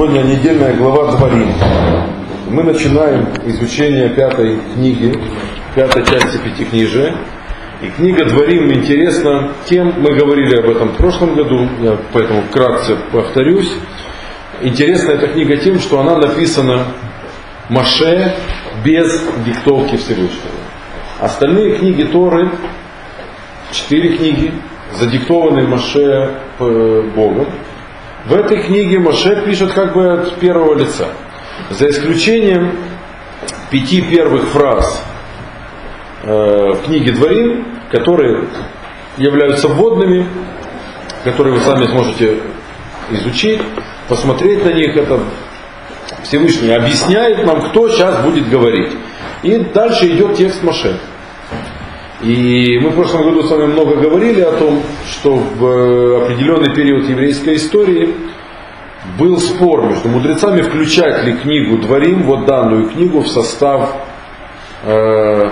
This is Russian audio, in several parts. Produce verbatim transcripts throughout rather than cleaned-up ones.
Сегодня недельная глава Дворим. Мы начинаем изучение пятой книги, пятой части Пятикнижия. И книга Дворим интересна тем, мы говорили об этом в прошлом году, я поэтому вкратце повторюсь. Интересна эта книга тем, что она написана Моше без диктовки Всевышнего. Остальные книги Торы, четыре книги, задиктованные Моше Богом. В этой книге Моше пишет как бы от первого лица. За исключением пяти первых фраз э, в книге Дворим, которые являются вводными, которые вы сами сможете изучить, посмотреть на них. Это Всевышний объясняет нам, кто сейчас будет говорить. И дальше идет текст Моше. И мы в прошлом году с вами много говорили о том, что в определенный период еврейской истории был спор между мудрецами, включать ли книгу Дворим, вот данную книгу, в состав, э,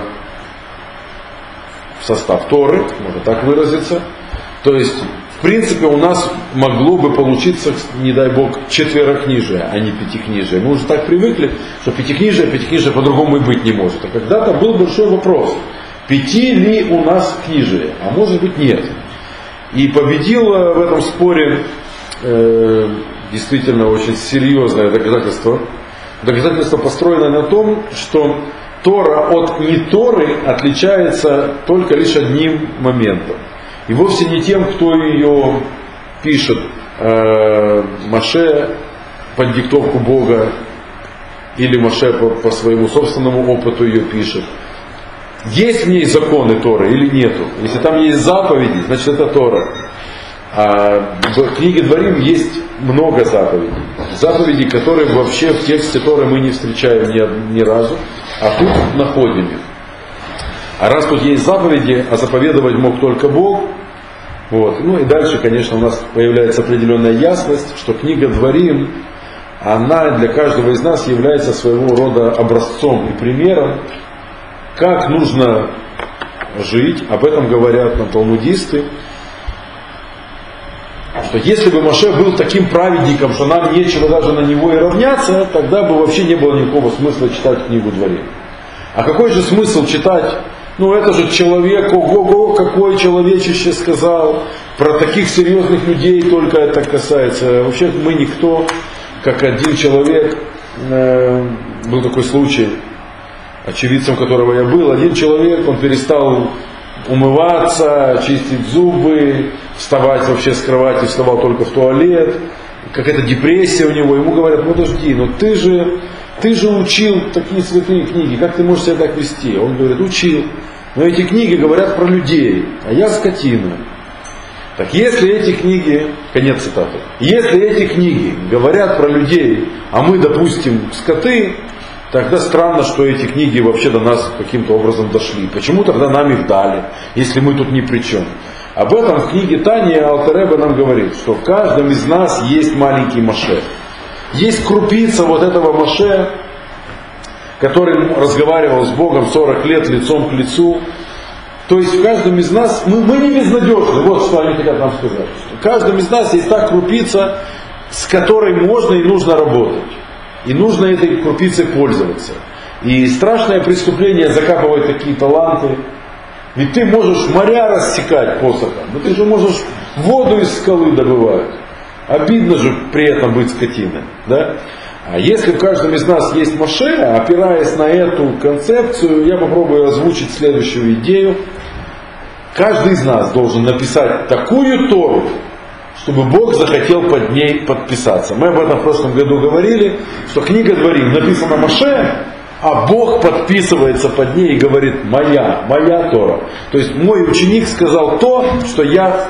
в состав Торы, можно так выразиться. То есть, в принципе, у нас могло бы получиться, не дай бог, четверокнижие, а не пятикнижие. Мы уже так привыкли, что пятикнижие, пятикнижие по-другому и быть не может. А когда-то был большой вопрос. Пяти ли у нас книжие, а может быть нет. И победило в этом споре э, действительно очень серьезное доказательство. Доказательство построено на том, что Тора от не Торы отличается только лишь одним моментом. И вовсе не тем, кто ее пишет, э, Моше под диктовку Бога, или Моше по, по своему собственному опыту ее пишет. Есть в ней законы Торы или нету? Если там есть заповеди, значит это Тора. А в книге Дворим есть много заповедей. Заповедей, которые вообще в тексте Торы мы не встречаем ни, ни разу, а тут находим их. А раз тут есть заповеди, а заповедовать мог только Бог, вот. Ну и дальше, конечно, у нас появляется определенная ясность, что книга Дворим, она для каждого из нас является своего рода образцом и примером, как нужно жить. Об этом говорят нам талмудисты, что если бы Моше был таким праведником, что нам нечего даже на него и равняться, тогда бы вообще не было никакого смысла читать книгу Дворим. А какой же смысл читать? Ну это же человек, ого-го, какой человечище сказал, про таких серьезных людей только это касается. Вообще мы никто, как один человек, э, был такой случай, очевидцем которого я был, один человек, он перестал умываться, чистить зубы, вставать вообще с кровати, вставал только в туалет, какая-то депрессия у него, ему говорят, подожди, но ты же, ты же учил такие святые книги, как ты можешь себя так вести? Он говорит, учил, но эти книги говорят про людей, а я скотина. Так если эти книги, конец цитаты, если эти книги говорят про людей, а мы, допустим, скоты, тогда странно, что эти книги вообще до нас каким-то образом дошли. Почему тогда нам их дали, если мы тут ни при чем? Об этом в книге Таня Алтер Ребе нам говорит, что в каждом из нас есть маленький Моше. Есть крупица вот этого Моше, который разговаривал с Богом сорок лет лицом к лицу. То есть в каждом из нас, мы, мы не безнадежны, вот что они хотят нам сказать. В каждом из нас есть та крупица, с которой можно и нужно работать. И нужно этой крупицей пользоваться. И страшное преступление закапывать такие таланты. Ведь ты можешь моря рассекать посохом, но ты же можешь воду из скалы добывать. Обидно же при этом быть скотиной. Да? А если в каждом из нас есть Моше, опираясь на эту концепцию, я попробую озвучить следующую идею. Каждый из нас должен написать такую Тору, чтобы Бог захотел под ней подписаться. Мы об этом в прошлом году говорили, что книга Дворим написана Моше, а Бог подписывается под ней и говорит, моя, моя Тора. То есть мой ученик сказал то, что я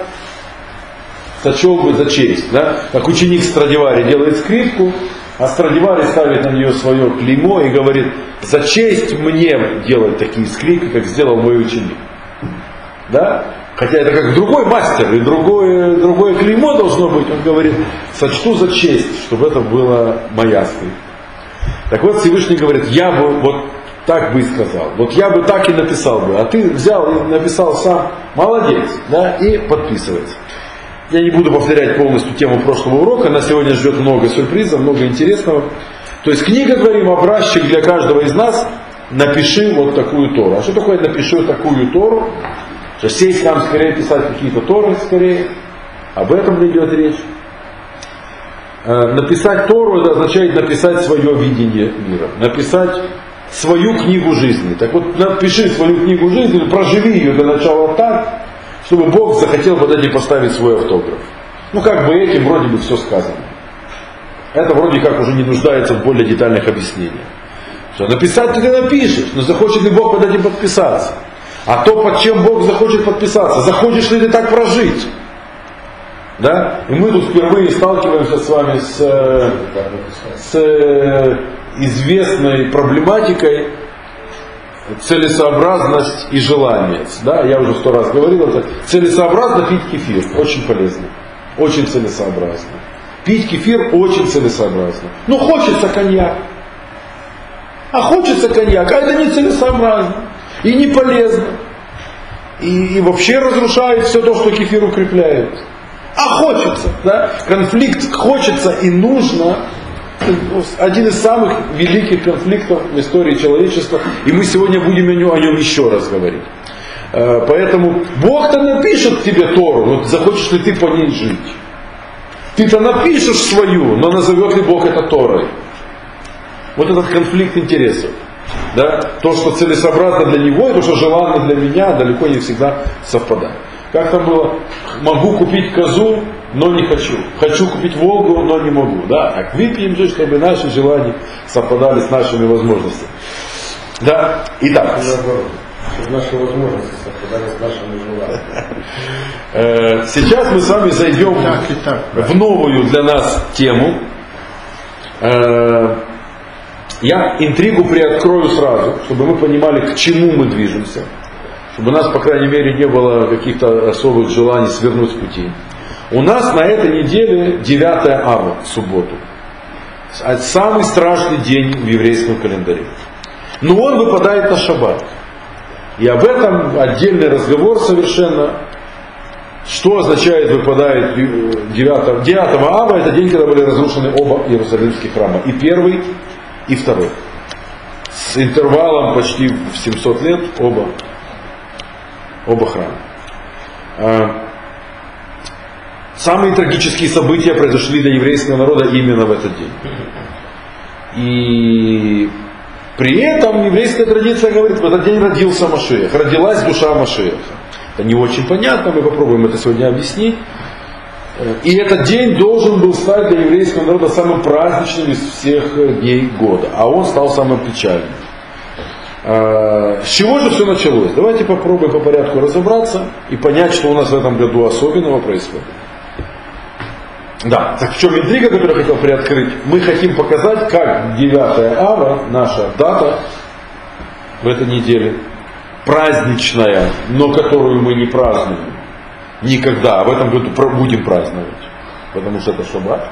сочел бы за честь. Да? Как ученик Страдивари делает скрипку, а Страдивари ставит на нее свое клеймо и говорит, за честь мне делать такие скрипки, как сделал мой ученик. Да? Хотя это как другой мастер, и другое, другое клеймо должно быть. Он говорит, сочту за честь, чтобы это была моя скрипка. Так вот Всевышний говорит, я бы вот так бы и сказал. Вот я бы так и написал бы. А ты взял и написал сам, молодец, да, и подписывается. Я не буду повторять полностью тему прошлого урока, нас сегодня ждет много сюрпризов, много интересного. То есть книга Дворим, образчик для каждого из нас, напиши вот такую Тору. А что такое напиши вот такую Тору? Что сесть нам скорее писать какие-то Торы скорее, об этом идет речь. Написать Тору, это означает написать свое видение мира, написать свою книгу жизни. Так вот, напиши свою книгу жизни, проживи ее до начала так, чтобы Бог захотел под этим поставить свой автограф. Ну, как бы этим вроде бы все сказано. Это вроде как уже не нуждается в более детальных объяснениях. Что написать ты напишешь, но захочет ли Бог под этим подписаться? А то, под чем Бог захочет подписаться, захочешь ли ты так прожить? Да? И мы тут впервые сталкиваемся с вами с, с известной проблематикой целесообразность и желание. Да? Я уже сто раз говорил, это целесообразно пить кефир, очень полезно, очень целесообразно. Пить кефир очень целесообразно. Ну хочется коньяк. А хочется коньяк, а это не целесообразно. И не полезно. И, и вообще разрушает все то, что кефир укрепляет. А хочется. Да? Конфликт хочется и нужно. Один из самых великих конфликтов в истории человечества. И мы сегодня будем о нем, о нем еще раз говорить. Поэтому Бог-то напишет тебе Тору. Вот захочешь ли ты по ней жить. Ты-то напишешь свою, но назовет ли Бог это Торой? Вот этот конфликт интересов. Да? То, что целесообразно для него, и то, что желанно для меня, далеко не всегда совпадает. Как там было? Могу купить козу, но не хочу. Хочу купить Волгу, но не могу. Да? Так выпьем же, чтобы наши желания совпадали с нашими возможностями. Да? Итак. Чтобы наши возможности совпадали с нашими желаниями. Сейчас мы с вами зайдем так, и так, да. в новую для нас тему. Я интригу приоткрою сразу, чтобы мы понимали, к чему мы движемся. Чтобы у нас, по крайней мере, не было каких-то особых желаний свернуть с пути. У нас на этой неделе девятое ава, в субботу. Самый страшный день в еврейском календаре. Но он выпадает на шаббат. И об этом отдельный разговор совершенно. Что означает выпадает девятого, девятого ава? Это день, когда были разрушены оба иерусалимских храма. И первый, и второй. С интервалом почти в семьсот лет оба, оба храма. Самые трагические события произошли для еврейского народа именно в этот день. И при этом еврейская традиция говорит, в этот день родился Машиах, родилась душа Машиаха. Это не очень понятно, мы попробуем это сегодня объяснить. И этот день должен был стать для еврейского народа самым праздничным из всех дней года. А он стал самым печальным. С чего же все началось? Давайте попробуем по порядку разобраться и понять, что у нас в этом году особенного происходит. Да, так в чем интрига, которую я хотел приоткрыть? Мы хотим показать, как девятое ава, наша дата в этой неделе, праздничная, но которую мы не празднуем никогда, а в этом году будем праздновать, потому что это шаббат,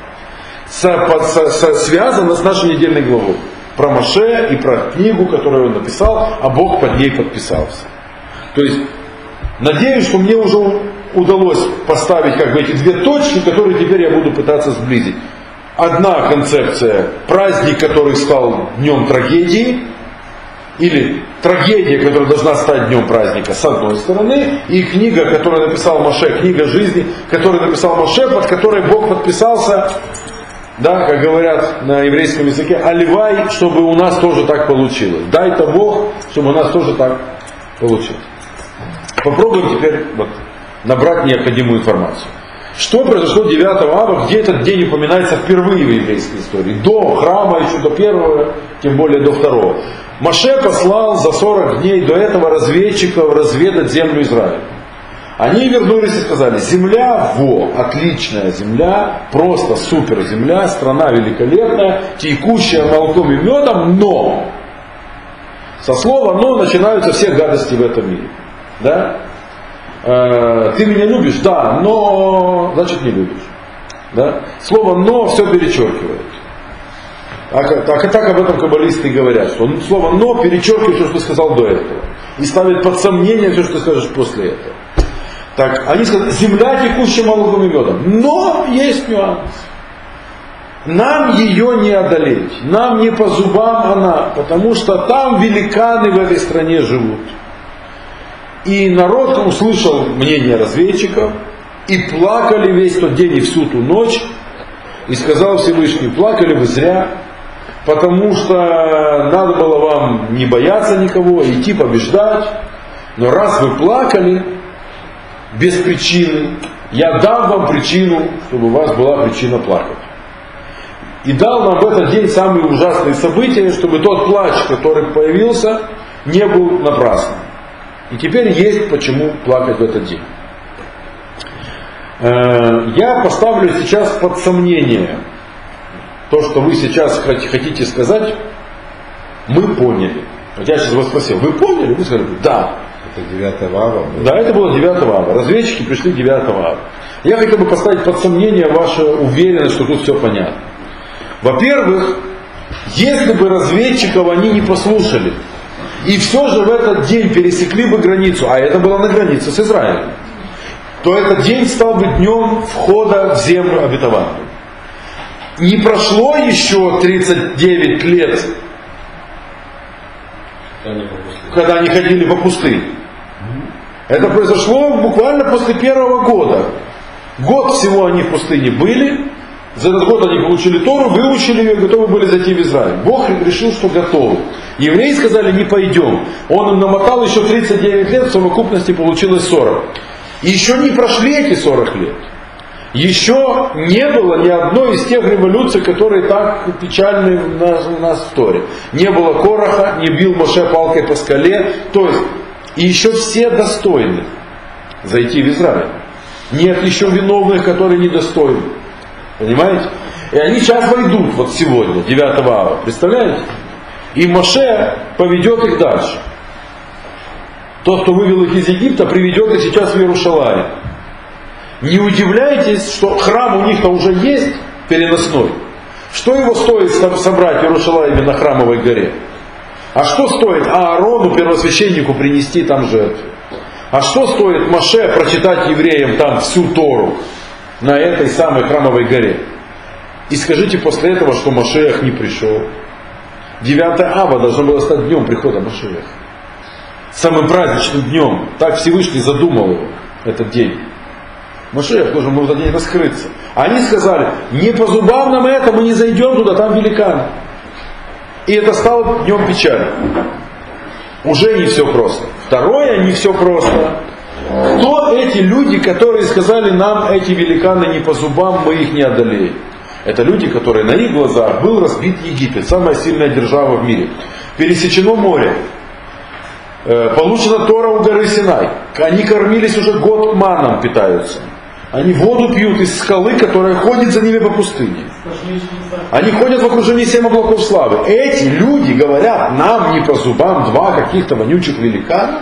связана с нашей недельной главой. Про Моше и про книгу, которую он написал, а Бог под ней подписался. То есть, надеюсь, что мне уже удалось поставить как бы эти две точки, которые теперь я буду пытаться сблизить. Одна концепция, праздник, который стал днем трагедии, или трагедия, которая должна стать днем праздника, с одной стороны, и книга, которую написал Моше, книга жизни, которую написал Моше, под которой Бог подписался, да, как говорят на еврейском языке, аливай, чтобы у нас тоже так получилось. Дай-то Бог, чтобы у нас тоже так получилось. Попробуем теперь вот, набрать необходимую информацию. Что произошло девятого ава, где этот день упоминается впервые в еврейской истории? До храма, еще до первого, тем более до второго. Моше послал за сорок дней до этого разведчиков разведать землю Израиля. Они вернулись и сказали, земля, во, отличная земля, просто супер земля, страна великолепная, текущая молоком и медом, но со слова но начинаются все гадости в этом мире. Да? Э, ты меня любишь? Да, но значит не любишь. Да? Слово но все перечеркивает. Так, так, так об этом каббалисты говорят, что слово но перечеркивает все, что ты сказал до этого. И ставит под сомнение все, что ты скажешь после этого. Так, они сказали, земля текущая молоком и медом. Но есть нюанс. Нам ее не одолеть. Нам не по зубам она, потому что там великаны в этой стране живут. И народ услышал мнение разведчиков, и плакали весь тот день и всю ту ночь, и сказал Всевышний, плакали вы зря, потому что надо было вам не бояться никого, идти побеждать, но раз вы плакали без причины, я дам вам причину, чтобы у вас была причина плакать. И дал нам в этот день самые ужасные события, чтобы тот плач, который появился, не был напрасным. И теперь есть почему плакать в этот день. Я поставлю сейчас под сомнение то, что вы сейчас хотите сказать, мы поняли. Вот я сейчас вас спросил, вы поняли? Вы сказали, да. Это девятого ава? Да, это было девятого ава. Разведчики пришли девятого ава. Я хотел бы поставить под сомнение вашу уверенность, что тут все понятно. Во-первых, если бы разведчиков они не послушали, и все же в этот день пересекли бы границу, а это было на границе с Израилем, то этот день стал бы днем входа в землю обетованную. Не прошло еще тридцать девять лет, когда они ходили по пустыне. Это произошло буквально после первого года. Год всего они в пустыне были. За этот год они получили Тору, выучили ее, готовы были зайти в Израиль. Бог решил, что готовы. Евреи сказали, не пойдем. Он им намотал еще тридцать девять лет, в совокупности получилось сорок. И еще не прошли эти сорок лет. Еще не было ни одной из тех революций, которые так печальны у нас в Торе. Не было Кораха, не бил Моше палкой по скале. То есть, и еще все достойны зайти в Израиль. Нет еще виновных, которые недостойны. Понимаете? И они сейчас войдут, вот сегодня, девятого ава. Представляете? И Моше поведет их дальше. Тот, кто вывел их из Египта, приведет их сейчас в Иерушалаим. Не удивляйтесь, что храм у них-то уже есть переносной. Что его стоит собрать в Иерушалаиме на Храмовой горе? А что стоит Аарону, первосвященнику, принести там жертву? А что стоит Моше прочитать евреям там всю Тору на этой самой Храмовой горе? И скажите после этого, что Машиах не пришел. девятое ава должно было стать днем прихода Машиаха. Самым праздничным днем. Так Всевышний задумал его, этот день. Машиах должен был в этот день раскрыться. Они сказали, не по зубам нам это, мы не зайдем туда, там великаны. И это стало днем печали. Уже не все просто. Второе, не все просто. Кто эти люди, которые сказали нам, эти великаны не по зубам, мы их не одолеем? Это люди, которые на их глазах был разбит Египет, самая сильная держава в мире. Пересечено море. Получена Тора у горы Синай. Они кормились уже год маном, питаются. Они воду пьют из скалы, которая ходит за ними по пустыне. Они ходят в окружении семь облаков славы. Эти люди говорят, нам не по зубам два каких-то вонючих великана.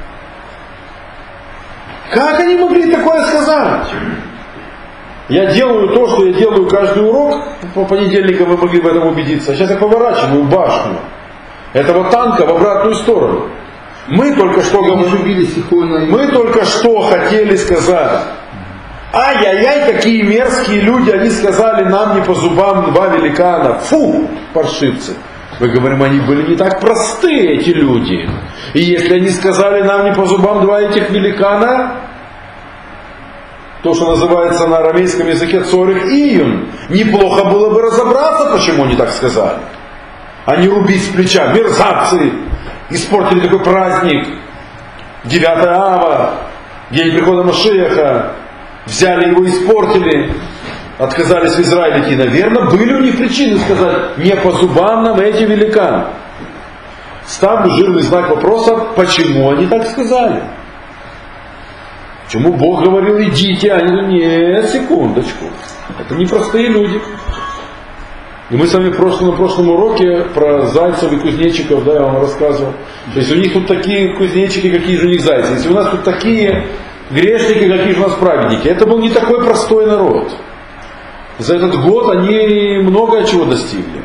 Как они могли такое сказать? Я делаю то, что я делаю каждый урок. По понедельникам вы могли в этом убедиться. Сейчас я поворачиваю башню этого танка в обратную сторону. Мы только что говорили, мы только что хотели сказать, ай-яй-яй, какие мерзкие люди, они сказали, нам не по зубам два великана. Фу, паршивцы. Мы говорим, они были не так просты, эти люди. И если они сказали, нам не по зубам два этих великана, то, что называется на арамейском языке цорих июн, неплохо было бы разобраться, почему они так сказали. А не рубить с плеча. Мерзавцы испортили такой праздник. девятое ава, день прихода Машиаха. Взяли его и испортили. Отказались в Израиль идти. Наверное, были у них причины сказать, не по зубам нам эти великаны. Ставлю жирный знак вопроса, почему они так сказали. Почему Бог говорил, идите, а они говорят, нет, секундочку. Это не простые люди. И мы с вами в прошлом, на прошлом уроке про зайцев и кузнечиков, да, я вам рассказывал. То есть у них тут такие кузнечики, какие же у них зайцы. Если у нас тут такие грешники, какие же у нас праведники. Это был не такой простой народ. За этот год они много чего достигли.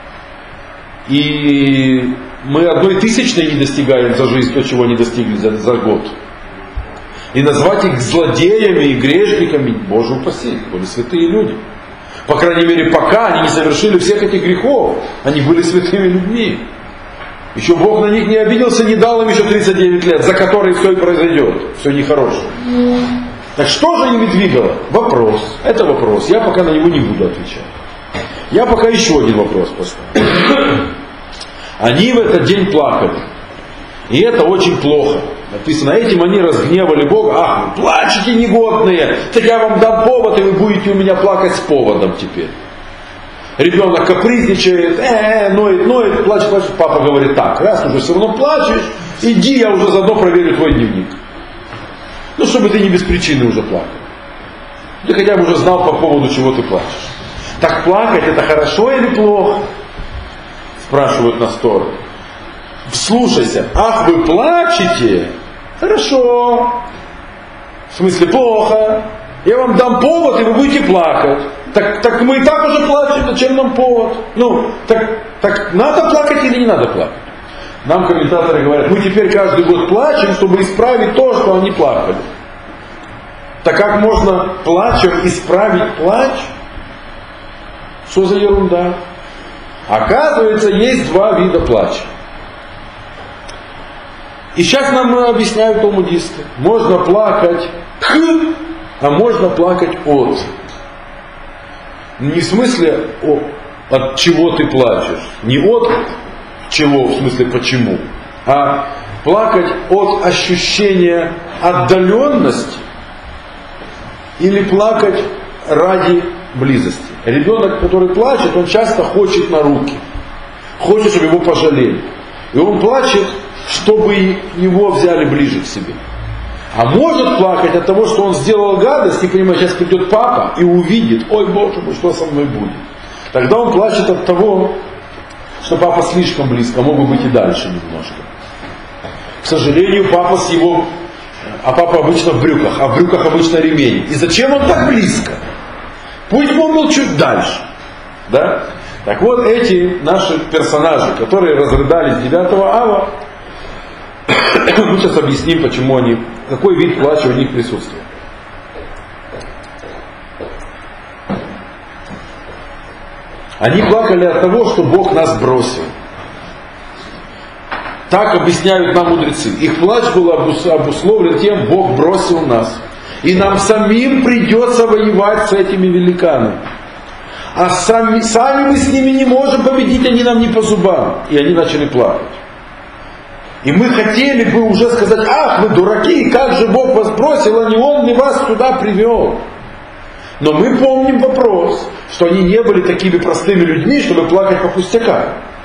И мы одной тысячной не достигаем за жизнь то, чего они достигли за, за год. И назвать их злодеями и грешниками, Боже упаси, были святые люди. По крайней мере, пока они не совершили всех этих грехов, они были святыми людьми. Еще Бог на них не обиделся, не дал им еще тридцать девять лет, за которые все и произойдет, все нехорошее. Так что же ими двигало? Вопрос. Это вопрос. Я пока на него не буду отвечать. Я пока еще один вопрос поставлю. Они в этот день плакали. И это очень плохо. Написано, этим они разгневали Бога. Ах, вы плачете негодные, так я вам дам повод, и вы будете у меня плакать с поводом теперь. Ребенок капризничает, э, ноет, ноет, плачет, плачет. Папа говорит, так, раз уже все равно плачешь, иди, я уже заодно проверю твой дневник. Ну, чтобы ты не без причины уже плакал. Ты хотя бы уже знал по поводу чего ты плачешь. Так плакать это хорошо или плохо? Спрашивают на сторону. Вслушайся, ах вы плачете? Хорошо. В смысле плохо. Я вам дам повод, и вы будете плакать. Так, так мы и так уже плачем, зачем нам повод? Ну, так, так надо плакать или не надо плакать? Нам комментаторы говорят, мы теперь каждый год плачем, чтобы исправить то, что они плакали. Так как можно плачем исправить плач? Что за ерунда? Оказывается, есть два вида плача. И сейчас нам объясняют талмудисты. Можно плакать к, а можно плакать от. Не в смысле о, от чего ты плачешь. Не от чего, в смысле почему. А плакать от ощущения отдаленности или плакать ради близости. Ребенок, который плачет, он часто хочет на руки. Хочет, чтобы его пожалели. И он плачет, чтобы его взяли ближе к себе. А может плакать от того, что он сделал гадость, и понимает, сейчас придет папа и увидит, ой, Боже мой, что со мной будет. Тогда он плачет от того, что папа слишком близко, мог бы быть и дальше немножко. К сожалению, папа с его... А папа обычно в брюках, а в брюках обычно ремень. И зачем он так близко? Пусть он был чуть дальше. Да? Так вот, эти наши персонажи, которые разрыдались девятого ава, мы сейчас объясним, почему они, какой вид плача у них присутствует. Они плакали от того, что Бог нас бросил. Так объясняют нам мудрецы. Их плач был обусловлен тем, Бог бросил нас. И нам самим придется воевать с этими великанами. А сами, сами мы с ними не можем победить, они нам не по зубам. И они начали плакать. И мы хотели бы уже сказать, ах, вы дураки, как же Бог вас бросил, а не Он ли вас туда привел. Но мы помним вопрос, что они не были такими простыми людьми, чтобы плакать по пустякам.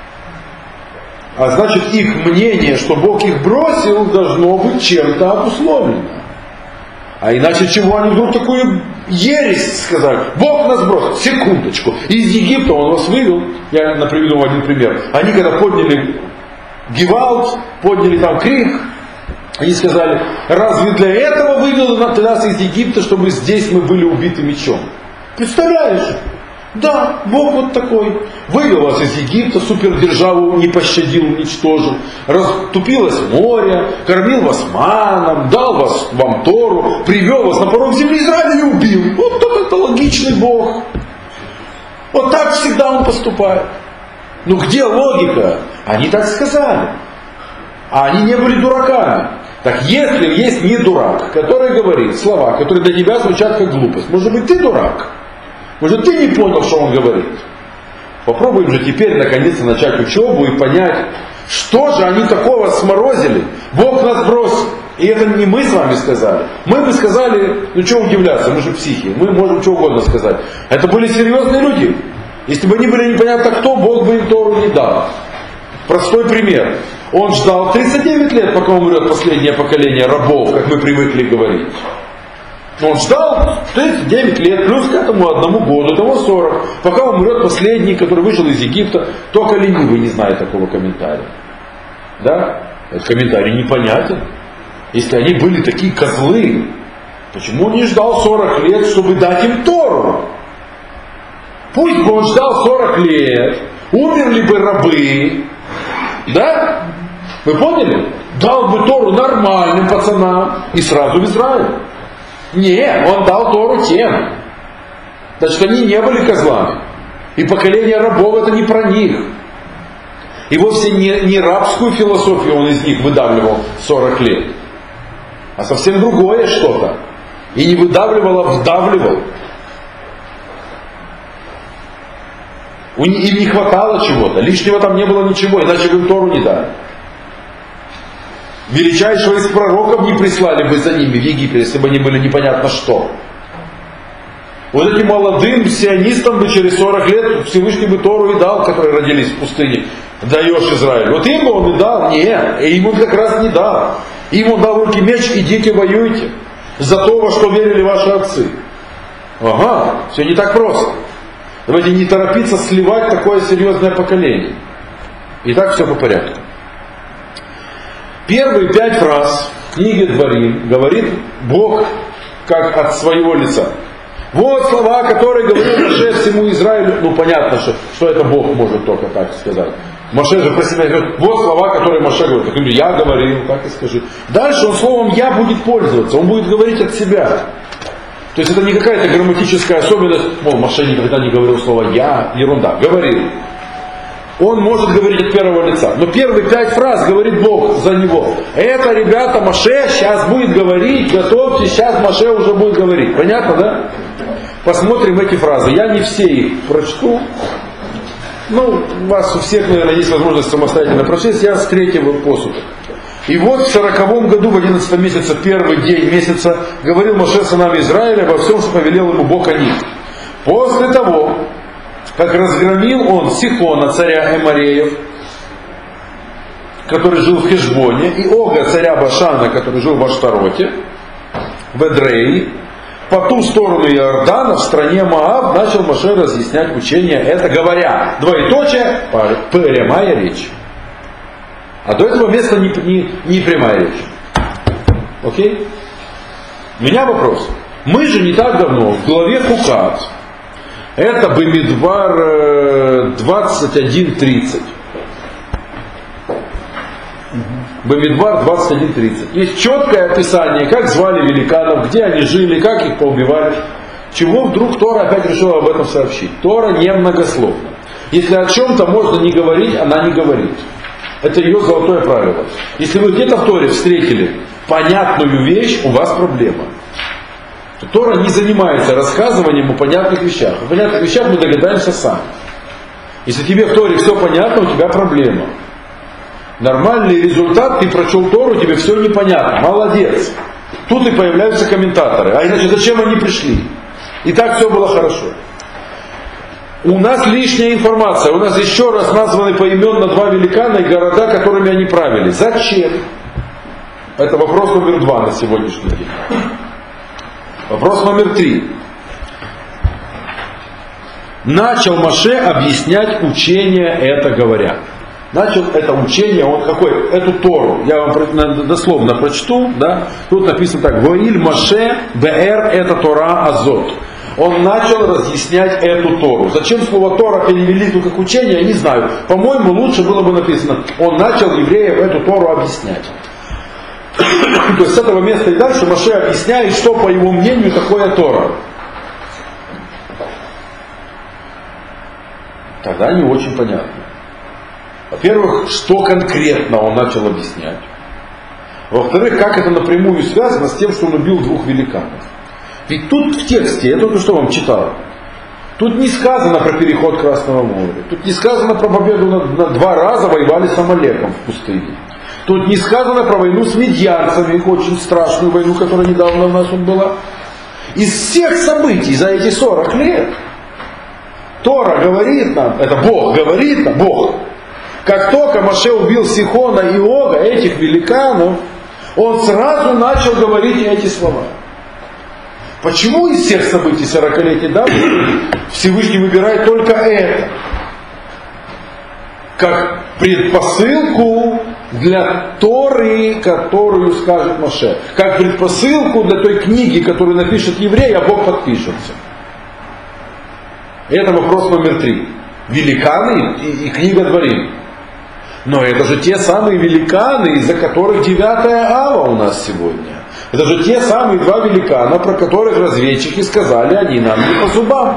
А значит, их мнение, что Бог их бросил, должно быть чем-то обусловлено. А иначе чего они вдруг такую ересь сказали? Бог нас бросил. Секундочку. Из Египта Он вас вывел. Я приведу вам один пример. Они когда подняли гевалт, подняли там крик, они сказали, разве для этого вывел нас из Египта, чтобы здесь мы были убиты мечом? Представляешь? Да, Бог вот такой. Вывел вас из Египта, супердержаву не пощадил, уничтожил. Раступилось море, кормил вас маном, дал вас, вам Тору, привел вас на порог земли Израиля и убил. Вот тот это логичный Бог. Вот так всегда Он поступает. Ну где логика? Они так сказали. А они не были дураками. Так если есть не дурак, который говорит слова, которые для тебя звучат как глупость, может быть ты дурак? Может ты не понял, что он говорит? Попробуем же теперь наконец-то начать учебу и понять, что же они такого сморозили. Бог нас бросил. И это не мы с вами сказали. Мы бы сказали, ну что удивляться, мы же психи, мы можем что угодно сказать. Это были серьезные люди. Если бы они были непонятно кто, Бог бы им Тору не дал. Простой пример. Он ждал тридцать девять лет, пока умрет последнее поколение рабов, как мы привыкли говорить. Он ждал тридцать девять лет, плюс к этому одному году, того сорок, пока умрет последний, который вышел из Египта. Только ленивый не знает такого комментария. Да? Этот комментарий непонятен. Если они были такие козлы, почему он не ждал сорок лет, чтобы дать им Тору? Пусть бы он ждал сорок лет, умерли бы рабы. Да? Вы поняли? дал бы Тору нормальным пацанам и сразу в Израиль. Не, он дал Тору тем. Значит, они не были козлами. И поколение рабов это не про них. И вовсе не, не рабскую философию он из них выдавливал сорок лет. А совсем другое что-то. И не выдавливал, а вдавливал. Им не хватало чего-то. Лишнего там не было ничего, иначе бы им Тору не дали. Величайшего из пророков не прислали бы за ними в Египет, если бы они были непонятно что. Вот этим молодым сионистам бы через сорок лет Всевышний бы Тору и дал, которые родились в пустыне. Даешь Израиль. Вот им бы он и дал. Нет, и им он как раз не дал. Им он дал в руки меч, идите воюйте. За то, во что верили ваши отцы. Ага, все не так просто. Давайте не торопиться сливать такое серьезное поколение. Итак, все по порядку. Первые пять фраз в книге Дворим говорит Бог как от своего лица. Вот слова, которые говорил Моше всему Израилю. Ну понятно, что, что это Бог может только так сказать. Моше же про себя говорит, вот слова, которые Моше говорит. Так, я говорил, так и скажи. Дальше он словом я будет пользоваться, он будет говорить от себя. То есть это не какая-то грамматическая особенность, мол, Моше никогда не говорил слово я, ерунда, говорил. Он может говорить от первого лица. Но первые пять фраз говорит Бог за него. Это, ребята, Моше сейчас будет говорить, готовьтесь, сейчас Моше уже будет говорить. Понятно, да? Посмотрим эти фразы. Я не все их прочту. Ну, у вас у всех, наверное, есть возможность самостоятельно прочесть. Я с третьего посуда. И вот в сороковом году, в одиннадцатом месяце, первый день месяца, говорил Моше сынам Израиля во всем, что повелел ему Бог о них. После того, как разгромил он Сихона, царя Эмореев, который жил в Хешбоне, и Ога, царя Башана, который жил в Аштароте, в Эдрее, по ту сторону Иордана, в стране Моав, начал Моше разъяснять учение это, говоря, двоеточие, прямая речь. А до этого места не, не, не прямая речь. Окей? У меня вопрос. Мы же не так давно в главе Хукат, это Бамидбар двадцать один тридцать. Бамидбар двадцать один тридцать. Есть четкое описание, как звали великанов, где они жили, как их поубивали. Чего вдруг Тора опять решила об этом сообщить? Тора немногословна. Если о чем-то можно не говорить, она не говорит. Это ее золотое правило. Если вы где-то в Торе встретили понятную вещь, у вас проблема. Тора не занимается рассказыванием о понятных вещах. О понятных вещах мы догадаемся сами. Если тебе в Торе все понятно, у тебя проблема. Нормальный результат, ты прочел Тору, тебе все непонятно. Молодец. Тут и появляются комментаторы. А иначе зачем они пришли? И так все было хорошо. У нас лишняя информация. У нас еще раз названы поименно два великана и города, которыми они правили. Зачем? Это вопрос номер два на сегодняшний день. Вопрос номер три. Начал Моше объяснять учение это говоря. Начал это учение, он какой? Эту Тору. Я вам дословно прочту. Да? Тут написано так. Воиль Моше бэр это Тора азот. Он начал разъяснять эту Тору. Зачем слово Тора перевели тут как учение, я не знаю. По-моему, лучше было бы написано, он начал евреям эту Тору объяснять. То есть с этого места и дальше Моше объясняет, что по его мнению такое Тора. Тогда не очень понятно. Во-первых, что конкретно он начал объяснять. Во-вторых, как это напрямую связано с тем, что он убил двух великанов. Ведь тут в тексте, я только что вам читал, тут не сказано про переход Красного моря, тут не сказано про победу на, на два раза воевали с Амалеком в пустыне. Тут не сказано про войну с медьянцами, очень страшную войну, которая недавно у нас вот была. Из всех событий за эти сорок лет Тора говорит нам, это Бог говорит нам, Бог, как только Моше убил Сихона и Ога, этих великанов, он сразу начал говорить эти слова. Почему из всех событий сорокалетия давности Всевышний выбирает только это? Как предпосылку для Торы, которую скажет Моше. Как предпосылку для той книги, которую напишет еврей, а Бог подпишется. Это вопрос номер три. Великаны и, и книга Дворим. Но это же те самые великаны, из-за которых девятая ава у нас сегодня. Это же те самые два великана, про которых разведчики сказали, они нам не по зубам.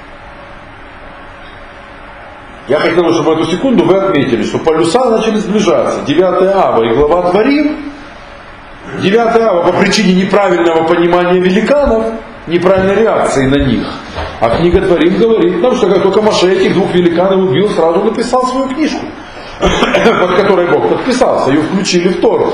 Я хотел, чтобы в эту секунду вы отметили, что полюса начали сближаться. Девятая ава и глава Дворим. Девятая ава по причине неправильного понимания великанов, неправильной реакции на них. А книга Дворим говорит нам, что как только Моше этих двух великанов убил, сразу написал свою книжку, под которой Бог подписался, ее включили в Тору.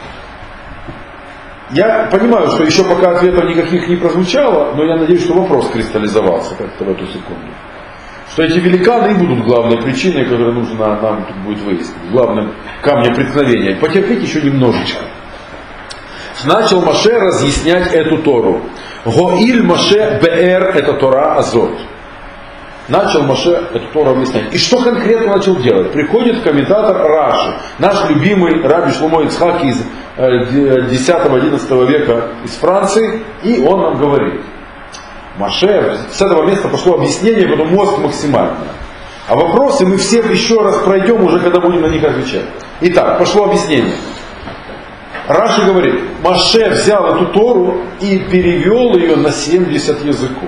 Я понимаю, что еще пока ответов никаких не прозвучало, но я надеюсь, что вопрос кристаллизовался как-то в эту секунду. Что эти великаны и будут главной причиной, которую нужно нам тут будет выяснить, главным камнем преткновения. Потерпеть еще немножечко. Начал Моше разъяснять эту Тору. Гоиль Моше Беэр, это Тора Азот. Начал Моше эту Тору объяснять. И что конкретно начал делать? Приходит комментатор Раши, наш любимый Раби Шломо Ицхак из десятого-одиннадцатого века из Франции, и он нам говорит. Моше, с этого места пошло объяснение, потом мозг максимально. А вопросы мы всех еще раз пройдем, уже когда будем на них отвечать. Итак, пошло объяснение. Раши говорит, Моше взял эту Тору и перевел ее на семьдесят языков.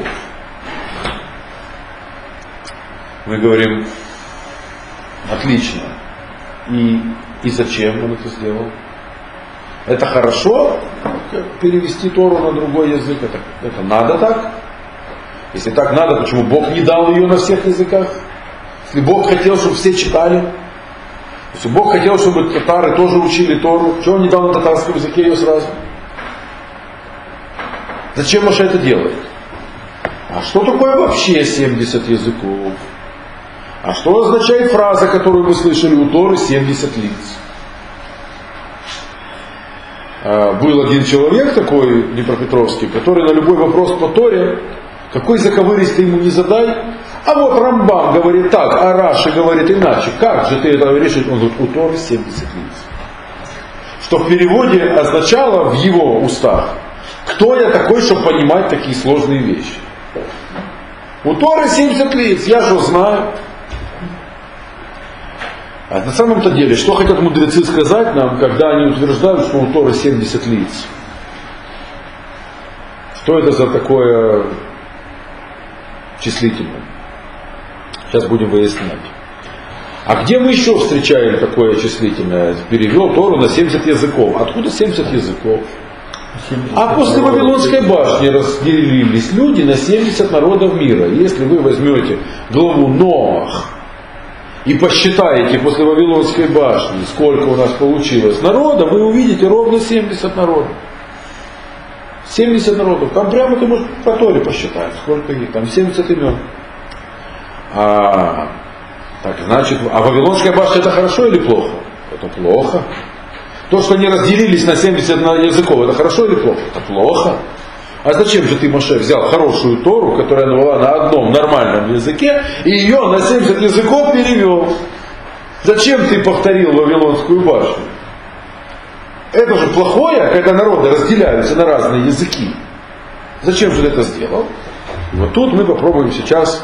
Мы говорим, отлично. И, и зачем он это сделал? Это хорошо перевести Тору на другой язык? Это, это надо так? Если так надо, почему Бог не дал ее на всех языках? Если Бог хотел, чтобы все читали, если Бог хотел, чтобы татары тоже учили Тору, чего он не дал на татарском языке ее сразу? Зачем Моше это делает? А что такое вообще семьдесят языков? А что означает фраза, которую мы слышали у Торы, семьдесят лиц? Был один человек такой, Днепропетровский, который на любой вопрос по Торе, какой заковыристый ему не задай, а вот Рамбам говорит так, а Раши говорит иначе. Как же ты это говоришь? Он говорит, у Торы семьдесят лиц. Что в переводе означало в его устах, кто я такой, чтобы понимать такие сложные вещи. У Торы семьдесят лиц, я же знаю. А на самом-то деле, что хотят мудрецы сказать нам, когда они утверждают, что у Торы семьдесят лиц? Что это за такое числительное? Сейчас будем выяснять. А где мы еще встречаем такое числительное? Перевел Тору на семьдесят языков. Откуда семьдесят языков? А после Вавилонской башни разделились люди на семьдесят народов мира. Если вы возьмете главу Ноах и посчитаете после Вавилонской башни, сколько у нас получилось народа, вы увидите ровно семьдесят народов. семьдесят народов. Там прямо ты можешь по Торе посчитать, сколько их. Там семьдесят имен. А, так, значит, а Вавилонская башня это хорошо или плохо? Это плохо. То, что они разделились на семьдесят языков, это хорошо или плохо? Это плохо. А зачем же ты, Моше, взял хорошую Тору, которая была на одном нормальном языке, и ее на семьдесят языков перевел? Зачем ты повторил Вавилонскую башню? Это же плохое, когда народы разделяются на разные языки. Зачем же ты это сделал? И вот тут мы попробуем сейчас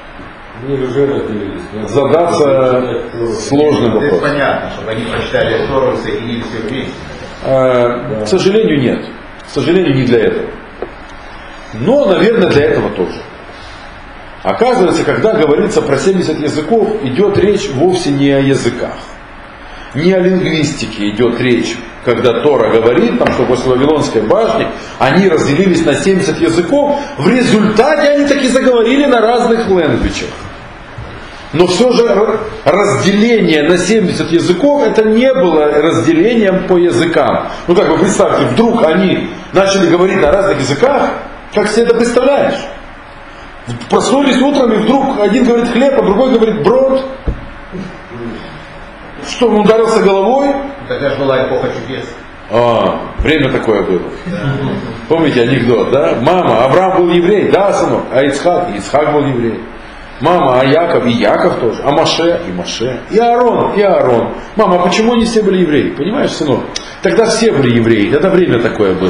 задаться сложным вопросом. Это понятно, чтобы они прочитали Тору и соединили все вместе. А, к сожалению, нет. К сожалению, не для этого. Но, наверное, для этого тоже. Оказывается, когда говорится про семьдесят языков, идет речь вовсе не о языках. Не о лингвистике идет речь, когда Тора говорит, там, что после Вавилонской башни они разделились на семьдесят языков, в результате они таки заговорили на разных ленгвичах. Но все же разделение на семьдесят языков, это не было разделением по языкам. Ну как вы представьте, вдруг они начали говорить на разных языках, как себе это представляешь? Проснулись утром, и вдруг один говорит хлеб, а другой говорит брод. Что, он ударился головой? Тогда же была эпоха чудес. А, время такое было. Да. Помните анекдот, да? Мама, Авраам был еврей, да, сынок? А Ицхак, Ицхак был еврей. Мама, а Яков, и Яков тоже. А Моше, и Моше. И Аарон, и Аарон. Мама, а почему они все были евреи? Понимаешь, сынок? Тогда все были евреи, это время такое было.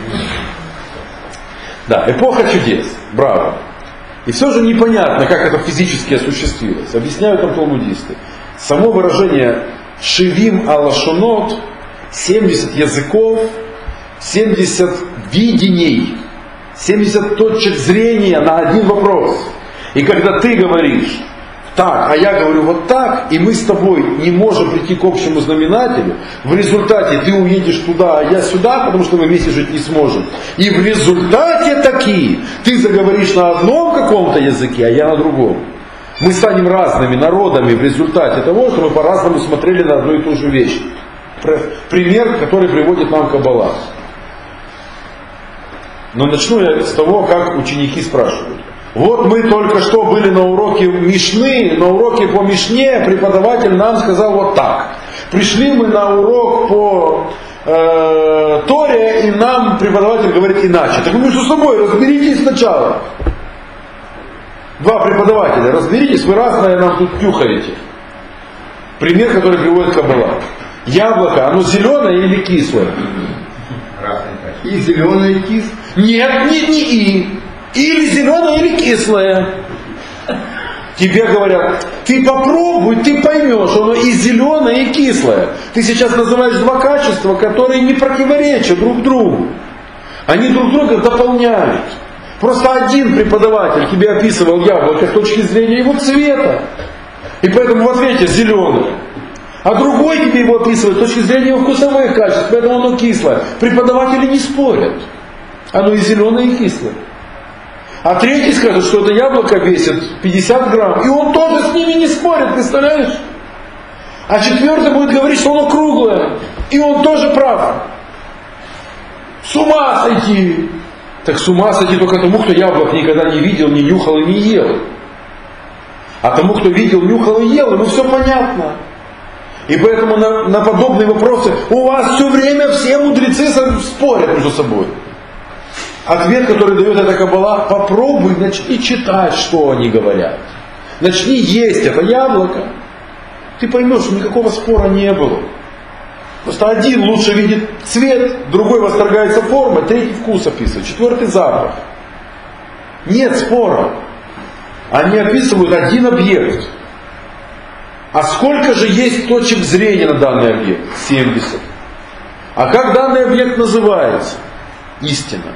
Да, эпоха чудес. Браво. И все же непонятно, как это физически осуществилось. Объясняют там талмудисты. Само выражение Шевим алашонот, семьдесят языков, семьдесят видений, семьдесят точек зрения на один вопрос. И когда ты говоришь так, а я говорю вот так, и мы с тобой не можем прийти к общему знаменателю, в результате ты уедешь туда, а я сюда, потому что мы вместе жить не сможем. И в результате таки ты заговоришь на одном каком-то языке, а я на другом. Мы станем разными народами в результате того, что мы по-разному смотрели на одну и ту же вещь. Пример, который приводит нам Каббала. Но начну я с того, как ученики спрашивают. Вот мы только что были на уроке Мишны, на уроке по Мишне преподаватель нам сказал вот так. Пришли мы на урок по э, Торе, и нам преподаватель говорит иначе. Так между собой разберитесь сначала. Два преподавателя, разберитесь, вы разное нам тут тюхаете. Пример, который приводит Каббала. Яблоко, оно зеленое или кислое? Разные. И зеленый, и кис. Нет, не, не и. Или зеленое, или кислое. Тебе говорят, ты попробуй, ты поймешь, оно и зеленое, и кислое. Ты сейчас называешь два качества, которые не противоречат друг другу. Они друг друга дополняют. Просто один преподаватель тебе описывал яблоко с точки зрения его цвета. И поэтому в ответе зеленое. А другой тебе его описывает с точки зрения его вкусовых качеств, поэтому оно кислое. Преподаватели не спорят. Оно и зеленое, и кислое. А третий скажет, что это яблоко весит пятьдесят грамм. И он тоже с ними не спорит, представляешь? А четвертый будет говорить, что оно круглое. И он тоже прав. С ума сойти. Так с ума сойти только тому, кто яблок никогда не видел, не нюхал и не ел. А тому, кто видел, нюхал и ел, ему все понятно. И поэтому на, на подобные вопросы у вас все время все мудрецы спорят между собой. Ответ, который дает эта Каббала, попробуй, начни читать, что они говорят. Начни есть это яблоко. Ты поймешь, что никакого спора не было. Просто один лучше видит цвет, другой восторгается формой, третий вкус описывает, четвертый запах. Нет спора. Они описывают один объект. А сколько же есть точек зрения на данный объект? семьдесят. А как данный объект называется? Истина.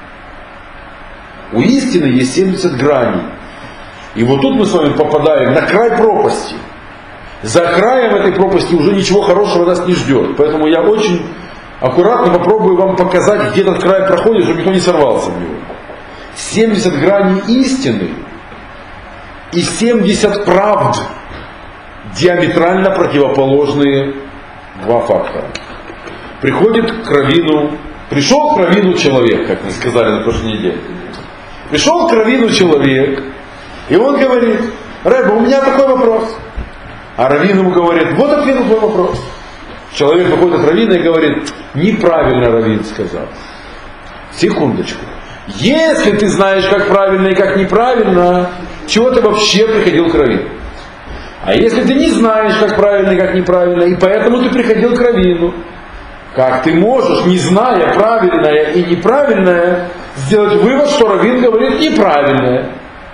У истины есть семьдесят граней. И вот тут мы с вами попадаем на край пропасти. За краем этой пропасти уже ничего хорошего нас не ждет. Поэтому я очень аккуратно попробую вам показать, где этот край проходит, чтобы никто не сорвался в него. семьдесят граней истины и семьдесят правд. Диаметрально противоположные два фактора. Приходит к раввину, пришел к раввину человек, как мы сказали на прошлой неделе. Пришел к раввину человек, и он говорит: Рэбе, у меня такой вопрос. А раввин ему говорит: вот ответ на твой вопрос. Человек выходит от раввина и говорит: неправильно раввин сказал. Секундочку. Если ты знаешь, как правильно и как неправильно, чего ты вообще приходил к раввину? А если ты не знаешь, как правильно и как неправильно, и поэтому ты приходил к раввину, как ты можешь, не зная правильное и неправильное, сделать вывод, что раввин говорит неправильное?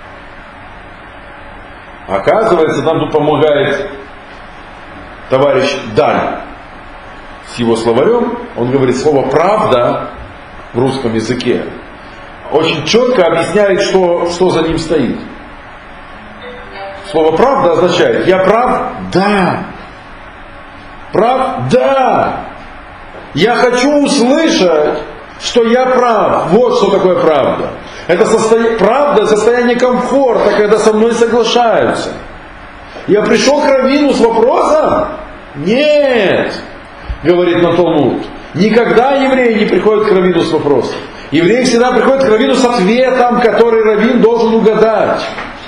Оказывается, нам тут помогает товарищ Даль с его словарем. Он говорит, слово «правда» в русском языке очень четко объясняет, что, что за ним стоит. Слово «правда» означает: я прав? Да. Прав? Да. Я хочу услышать, что я прав. Вот что такое правда. Это состоя... правда, состояние комфорта, когда со мной соглашаются. Я пришел к раввину с вопросом? Нет, говорит на Талмуд. Никогда евреи не приходят к раввину с вопросом. Евреи всегда приходят к раввину с ответом, который раввин должен угадать.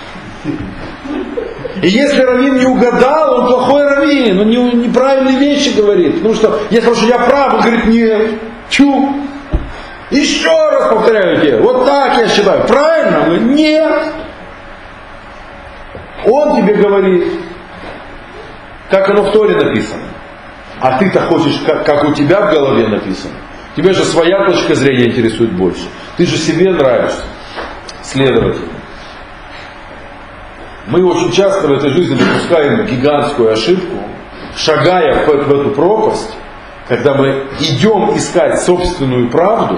И если раввин не угадал, он плохой раввин, он не, неправильные вещи говорит. Потому что я спрашиваю, я прав, он говорит, нет. Чу. Еще раз повторяю тебе, вот так я считаю. Правильно? Он говорит, нет. Он тебе говорит, как оно в Торе написано. А ты-то хочешь, как, как у тебя в голове написано. Тебя же своя точка зрения интересует больше. Ты же себе нравишься. Следовательно. Мы очень часто в этой жизни допускаем гигантскую ошибку, шагая в, в эту пропасть, когда мы идем искать собственную правду,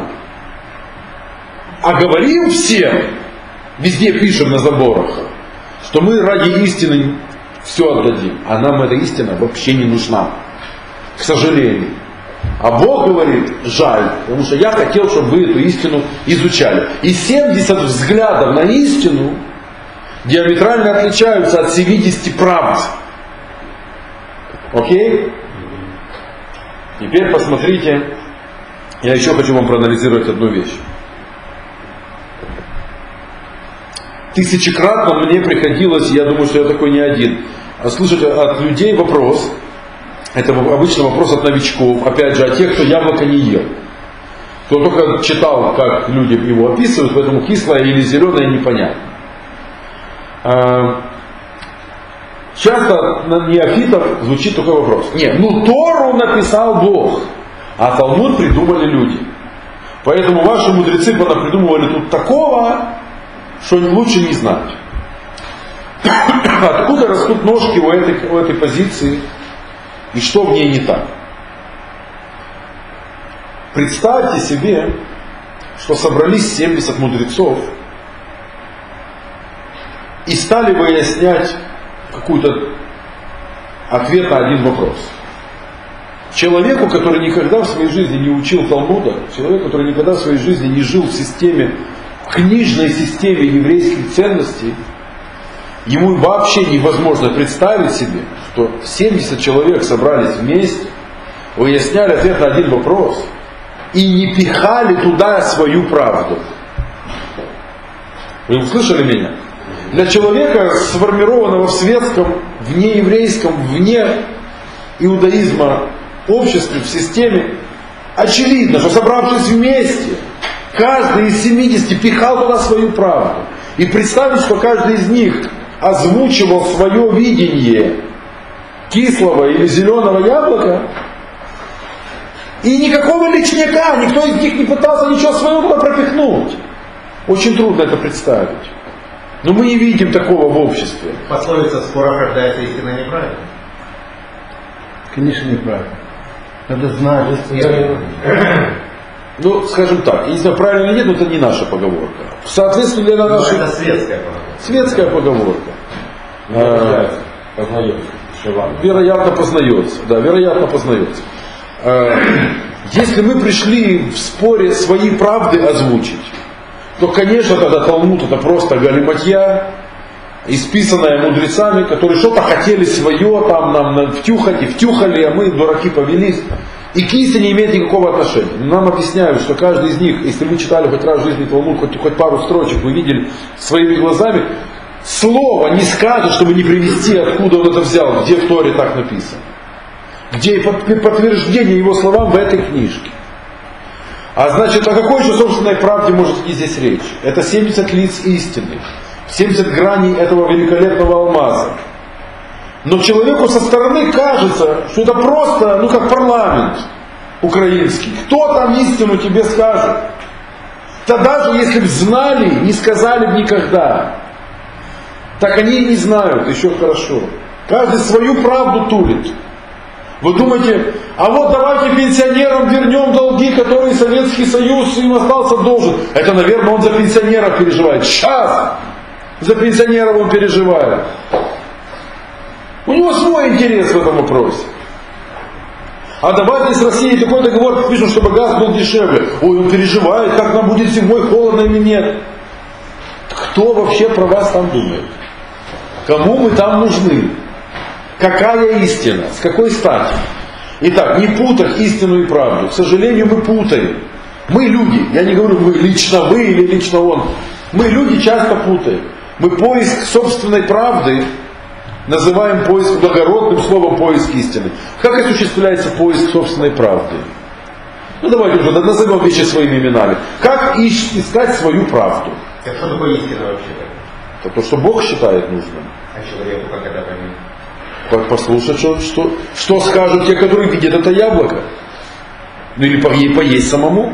а говорим всем, везде пишем на заборах, что мы ради истины все отдадим, а нам эта истина вообще не нужна, к сожалению. А Бог говорит, жаль, потому что я хотел, чтобы вы эту истину изучали. И семьдесят взглядов на истину диаметрально отличаются от семидесяти правд. Окей? Теперь посмотрите, я еще хочу вам проанализировать одну вещь. Тысячекратно мне приходилось, я думаю, что я такой не один, слышать от людей вопрос, это обычно вопрос от новичков, опять же, от тех, кто яблоко не ел. Кто только читал, как люди его описывают, поэтому кислое или зеленое непонятно. Часто на неофитов звучит такой вопрос. Нет, ну Тору написал Бог, а Талмуд придумали люди. Поэтому ваши мудрецы понапридумывали тут такого, что лучше не знать. Откуда растут ножки у этой, у этой позиции и что в ней не так? Представьте себе, что собрались семьдесят мудрецов и стали выяснять какой-то ответ на один вопрос. Человеку, который никогда в своей жизни не учил Талмуда, человеку, который никогда в своей жизни не жил в системе, книжной системе еврейских ценностей, ему вообще невозможно представить себе, что семьдесят человек собрались вместе, выясняли ответ на один вопрос и не пихали туда свою правду. Вы услышали меня? Для человека, сформированного в светском, вне еврейском, вне иудаизма обществе, в системе, очевидно, что собравшись вместе, каждый из семидесяти пихал туда свою правду. И представить, что каждый из них озвучивал свое видение кислого или зеленого яблока, и никакого личняка, никто из них не пытался ничего своего туда пропихнуть. Очень трудно это представить. Но мы не видим такого в обществе. Пословица «скоро рождается истина» неправильно. Конечно, неправильно. Надо знать. Ну, скажем так, я не знаю, правильно или нет, но это не наша поговорка. Соответственно, для нашей... Это светская поговорка. Светская поговорка. А, познается. Вероятно, познается. Да, вероятно, познается. Если мы пришли в споре свои правды озвучить, то, конечно, тогда Талмуд это просто галиматья, исписанная мудрецами, которые что-то хотели свое там нам втюхать и втюхали, а мы, дураки, повелись. И к истине не имеет никакого отношения. Нам объясняют, что каждый из них, если вы читали хоть раз в жизни Талмуд, хоть, хоть пару строчек, вы видели своими глазами, слово не скажет, чтобы не привести, откуда он это взял, где в Торе так написано. Где подтверждение его словам в этой книжке. А значит, о какой же собственной правде может идти здесь речь? Это семьдесят лиц истины, семьдесят граней этого великолепного алмаза. Но человеку со стороны кажется, что это просто, ну как парламент украинский. Кто там истину тебе скажет? Да даже если бы знали, не сказали бы никогда. Так они и не знают, еще хорошо. Каждый свою правду тулит. Вы думаете, а вот давайте пенсионерам вернем долги, которые Советский Союз им остался должен. Это, наверное, он за пенсионеров переживает. Сейчас за пенсионеров он переживает. У него свой интерес в этом вопросе. А давайте с Россией такой договор подпишем, чтобы газ был дешевле. Ой, он переживает, как нам будет зимой, холодно или нет. Кто вообще про вас там думает? Кому мы там нужны? Какая истина? С какой стати? Итак, не путать истину и правду. К сожалению, мы путаем. Мы люди, я не говорю вы, лично вы или лично он. Мы люди часто путаем. Мы поиск собственной правды называем поиск благородным словом поиск истины. Как осуществляется поиск собственной правды? Ну давайте уже назовем вещи своими именами. Как искать свою правду? Так что такое истина вообще-то? Это то, что Бог считает нужным. А человеку как это понять? Послушать, что, что, что скажут те, которые видят это яблоко. Ну или по, поесть самому.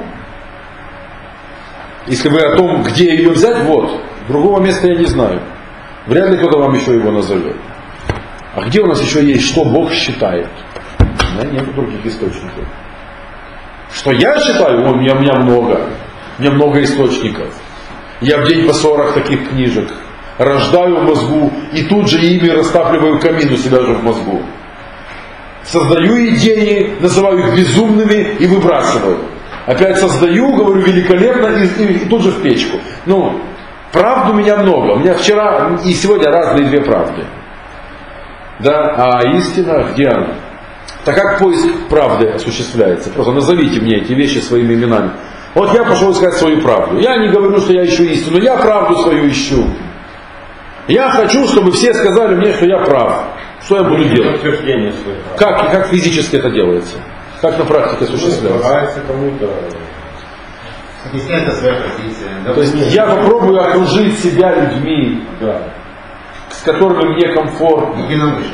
Если вы о том, где ее взять, вот. Другого места я не знаю. Вряд ли кто-то вам еще его назовет. А где у нас еще есть, что Бог считает? Да, нет других источников. Что я считаю? О, у меня, у меня много. У меня много источников. Я в день по сорок таких книжек рождаю в мозгу и тут же ими растапливаю камин у себя же в мозгу. Создаю идеи, называю их безумными и выбрасываю. Опять создаю, говорю великолепно и, и, и тут же в печку. Ну, правд у меня много. У меня вчера и сегодня разные две правды. Да, а истина, где она? Так как поиск правды осуществляется? Просто назовите мне эти вещи своими именами. Вот я пошел искать свою правду. Я не говорю, что я ищу истину, я правду свою ищу. Я хочу, чтобы все сказали мне, что я прав. Что я буду делать? Как, как физически это делается? Как на практике осуществляется? Объясняется своя позиция. Да, то есть нет, я попробую окружить себя людьми, да, с которыми мне комфортно. Единомышленник.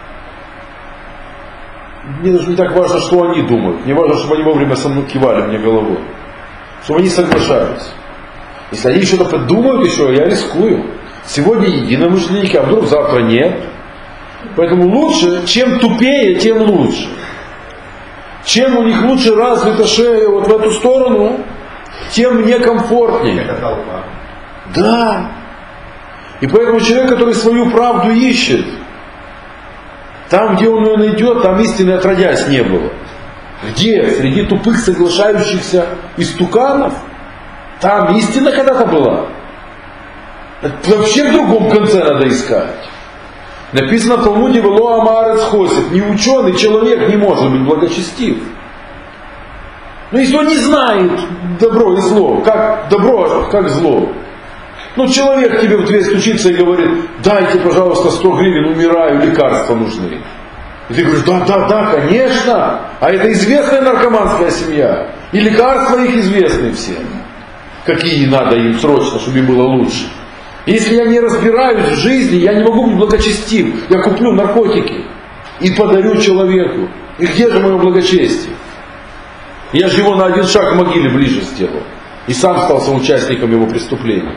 Мне даже не так важно, что они думают. Мне важно, чтобы они вовремя со мной кивали мне головой. Чтобы они соглашались. Если они что-то подумают еще, я рискую. Сегодня единомышленники, а вдруг завтра нет. Поэтому лучше, чем тупее, тем лучше. Чем у них лучше развита шея вот в эту сторону, тем мне комфортнее. Это толпа. Да. И поэтому человек, который свою правду ищет, там, где он ее найдет, там истины отродясь не было. Где? Среди тупых соглашающихся истуканов? Там истина когда-то была. Это вообще в другом конце надо искать. Написано в Талмуде: «Вело амарец хосит». Ни ученый человек не может быть благочестив. Но если он не знает добро и зло, как добро, как зло. Ну, человек тебе в дверь стучится и говорит: дайте, пожалуйста, сто гривен, умираю, лекарства нужны. И ты говоришь: да, да, да, конечно. А это известная наркоманская семья. И лекарства их известны все. Какие надо им срочно, чтобы им было лучше. Если я не разбираюсь в жизни, я не могу быть благочестив. Я куплю наркотики и подарю человеку. И где же мое благочестие? Я же его на один шаг к могиле ближе сделал. И сам стал соучастником его преступления.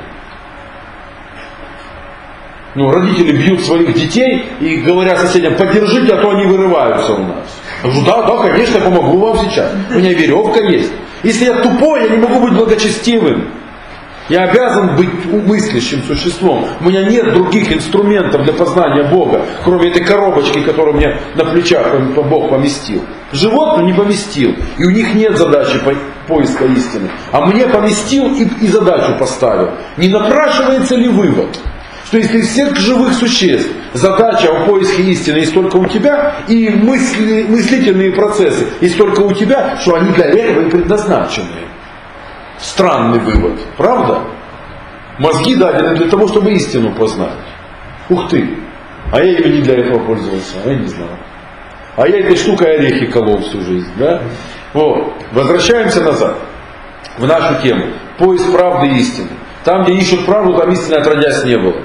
Ну, родители бьют своих детей и говорят соседям: поддержите, а то они вырываются у нас. Я говорю: да, да, конечно, я помогу вам сейчас. У меня веревка есть. Если я тупой, я не могу быть благочестивым. Я обязан быть мыслящим существом. У меня нет других инструментов для познания Бога, кроме этой коробочки, которую мне на плечах Бог поместил. Животным не поместил, и у них нет задачи поиска истины. А мне поместил и, и задачу поставил. Не напрашивается ли вывод, что если из всех живых существ задача о поиске истины есть только у тебя, и мысли, мыслительные процессы есть только у тебя, что они для этого и предназначены? Странный вывод, правда? Мозги дадены для того, чтобы истину познать. Ух ты! А я ими не для этого пользовался, а я не знал. А я этой штукой орехи колол всю жизнь, да? Вот. Возвращаемся назад, в нашу тему. Поиск правды и истины. Там, где ищут правду, там истины отродясь не было.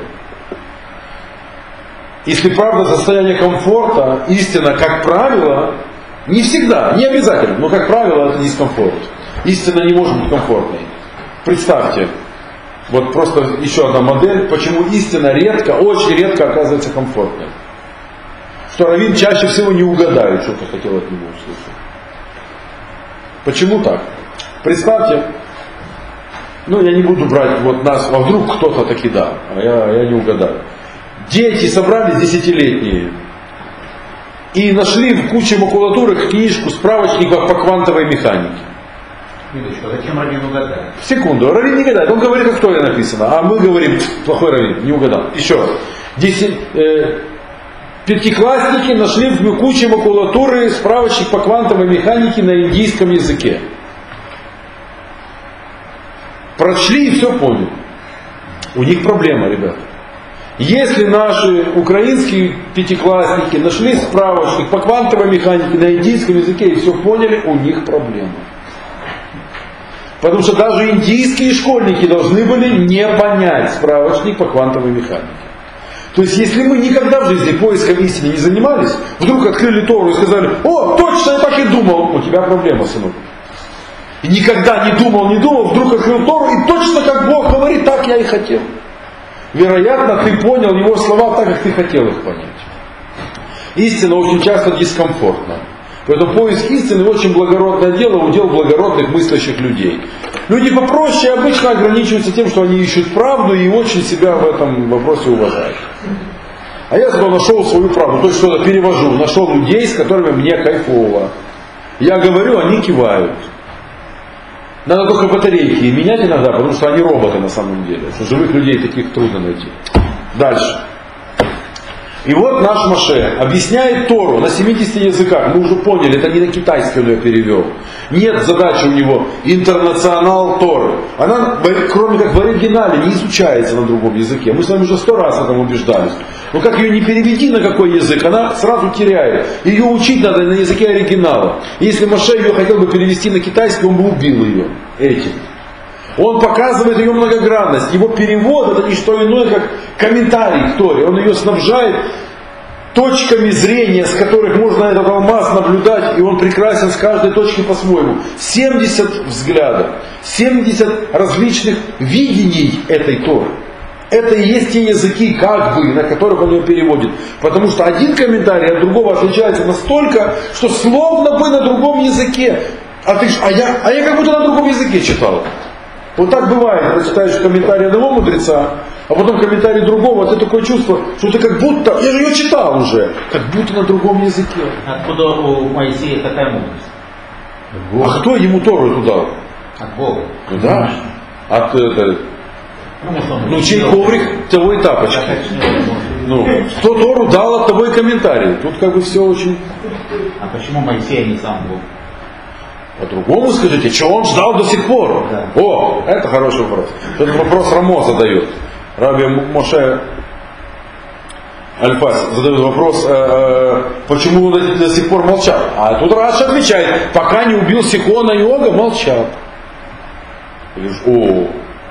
Если правда состояние комфорта, истина, как правило, не всегда, не обязательно, но как правило это дискомфорт. Истина не может быть комфортной. Представьте, вот просто еще одна модель, почему истина редко, очень редко оказывается комфортной. Что раввин чаще всего не угадает, что ты хотел от него услышать. Почему так? Представьте, ну я не буду брать вот нас, а вдруг кто-то таки да, а я, я не угадаю. Дети собрались десятилетние и нашли в куче макулатуры книжку, справочник по квантовой механике. Минуточку, зачем раввин угадает? Секунду, раввин не угадает, он говорит, как история написана, а мы говорим: плохой раввин, не угадал. Еще раз. Десять, э, пятиклассники нашли в куче макулатуры справочник по квантовой механике на индийском языке. Прочли и все поняли. У них проблема, ребята. Если наши украинские пятиклассники нашли справочник по квантовой механике на индийском языке и все поняли, у них проблема. Потому что даже индийские школьники должны были не понять справочник по квантовой механике. То есть, если мы никогда в жизни поиском истины не занимались, вдруг открыли Тору и сказали: о, точно, я так и думал, у тебя проблема, сынок. И никогда не думал, не думал, вдруг открыл Тору, и точно как Бог говорит, так я и хотел. Вероятно, ты понял его слова так, как ты хотел их понять. Истина очень часто дискомфортна. Поэтому поиск истины очень благородное дело, удел благородных мыслящих людей. Люди попроще обычно ограничиваются тем, что они ищут правду и очень себя в этом вопросе уважают. А я зато нашел свою правду, то есть что-то перевожу, нашел людей, с которыми мне кайфово. Я говорю, они кивают. Надо только батарейки менять иногда, потому что они роботы на самом деле. Что живых людей таких трудно найти. Дальше. И вот наш Моше объясняет Тору на семидесяти языках. Мы уже поняли, это не на китайский он ее перевел. Нет задачи у него интернационал Торы. Она, кроме как в оригинале, не изучается на другом языке. Мы с вами уже сто раз в этом убеждались. Но как ее не переведи на какой язык, она сразу теряет. Ее учить надо на языке оригинала. И если Моше ее хотел бы перевести на китайский, он бы убил ее этим. Он показывает ее многогранность. Его перевод это не что иное, как комментарий к Торе. Он ее снабжает точками зрения, с которых можно этот алмаз наблюдать, и он прекрасен с каждой точки по-своему. семьдесят взглядов, семьдесят различных видений этой Торы. Это и есть те языки, как бы, на которых он ее переводит. Потому что один комментарий от другого отличается настолько, что словно бы на другом языке. А, ты, а, я, а я как будто на другом языке читал. Вот так бывает, когда читаешь комментарий одного мудреца, а потом комментарий другого, ты такое чувство, что ты как будто, я же ее читал уже, как будто на другом языке. Откуда у Моисея такая мудрость? А кто ему Тору туда? От Бога. Ну да, от это, Ну, ну чей коврик, того и тапочки. Ну, кто Тору дал, от того и комментарий. Тут как бы все очень... А почему Моисей, а не сам Бог? По-другому скажите, что он ждал до сих пор? Да. О, это хороший вопрос. Этот вопрос Рамо задает. Раби Моше Альфас задает вопрос, э, э, почему он до, до сих пор молчал. А тут Раши отвечает, пока не убил Сихона и Ога, молчал. Ты говоришь, о,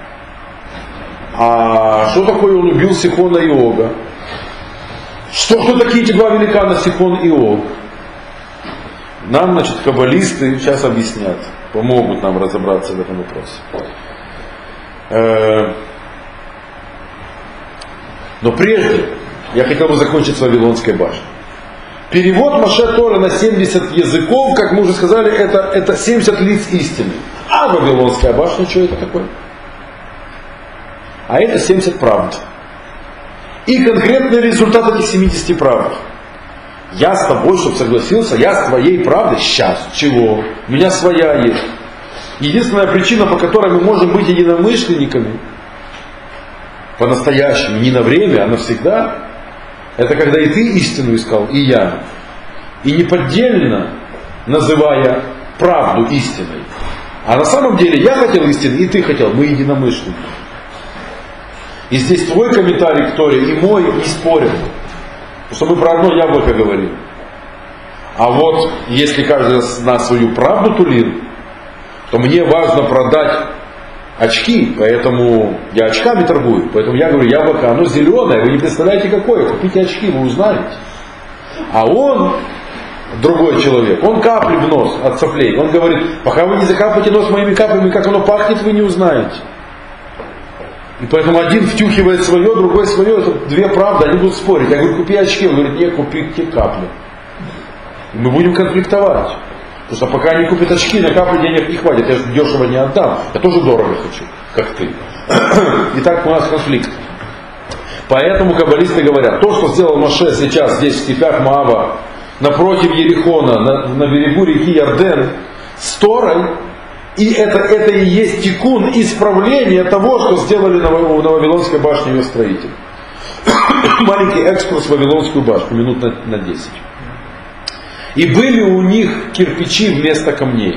а что такое он убил Сихона и Ога? Что, кто такие эти два великана, Сихон и Ог? Нам, значит, каббалисты сейчас объяснят, помогут нам разобраться в этом вопросе. Но прежде я хотел бы закончить с Вавилонской башней. Перевод Моше Торы на семьдесят языков, как мы уже сказали, это, это семьдесят лиц истины. А Вавилонская башня, что это такое? А это семьдесят правд. И конкретный результат этих семидесяти правд. Я с тобой, чтобы согласился, я с твоей правдой сейчас. Чего? У меня своя есть. Единственная причина, по которой мы можем быть единомышленниками, по-настоящему, не на время, а навсегда, это когда и ты истину искал, и я. И не поддельно называя правду истиной. А на самом деле я хотел истины, и ты хотел, мы единомышленники. И здесь твой комментарий к Торе и мой не спорят. Потому что мы про одно яблоко говорим. А вот если каждый из нас свою правду тулит, то мне важно продать очки, поэтому я очками торгую. Поэтому я говорю, яблоко, оно зеленое, вы не представляете какое, купите очки, вы узнаете. А он, другой человек, он капли в нос от соплей. Он говорит, пока вы не закапаете нос моими каплями, как оно пахнет, вы не узнаете. И поэтому один втюхивает свое, другой свое, это две правды, они будут спорить. Я говорю, купи очки, он говорит, нет, купите капли. И мы будем конфликтовать. Потому что пока они купят очки, на капли денег не хватит, я же дешево не отдам, я тоже дорого хочу, как ты. Итак, у нас конфликт. Поэтому каббалисты говорят, то, что сделал Моше сейчас здесь, в степях Моаба, напротив Ерихона, на, на берегу реки Ярден, с Торой, и это, это и есть тикун, исправление того, что сделали на, на Вавилонской башне ее строители. Маленький экскурс в Вавилонскую башню, минут на, на десять. И были у них кирпичи вместо камней.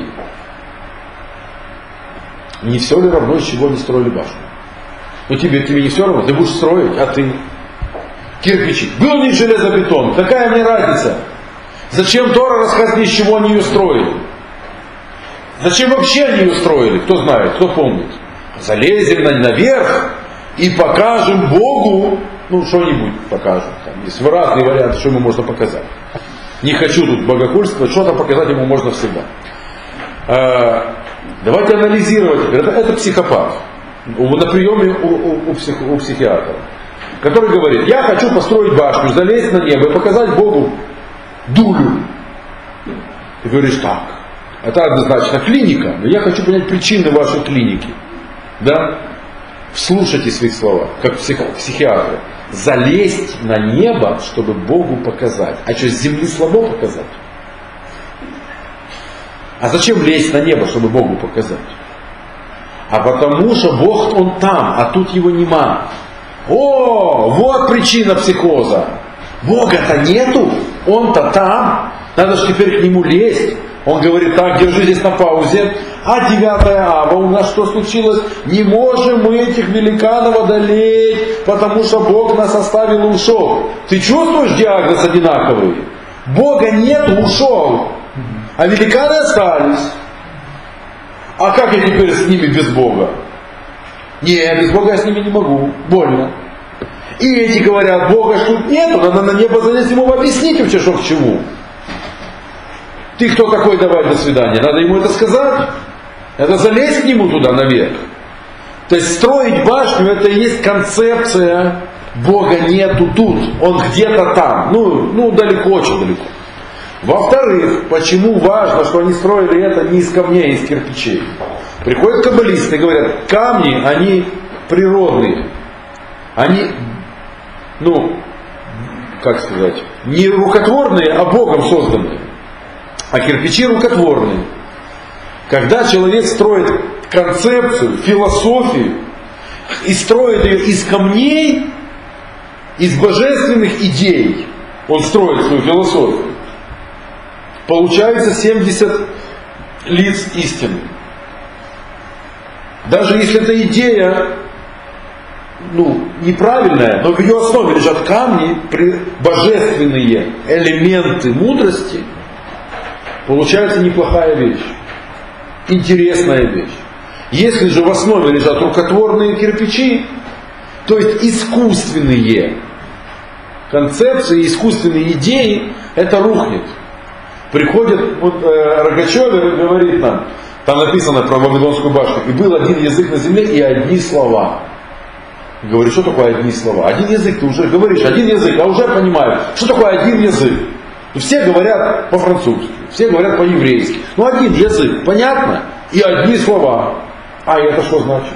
Не все ли равно, из чего они строили башню? Ну тебе, тебе не все равно, ты будешь строить, а ты кирпичи. Был у них железобетон, какая мне разница? Зачем Тора рассказывает, из чего они ее строили? Зачем вообще они ее строили? Кто знает, кто помнит? Залезем наверх и покажем Богу, ну что-нибудь покажем. Там есть разные варианты, что ему можно показать. Не хочу тут богохульствовать, что-то показать ему можно всегда. А, давайте анализировать. Это, это психопат. На приеме у, у, у, псих, у психиатра. Который говорит, я хочу построить башню, залезть на небо и показать Богу, дулю. Ты говоришь, так, это однозначно клиника, но я хочу понять причины вашей клиники. Да? Вслушайте свои слова, как псих- психиатры. Залезть на небо, чтобы Богу показать. А что, с земли слабо показать? А зачем лезть на небо, чтобы Богу показать? А потому что Бог, Он там, а тут Его нема. О, вот причина психоза. Бога-то нету, Он-то там. Надо же теперь к Нему лезть. Он говорит, так, держи здесь на паузе. А девятое ава, у нас что случилось? Не можем мы этих великанов одолеть, потому что Бог нас оставил и ушел. Ты чувствуешь диагноз одинаковый? Бога нет, ушел. А великаны остались. А как я теперь с ними без Бога? Нет, без Бога я с ними не могу. Больно. И эти говорят, Бога ж тут нету, надо на небо залезть, ему объяснить вообще, что к чему. Ты кто такой, давай, до свидания. Надо ему это сказать. Это залезть к нему туда наверх. То есть строить башню, это и есть концепция Бога нету тут. Он где-то там. Ну, ну далеко, очень далеко. Во-вторых, почему важно, что они строили это не из камней, а из кирпичей. Приходят каббалисты и говорят, камни, они природные. Они, ну, как сказать, не рукотворные, а Богом созданные. А кирпичи рукотворные. Когда человек строит концепцию, философию, и строит ее из камней, из божественных идей, он строит свою философию, получается семьдесят лиц истины. Даже если эта идея ну, неправильная, но в ее основе лежат камни, божественные элементы мудрости, получается неплохая вещь, интересная вещь. Если же в основе лежат рукотворные кирпичи, то есть искусственные концепции, искусственные идеи, это рухнет. Приходит вот, э, Рогачев и говорит нам, там написано про Вавилонскую башню, и был один язык на земле и одни слова. Говорит, что такое одни слова? Один язык, ты уже говоришь, один язык, а уже понимаю, что такое один язык. И все говорят по-французски, все говорят по-еврейски. Ну один язык, понятно? И одни слова. А это что значит?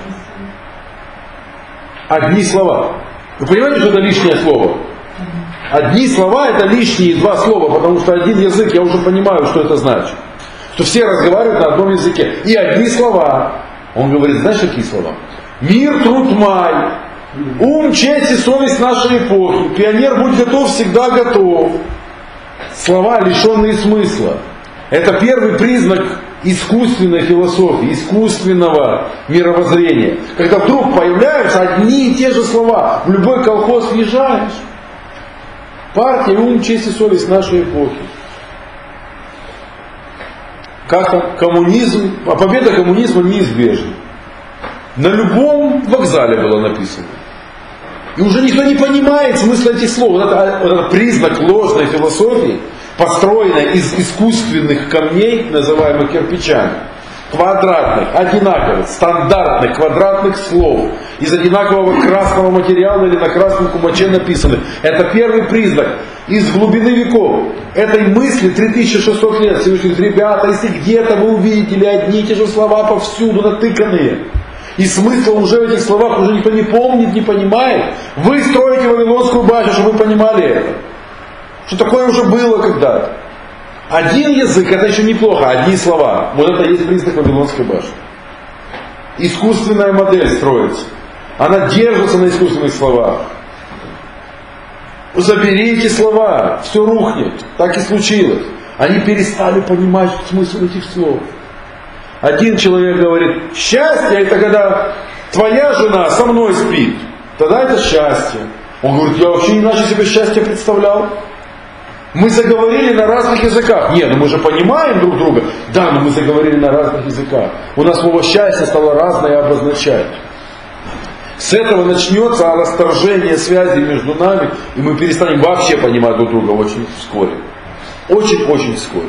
Одни слова. Вы понимаете, что это лишнее слово? Одни слова это лишние два слова, потому что один язык, я уже понимаю, что это значит. Что все разговаривают на одном языке. И одни слова. Он говорит, знаешь, какие слова? Мир, труд, май. Ум, честь и совесть нашей эпохи. Пионер, будь готов, всегда готов. Слова, лишенные смысла. Это первый признак искусственной философии, искусственного мировоззрения. Когда вдруг появляются одни и те же слова. В любой колхоз въезжаешь. Партия, ум, честь и совесть нашей эпохи. Как там? Коммунизм, а победа коммунизма неизбежна. На любом вокзале было написано. И уже никто не понимает смысла этих слов. Вот это, вот это признак ложной философии, построенной из искусственных камней, называемых кирпичами. Квадратных, одинаковых, стандартных квадратных слов. Из одинакового красного материала или на красном кумаче написаны. Это первый признак. Из глубины веков этой мысли три тысячи шестьсот лет. Всевышний говорит, ребята, если где-то вы увидите одни и те же слова повсюду натыканные, и смысла уже в этих словах уже никто не помнит, не понимает, вы строите Вавилонскую башню, чтобы вы понимали это. Что такое уже было когда-то. Один язык это еще неплохо, одни слова. Вот это и есть признак Вавилонской башни. Искусственная модель строится. Она держится на искусственных словах. Забери эти слова, все рухнет. Так и случилось. Они перестали понимать смысл этих слов. Один человек говорит, счастье это когда твоя жена со мной спит. Тогда это счастье. Он говорит, я вообще иначе себе счастье представлял. Мы заговорили на разных языках. Нет, ну мы же понимаем друг друга. Да, но мы заговорили на разных языках. У нас слово счастье стало разное обозначать. С этого начнется расторжение связи между нами, и мы перестанем вообще понимать друг друга очень вскоре. Очень-очень вскоре.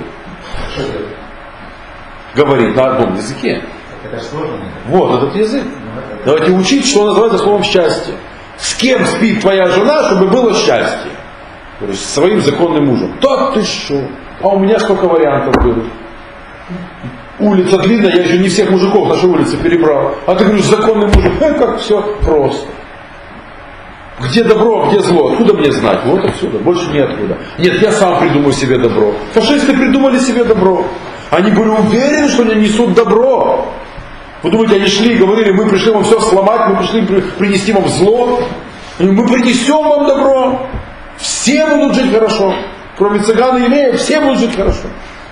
Говорить на одном языке. Это сложно. Вот этот язык. Давайте учить, что называется словом счастье. С кем спит твоя жена, чтобы было счастье? То есть своим законным мужем. Да ты что? А у меня сколько вариантов было. Улица длинная, я еще не всех мужиков нашей улицы перебрал. А ты говоришь, законный мужик, э, как все просто. Где добро, где зло? Откуда мне знать? Вот отсюда, больше неоткуда. Нет, я сам придумаю себе добро. Фашисты придумали себе добро. Они были уверены, что они несут добро. Вы думаете, они шли и говорили, мы пришли вам все сломать, мы пришли принести вам зло. Мы принесем вам добро. Все будут жить хорошо. Кроме цыган и евреев, все будут жить хорошо.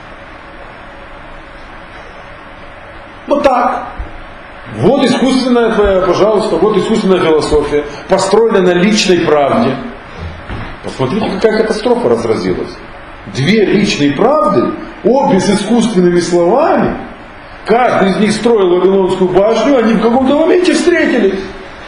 Вот так. Вот искусственная твоя, пожалуйста, вот искусственная философия, построенная на личной правде. Посмотрите, какая катастрофа разразилась. Две личные правды, обе с искусственными словами. Каждый из них строил Вавилонскую башню, они в каком-то моменте встретились.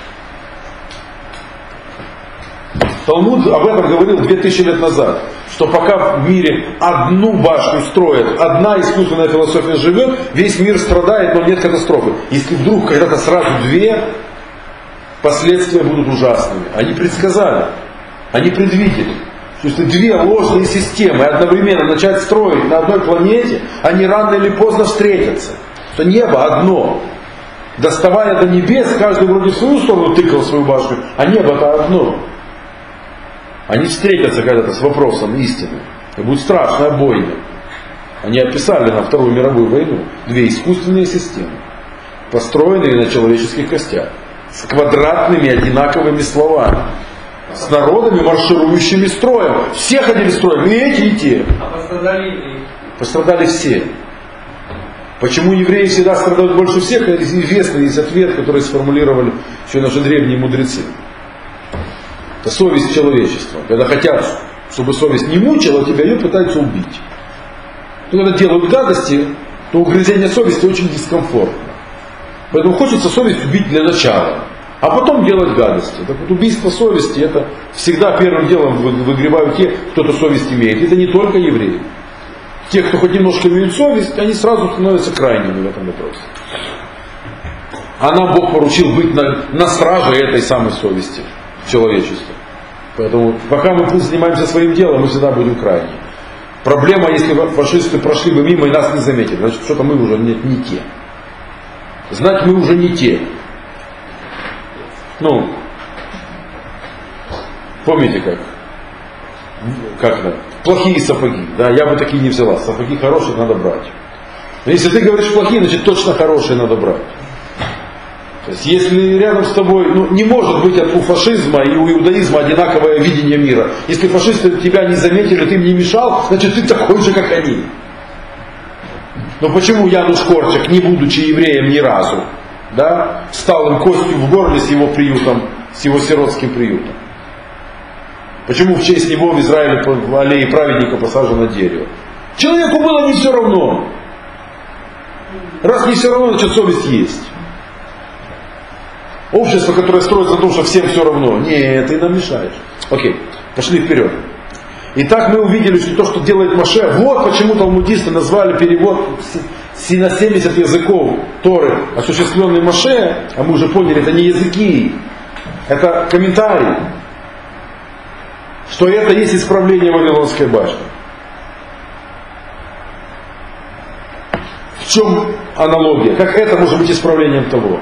Талмуд об этом говорил две тысячи лет назад, что пока в мире одну башню строят, одна искусственная философия живет, весь мир страдает, но нет катастрофы. Если вдруг когда-то сразу две, последствия будут ужасными. Они предсказали, они предвидели. То есть две ложные системы одновременно начать строить на одной планете, они рано или поздно встретятся. Что небо одно. Доставая до небес, каждый вроде в свою сторону тыкал свою башню, а небо-то одно. Они встретятся когда-то с вопросом истины. И будет страшная бойня. Они описали на Вторую мировую войну две искусственные системы, построенные на человеческих костях, с квадратными одинаковыми словами, с народами, марширующими строем. Все ходили строем, и эти, и те. А пострадали? Пострадали все. Почему евреи всегда страдают больше всех? Это известный есть ответ, который сформулировали еще наши древние мудрецы. Это совесть человечества. Когда хотят, чтобы совесть не мучила тебя, ее пытаются убить. Но когда делают гадости, то угрызение совести очень дискомфортно. Поэтому хочется совесть убить для начала, а потом делать гадости. Так вот, убийство совести, это всегда первым делом выгребают те, кто эту совесть имеет. Это не только евреи. Те, кто хоть немножко имеют совесть, они сразу становятся крайними в этом вопросе. А нам Бог поручил быть на, на страже этой самой совести человечества. Поэтому пока мы занимаемся своим делом, мы всегда будем крайними. Проблема, если фашисты прошли бы мимо и нас не заметили, значит, что-то мы уже не, не те. Знать мы уже не те. Ну, помните как? Как это? Плохие сапоги. Да, я бы такие не взяла. Сапоги хорошие надо брать. Но если ты говоришь плохие, значит точно хорошие надо брать. То есть, если рядом с тобой, ну, не может быть у фашизма и у иудаизма одинаковое видение мира. Если фашисты тебя не заметили, ты им не мешал, значит ты такой же, как они. Но почему Януш Корчак, не будучи евреем ни разу, да, стал им костью в горле с его приютом, с его сиротским приютом? Почему в честь него в Израиле в аллее праведника посажено дерево? Человеку было не все равно. Раз не все равно, значит совесть есть. Общество, которое строится на том, что всем все равно. Нет, ты нам мешаешь. Окей, пошли вперед. Итак, мы увидели, что то, что делает Моше, вот почему талмудисты назвали перевод на семьдесят языков Торы, осуществленный Моше, а мы уже поняли, это не языки, это комментарии, что это есть исправление Вавилонской башни. В чем аналогия? Как это может быть исправлением того?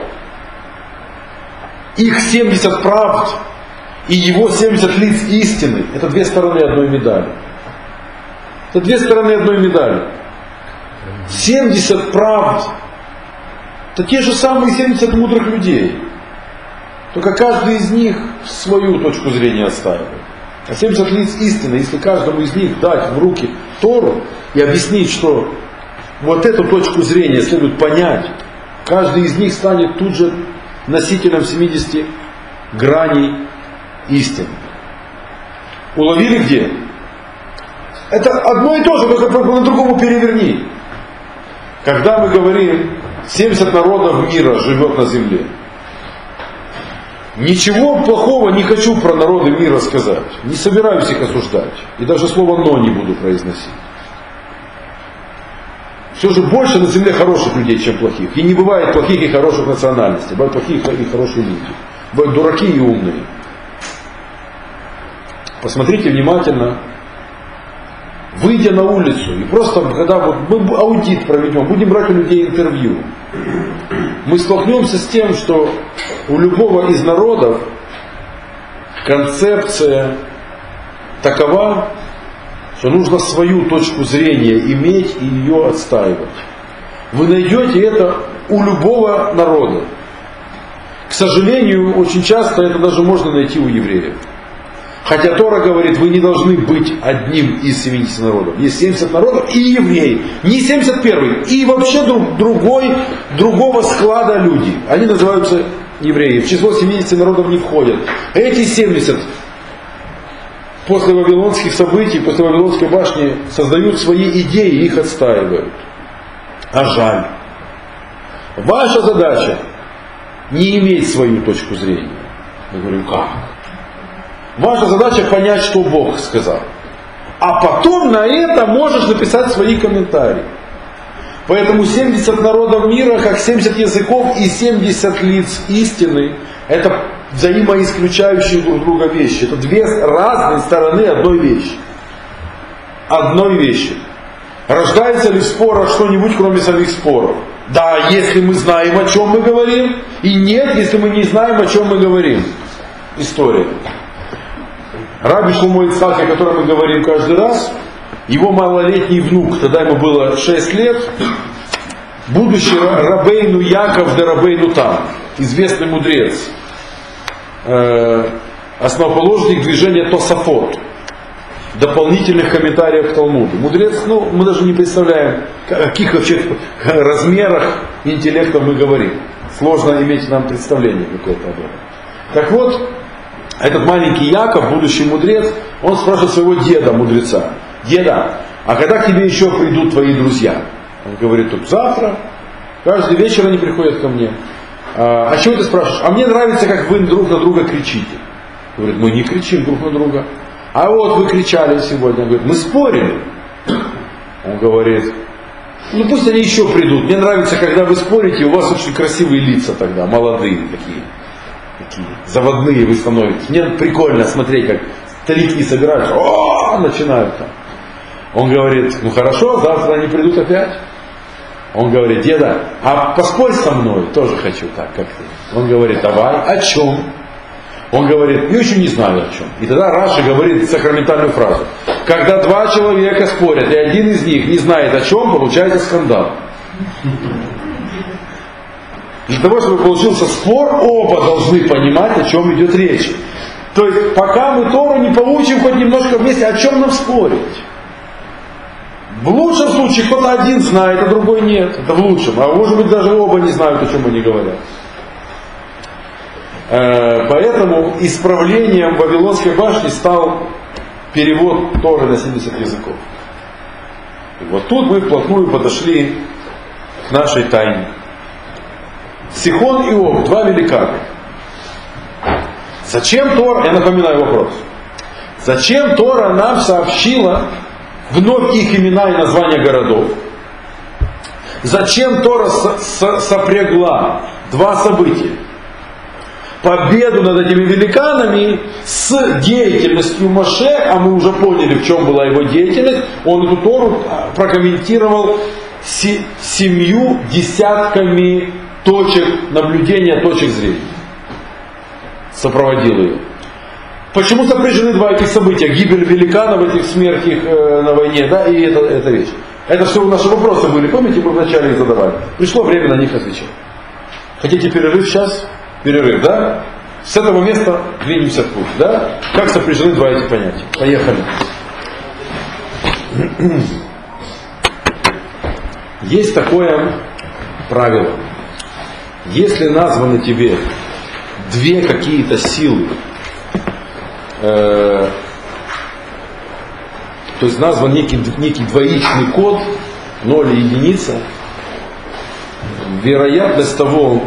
Их семьдесят правд и его семьдесят лиц истины — это две стороны одной медали. Это две стороны одной медали. семьдесят правд — это те же самые семьдесят мудрых людей. Только каждый из них свою точку зрения отстаивает. А семьдесят лиц истины, если каждому из них дать в руки Тору и объяснить, что вот эту точку зрения следует понять, каждый из них станет тут же носителем семидесяти граней истины. Уловили где? Это одно и то же, только по-другому переверни. Когда мы говорим, семьдесят народов мира живет на земле, ничего плохого не хочу про народы мира сказать. Не собираюсь их осуждать. И даже слово «но» не буду произносить. Все же больше на земле хороших людей, чем плохих. И не бывает плохих и хороших национальностей. Бывают плохие и хорошие люди. Бывают дураки и умные. посмотрите внимательно, выйдя на улицу, и просто, когда вот мы аудит проведем, будем брать у людей интервью, мы столкнемся с тем, что у любого из народов концепция такова, что нужно свою точку зрения иметь и ее отстаивать. Вы найдете это у любого народа. К сожалению, очень часто это даже можно найти у евреев. Хотя Тора говорит, вы не должны быть одним из семидесяти народов. Есть семьдесят народов и евреи. Не семьдесят первый. И вообще друг, другой, другого склада люди. Они называются евреи. В число семидесяти народов не входят. Эти семьдесят после вавилонских событий, после Вавилонской башни создают свои идеи и их отстаивают. А жаль. Ваша задача не иметь свою точку зрения. Мы говорим, как? Ваша задача понять, что Бог сказал. А потом на это можешь написать свои комментарии. Поэтому семьдесят народов мира, как семьдесят языков и семьдесят лиц истины, это взаимоисключающие друг друга вещи. Это две разные стороны одной вещи. Одной вещи. Рождается ли в спорах что-нибудь, кроме самих споров? Да, если мы знаем, о чем мы говорим. И нет, если мы не знаем, о чем мы говорим. История. Раби Шломо Ицхак, о котором мы говорим каждый раз, его малолетний внук, тогда ему было шесть лет, будущий Рабейну Яков де Рабейну Там, известный мудрец, основоположник движения Тосафот, дополнительных комментариев к Талмуду. Мудрец, ну, мы даже не представляем, о каких вообще размерах интеллекта мы говорим. Сложно иметь нам представление какое-то об этом. Так вот, этот маленький Яков, будущий мудрец, он спрашивает своего деда, мудреца: деда, а когда к тебе еще придут твои друзья? Он говорит, тут завтра, каждый вечер они приходят ко мне. А, а чего ты спрашиваешь? А мне нравится, как вы друг на друга кричите. Говорит, мы не кричим друг на друга. А вот вы кричали сегодня. Он говорит, мы спорили. Он говорит, ну пусть они еще придут. Мне нравится, когда вы спорите, у вас очень красивые лица тогда, молодые такие. Такие заводные вы становитесь. Мне прикольно смотреть, как старики собираются. О, начинают там. Он говорит, ну хорошо, завтра они придут опять. Он говорит, деда, а поспорь со мной, тоже хочу так, как ты. Он говорит, давай, о чем? Он говорит, я еще не знаю о чем. И тогда Раши говорит сакраментальную фразу. Когда два человека спорят, и один из них не знает о чем, получается скандал. Для того, чтобы получился спор, оба должны понимать, о чем идет речь. То есть, пока мы Тору не получим хоть немножко вместе, о чем нам спорить? В лучшем случае кто-то один знает, а другой нет. Это в лучшем. А может быть даже оба не знают, о чем они говорят. Поэтому исправлением Вавилонской башни стал перевод Торы на семьдесят языков. И вот тут мы вплотную подошли к нашей тайне. Сихон и Ог, два великана. Зачем Тора, я напоминаю вопрос, зачем Тора нам сообщила вновь их имена и названия городов? Зачем Тора сопрягла два события? Победу над этими великанами с деятельностью Моше, а мы уже поняли, в чем была его деятельность. Он эту Тору прокомментировал семью десятками точек наблюдения, точек зрения. Сопроводил ее. Почему сопряжены два этих события? Гибель великанов, этих смерть их э, на войне, да, и это, эта вещь. Это все наши вопросы были, помните, мы вначале их задавали. Пришло время на них отвечать. Хотите перерыв сейчас? Перерыв, да? С этого места двинемся в путь, да? Как сопряжены два эти понятия? Поехали. Есть такое правило. Если названы тебе две какие-то силы, э, то есть назван некий, некий двоичный код, ноль и единица, вероятность того,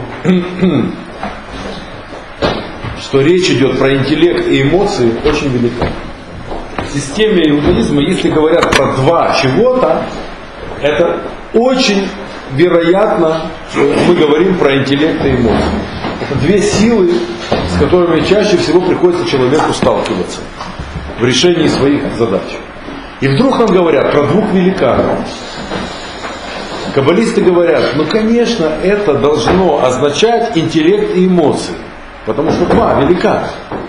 что речь идет про интеллект и эмоции, очень велика. В системе иудаизма, если говорят про два чего-то, это очень вероятно, что мы говорим про интеллект и эмоции. Это две силы, с которыми чаще всего приходится человеку сталкиваться. в решении своих задач. И вдруг нам говорят про двух великанов. Каббалисты говорят, ну конечно, это должно означать интеллект и эмоции. Потому что два великана.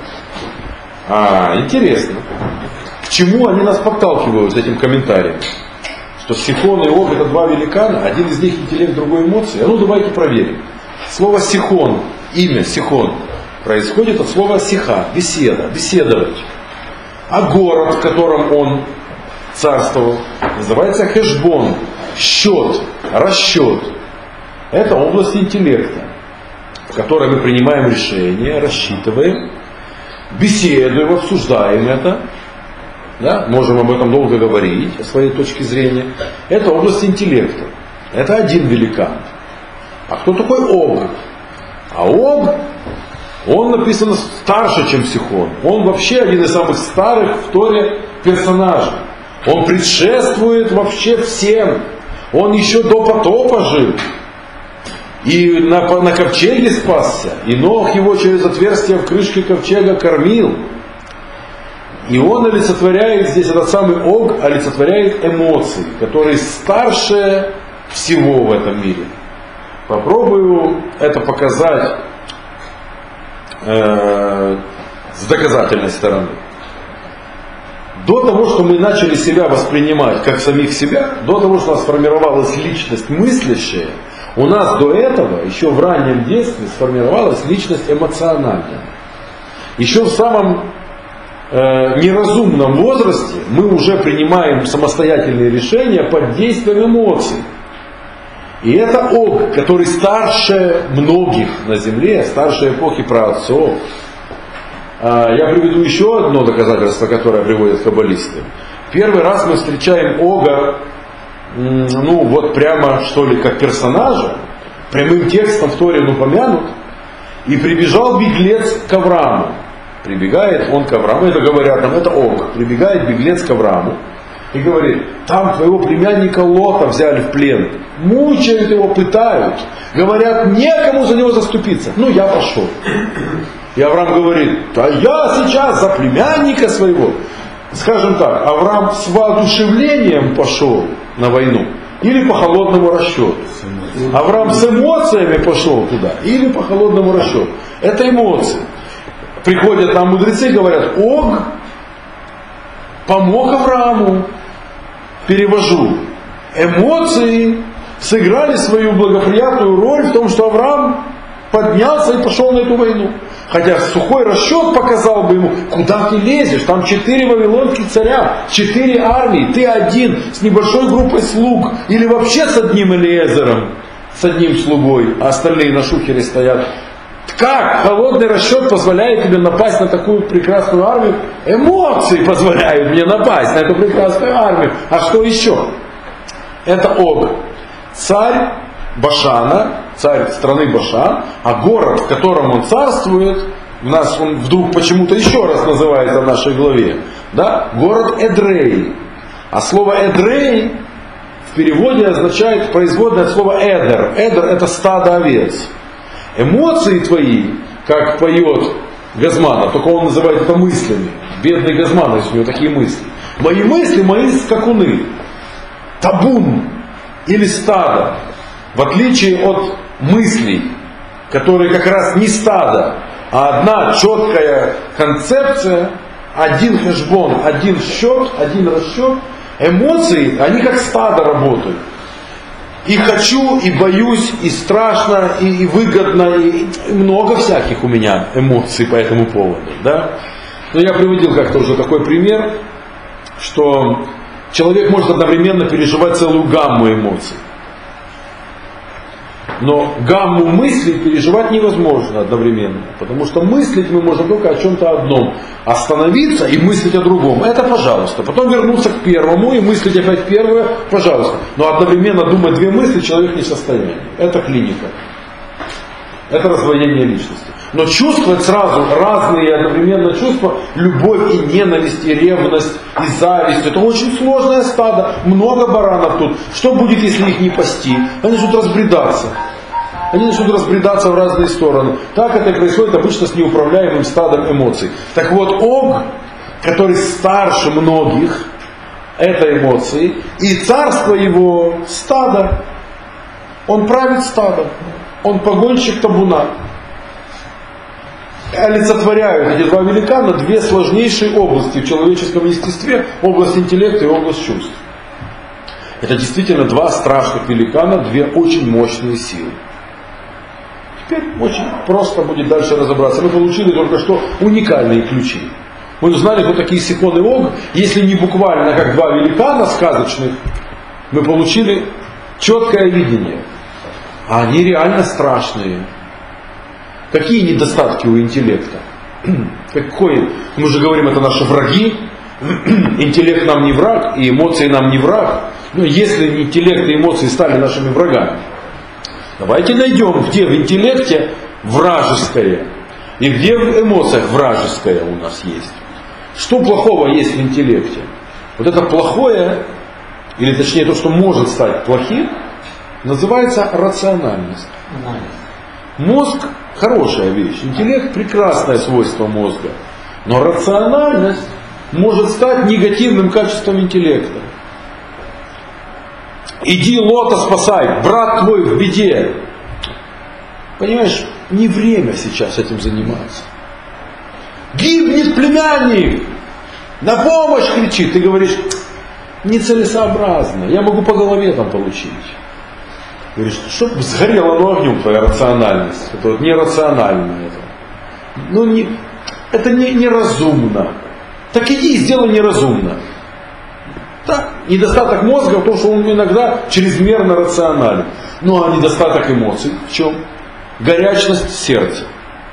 А, интересно. К чему они нас подталкивают этим комментарием? Что Сихон и Ог это два великана, один из них интеллект, другой эмоции. А ну давайте проверим. Слово Сихон, имя Сихон, происходит от слова сиха, беседа, беседовать. А город, в котором он царствовал, называется Хешбон, счет, расчет. Это область интеллекта, в которой мы принимаем решения, рассчитываем, беседуем, обсуждаем это. Да? Можем об этом долго говорить, о своей точке зрения. Это область интеллекта. Это один великан. А кто такой Ог? А Ог, он написано старше, чем Сихон. Он вообще один из самых старых в Торе персонажей. Он предшествует вообще всем. Он еще до потопа жил. И на, на ковчеге спасся. И Нох его через отверстие в крышке ковчега кормил. И он олицетворяет, здесь этот самый Ог олицетворяет эмоции, которые старше всего в этом мире. Попробую это показать э, с доказательной стороны. До того, что мы начали себя воспринимать как самих себя, до того, что у нас сформировалась личность мыслящая, у нас до этого, еще в раннем детстве, сформировалась личность эмоциональная. Еще в самом э, неразумном возрасте мы уже принимаем самостоятельные решения под действием эмоций. И это Ог, который старше многих на земле, старше эпохи праотцов. Я приведу еще одно доказательство, которое приводят каббалисты. Первый раз мы встречаем Ога, ну вот прямо что ли как персонажа, прямым текстом в Торе он упомянут. И прибежал беглец к Аврааму. Прибегает он к Аврааму, это говорят нам, это Ог. Прибегает беглец к Аврааму и говорит, там твоего племянника Лота взяли в плен. Мучают его, пытают. Говорят, некому за него заступиться. Ну я пошел. И Авраам говорит, а я сейчас за племянника своего. Скажем так, Авраам с воодушевлением пошел на войну или по холодному расчету. Авраам с эмоциями пошел туда или по холодному расчету. Это эмоции. Приходят нам мудрецы и говорят, Ог помог Аврааму. Перевожу. Эмоции сыграли свою благоприятную роль в том, что Авраам поднялся и пошел на эту войну. Хотя сухой расчет показал бы ему, куда ты лезешь, там четыре вавилонских царя, четыре армии, ты один с небольшой группой слуг, или вообще с одним Элиезером, с одним слугой, а остальные на шухере стоят. Как холодный расчет позволяет тебе напасть на такую прекрасную армию? Эмоции позволяют мне напасть на эту прекрасную армию. А что еще? Это Ог, царь Башана, царь страны Башан, а город, в котором он царствует, у нас он вдруг почему-то еще раз называется в нашей главе, да? Город Эдрей. А слово Эдрей в переводе означает производное от слова Эдер. Эдер это стадо овец. Эмоции твои, как поет Газманов, только он называет это мыслями. Бедный Газманов, у него такие мысли. Мои мысли, мои скакуны. Табун или стадо. В отличие от мыслей, которые как раз не стадо, а одна четкая концепция, один хэшбон, один счет, один расчет, эмоции, они как стадо работают. И хочу, и боюсь, и страшно, и, и выгодно, и много всяких у меня эмоций по этому поводу. Да? Но я приводил как-то уже такой пример, что человек может одновременно переживать целую гамму эмоций. Но гамму мыслей переживать невозможно одновременно. Потому что мыслить мы можем только о чем-то одном. Остановиться и мыслить о другом. Это пожалуйста. Потом вернуться к первому и мыслить опять первое. Пожалуйста. Но одновременно думать две мысли человек не в состоянии. Это клиника. Это раздвоение личности. Но чувствовать сразу разные одновременно чувства, любовь и ненависть, и ревность, и зависть, это очень сложное стадо, много баранов тут. Что будет, если их не пасти? Они начнут разбредаться. Они начнут разбредаться в разные стороны. Так это и происходит обычно с неуправляемым стадом эмоций. Так вот, Ог, который старше многих, это эмоции, и царство его стадо. Он правит стадом, он погонщик табуна. Олицетворяют эти два великана две сложнейшие области в человеческом естестве, область интеллекта и область чувств. Это действительно два страшных великана, две очень мощные силы. Теперь очень просто будет дальше разобраться. Мы получили только что уникальные ключи. Мы узнали, кто такие Сихон и Ог. Если не буквально как два великана сказочных, мы получили четкое видение. А они реально страшные. Какие недостатки у интеллекта? Какой? Мы же говорим, это наши враги. Интеллект нам не враг, и эмоции нам не враг. Но если интеллект и эмоции стали нашими врагами, давайте найдем, где в интеллекте вражеское, и где в эмоциях вражеское у нас есть. Что плохого есть в интеллекте? Вот это плохое, или точнее то, что может стать плохим, называется рациональность. Мозг хорошая вещь, интеллект прекрасное свойство мозга, но рациональность может стать негативным качеством интеллекта. Иди Лота спасай, брат твой в беде. Понимаешь, не время сейчас этим заниматься. Гибнет племянник, на помощь кричит. Ты говоришь, нецелесообразно, я могу по голове там получить. Говоришь, чтобы сгорела ну, огнем твоя рациональность. Это вот нерационально. Это. Ну, не, это не, неразумно. Так иди и сделай неразумно. Так, недостаток мозга в том, что он иногда чрезмерно рационален. Ну а недостаток эмоций в чем? Горячность сердца.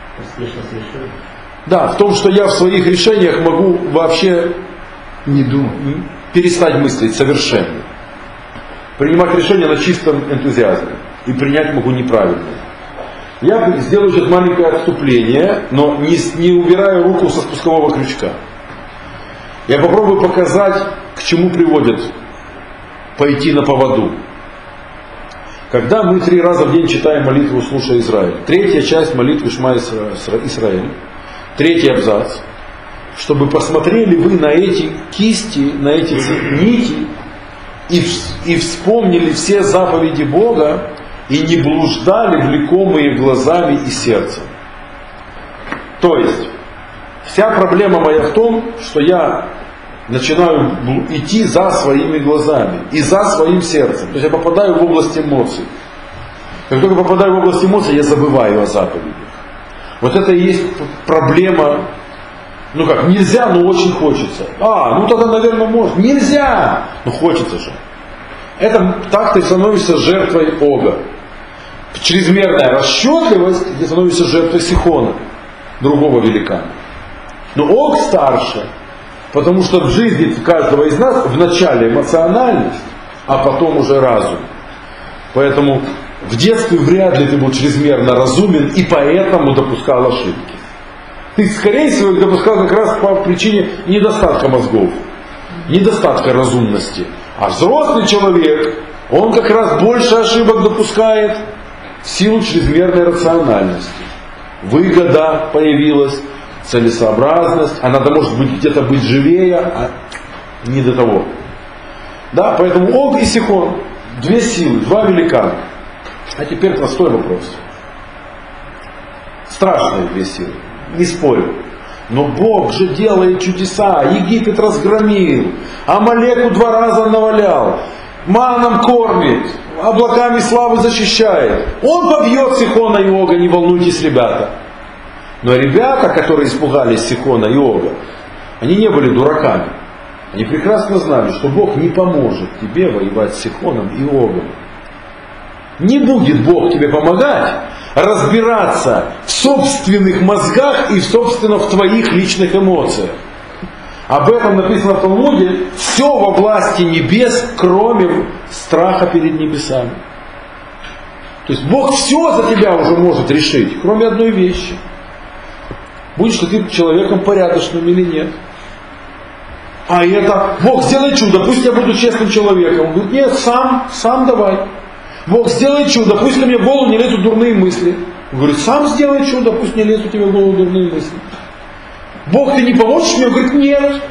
Да, в том, что я в своих решениях могу вообще не думать, перестать мыслить совершенно. Принимать решения на чистом энтузиазме. И принять могу неправильно. Я сделаю сейчас маленькое отступление, но не, не убираю руку со спускового крючка. Я попробую показать, к чему приводит пойти на поводу. Когда мы три раза в день читаем молитву «Слушай, Израиль», третья часть молитвы «Шма Исраэль», третий абзац, чтобы посмотрели вы на эти кисти, на эти нити и, и вспомнили все заповеди Бога и не блуждали, влекомые глазами и сердцем. То есть, вся проблема моя в том, что я начинаю идти за своими глазами и за своим сердцем. То есть я попадаю в область эмоций. Как только попадаю в область эмоций, я забываю о заповедях. Вот это и есть проблема. Ну как, нельзя, но очень хочется. А, ну тогда, наверное, можно. Нельзя, но хочется же. Это так ты становишься жертвой Ога. Чрезмерная расчетливость, ты становишься жертвой Сихона, другого великана. Но Ог старше. Потому что в жизни каждого из нас вначале эмоциональность, а потом уже разум. Поэтому в детстве вряд ли ты был чрезмерно разумен и поэтому допускал ошибки. Ты, скорее всего, их допускал как раз по причине недостатка мозгов, недостатка разумности. А взрослый человек, он как раз больше ошибок допускает в силу чрезмерной рациональности. Выгода появилась, целесообразность, а надо, может быть, где-то быть живее, а не до того. Да, поэтому Ог и Сихон, две силы, два великана. А теперь простой вопрос. Страшные две силы, не спорю. Но Бог же делает чудеса, Египет разгромил, Амалеку два раза навалял, маном кормит, облаками славы защищает. Он побьет Сихона и Ога, не волнуйтесь, ребята. Но ребята, которые испугались Сихона и Ога, они не были дураками. Они прекрасно знали, что Бог не поможет тебе воевать с Сихоном и Огом. Не будет Бог тебе помогать разбираться в собственных мозгах и, собственно, в твоих личных эмоциях. Об этом написано в Талмуде: все во власти небес, кроме страха перед небесами. То есть Бог все за тебя уже может решить, кроме одной вещи. Будешь ли ты человеком порядочным или нет. А это, Бог, сделай чудо, пусть я буду честным человеком. Он говорит, нет, сам, сам давай. Бог, сделай чудо, пусть ко мне в голову не лезут дурные мысли. Он говорит, сам сделай чудо, пусть не лезут тебе в голову дурные мысли. Бог, ты не поможешь мне? Он говорит, нет.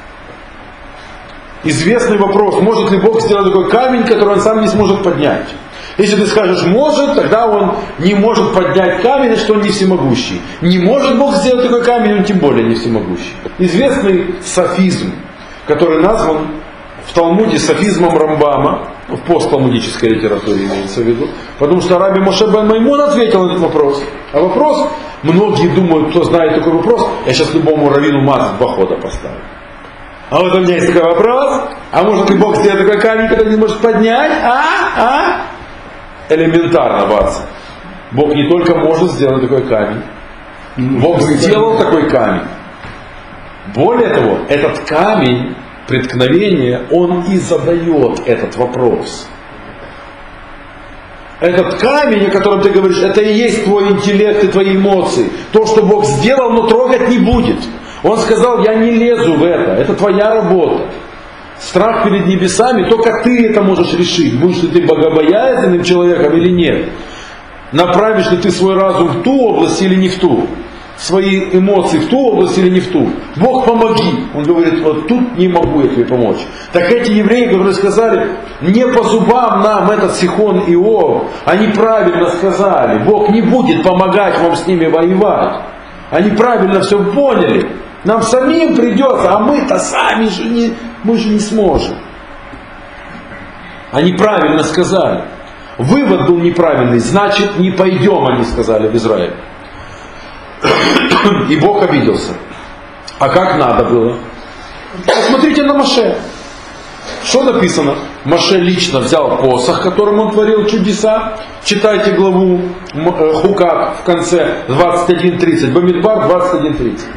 Известный вопрос, может ли Бог сделать такой камень, который он сам не сможет поднять? Если ты скажешь может, тогда он не может поднять камень, значит он не всемогущий. Не может Бог сделать такой камень, он тем более не всемогущий. Известный софизм, который назван в Талмуде софизмом Рамбама, в постталмудической литературе имеется в виду, потому что Раби Моше бен Маймон ответил на этот вопрос. А вопрос, многие думают, кто знает такой вопрос, я сейчас любому раввину мазать два хода поставлю. А вот у меня есть такой вопрос, а может ли Бог сделать такой камень, который не может поднять? А? А? Элементарно, Ватсон. Бог не только может сделать такой камень, Бог сделал такой камень. Более того, этот камень преткновения, он и задает этот вопрос. Этот камень, о котором ты говоришь, это и есть твой интеллект и твои эмоции. То, что Бог сделал, но трогать не будет. Он сказал, я не лезу в это, это твоя работа. Страх перед небесами, только ты это можешь решить, будешь ли ты богобоязненным человеком или нет. Направишь ли ты свой разум в ту область или не в ту. Свои эмоции в ту область или не в ту. Бог, помоги. Он говорит, вот тут не могу я тебе помочь. Так эти евреи, которые сказали, не по зубам нам этот Сихон и Ов, они правильно сказали, Бог не будет помогать вам с ними воевать. Они правильно все поняли. Нам самим придется, а мы-то сами же не, мы же не сможем. Они правильно сказали. Вывод был неправильный, значит не пойдем, они сказали в Израиль. И Бог обиделся. А как надо было? Посмотрите на Моше. Что написано? Моше лично взял посох, которым он творил чудеса. Читайте главу Хукат в конце двадцать один тридцать. Бамидбар двадцать один тридцать.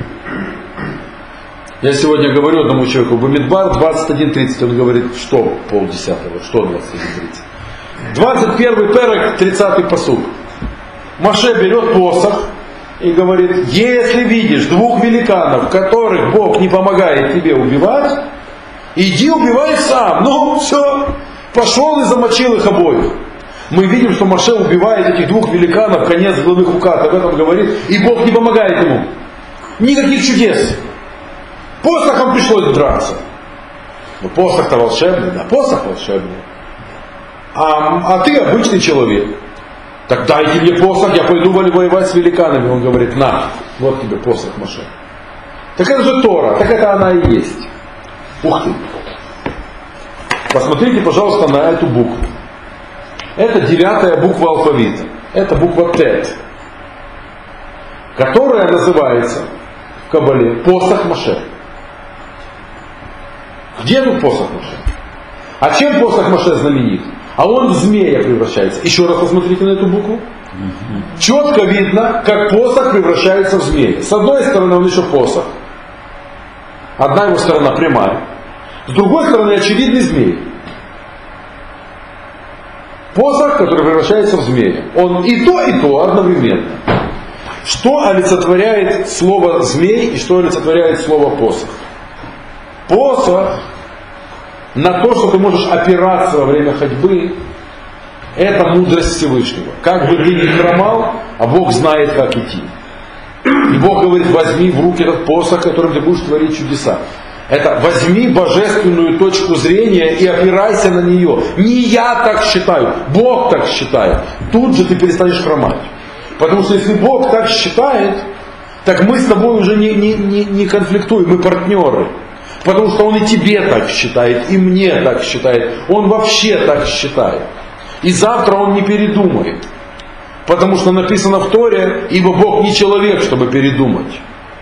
Я сегодня говорю одному человеку, Бамидбар двадцать один тридцать. Он говорит, что полдесятого, что двадцать один тридцать. двадцать первый перек, тридцатый пасук. Моше берет посох и говорит, если видишь двух великанов, которых Бог не помогает тебе убивать, иди убивай их сам. Ну, все, пошел и замочил их обоих. Мы видим, что Моше убивает этих двух великанов, конец главы Хукат, об этом говорит, и Бог не помогает ему. Никаких чудес. Посохом пришлось драться. Ну, посох-то волшебный, да, посох волшебный. А, а ты обычный человек. Так дайте мне посох, я пойду воевать с великанами. Он говорит, на, вот тебе посох, Моше. Так это же Тора, так это она и есть. Ух ты. Посмотрите, пожалуйста, на эту букву. Это девятая буква алфавита. Это буква Тет, которая называется в Кабале посох Моше. Где тут посох Моше? А чем посох Моше знаменит? А он в змея превращается. Еще раз посмотрите на эту букву. Четко видно, как посох превращается в змея. С одной стороны он еще посох. Одна его сторона прямая. С другой стороны очевидный змей. Посох, который превращается в змея. Он и то, и то одновременно. Что олицетворяет слово змей и что олицетворяет слово посох? Посох на то, что ты можешь опираться во время ходьбы, это мудрость Всевышнего. Как бы ты ни хромал, а Бог знает, как идти. И Бог говорит, возьми в руки этот посох, которым ты будешь творить чудеса. Это возьми божественную точку зрения и опирайся на нее. Не я так считаю, Бог так считает. Тут же ты перестанешь хромать. Потому что если Бог так считает, так мы с тобой уже не, не, не, не конфликтуем, мы партнеры. Потому что Он и тебе так считает, и мне так считает. Он вообще так считает. И завтра Он не передумает. Потому что написано в Торе, ибо Бог не человек, чтобы передумать.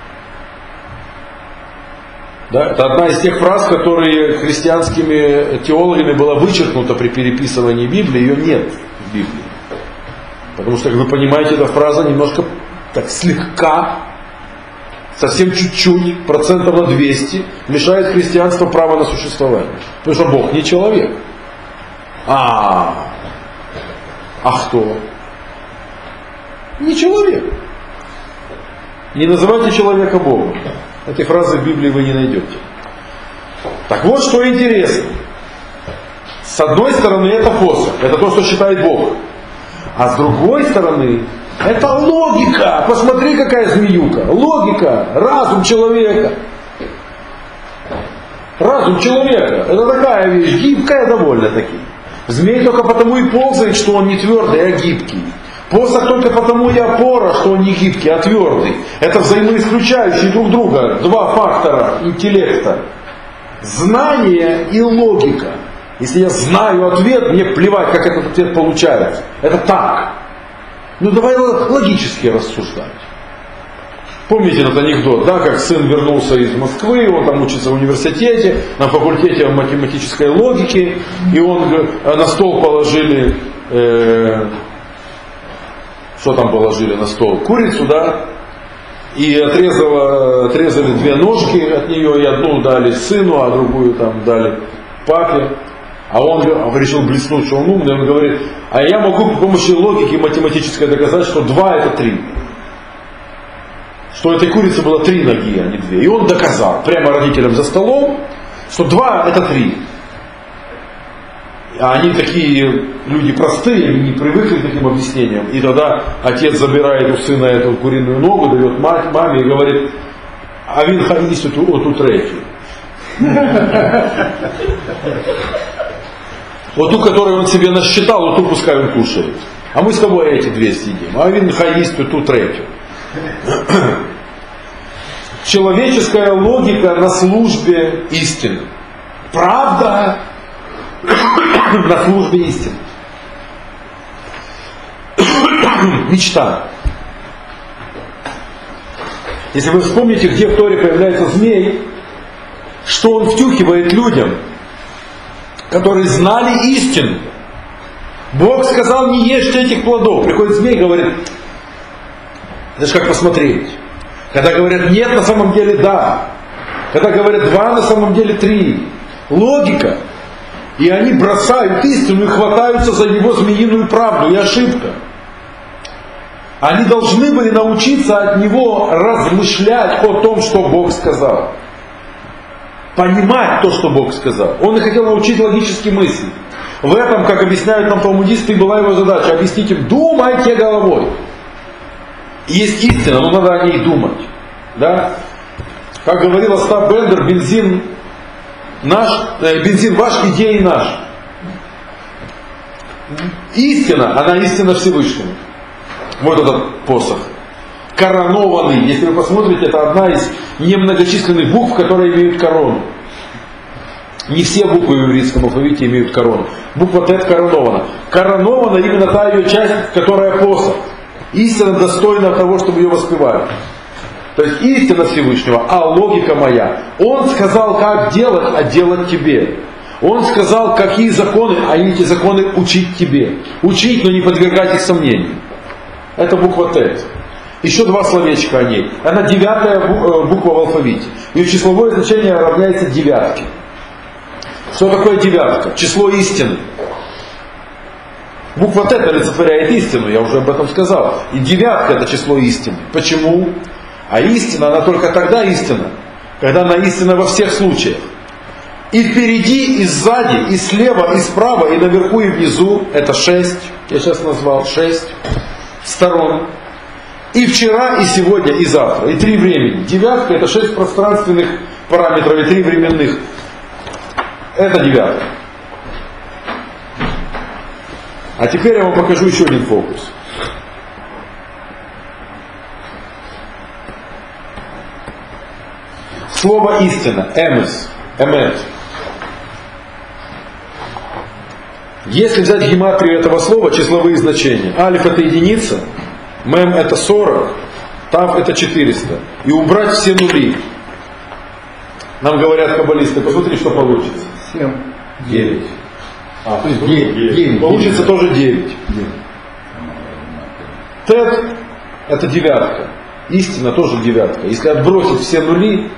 Да? Это одна из тех фраз, которые христианскими теологами была вычеркнута при переписывании Библии. Ее нет в Библии. Потому что, как вы понимаете, эта фраза немножко так слегка, совсем чуть-чуть, процентов на двести, лишает христианства права на существование. Потому что Бог не человек. А, а кто? Не человек. Не называйте человека Богом. Эти фразы в Библии вы не найдете. Так вот, что интересно. С одной стороны, это посох. Это то, что считает Бог. А с другой стороны, Это логика. Посмотри, какая змеюка. Логика. Разум человека. Разум человека. Это такая вещь, гибкая довольно-таки. Змей только потому и ползает, что он не твердый, а гибкий. Посох только потому и опора, что он не гибкий, а твердый. Это взаимоисключающие друг друга два фактора интеллекта. Знание и логика. Если я знаю ответ, мне плевать, как этот ответ получается. Это так. Ну давай логически рассуждать. Помните этот анекдот, да, как сын вернулся из Москвы, он там учится в университете, на факультете математической логики, и он на стол положили, э, что там положили на стол? Курицу, да, и отрезало, отрезали две ножки от нее, и одну дали сыну, а другую там дали папе. А он решил блеснуть, что он умный, он говорит, а я могу при помощи логики математической доказать, что два это три. Что этой курице было три ноги, а не две. И он доказал, прямо родителям за столом, что два это три. А они такие люди простые, они не привыкли к таким объяснениям. И тогда отец забирает у сына эту куриную ногу, дает мать, маме и говорит, а він хай їсть оту, оту третью. Вот ту, которую он себе насчитал, вот ту пускай он кушает. А мы с тобой эти две съедим. А він хай їсть ту третью. Человеческая логика на службе истины. Правда на службе истины. Мечта. Если вы вспомните, где в Торе появляется змей, что он втюхивает людям, которые знали истину. Бог сказал, не ешьте этих плодов. Приходит змей и говорит, это же как посмотреть. Когда говорят нет, на самом деле да. Когда говорят два, на самом деле три. Логика. И они бросают истину и хватаются за его змеиную правду и ошибка. Они должны были научиться от него размышлять о том, что Бог сказал. Понимать то, что Бог сказал. Он и хотел научить логически мысли. В этом, как объясняют нам талмудисты, была его задача. Объяснить им, думайте головой. Есть истина, но надо о ней думать. Да? Как говорил Остап Бендер, бензин наш, э, бензин ваш, идеи наш. Истина, она истина Всевышнего. Вот этот посох. Коронованный. Если вы посмотрите, это одна из немногочисленных букв, которые имеют корону. Не все буквы в еврейском алфавите имеют корону. Буква Т коронована. Коронована именно та ее часть, которая посох. Истина достойна того, чтобы ее воспевали. То есть истина Всевышнего, а логика моя. Он сказал, как делать, а делать тебе. Он сказал, какие законы, а эти законы учить тебе. Учить, но не подвергать их сомнению. Это буква Т. Еще два словечка о ней. Она девятая буква в алфавите. Ее числовое значение равняется девятке. Что такое девятка? Число истины. Буква Т олицетворяет истину, я уже об этом сказал. И девятка это число истины. Почему? А истина, она только тогда истина, когда она истина во всех случаях. И впереди, и сзади, и слева, и справа, и наверху, и внизу. Это шесть. Я сейчас назвал шесть сторон. И вчера, и сегодня, и завтра. И три времени. Девятка это шесть пространственных параметров и три временных. Это девятка. А теперь я вам покажу еще один фокус. Слово истина. Эмес. Эмет. Если взять гематрию этого слова, числовые значения. Алиф это единица. Мем это сорок. Тав это четыреста. И убрать все нули. Нам говорят каббалисты, посмотри, что получится. семь. девять. А, то есть девять. Получится тоже девять. Тет это девятка. Истина тоже девятка. Если отбросить все нули,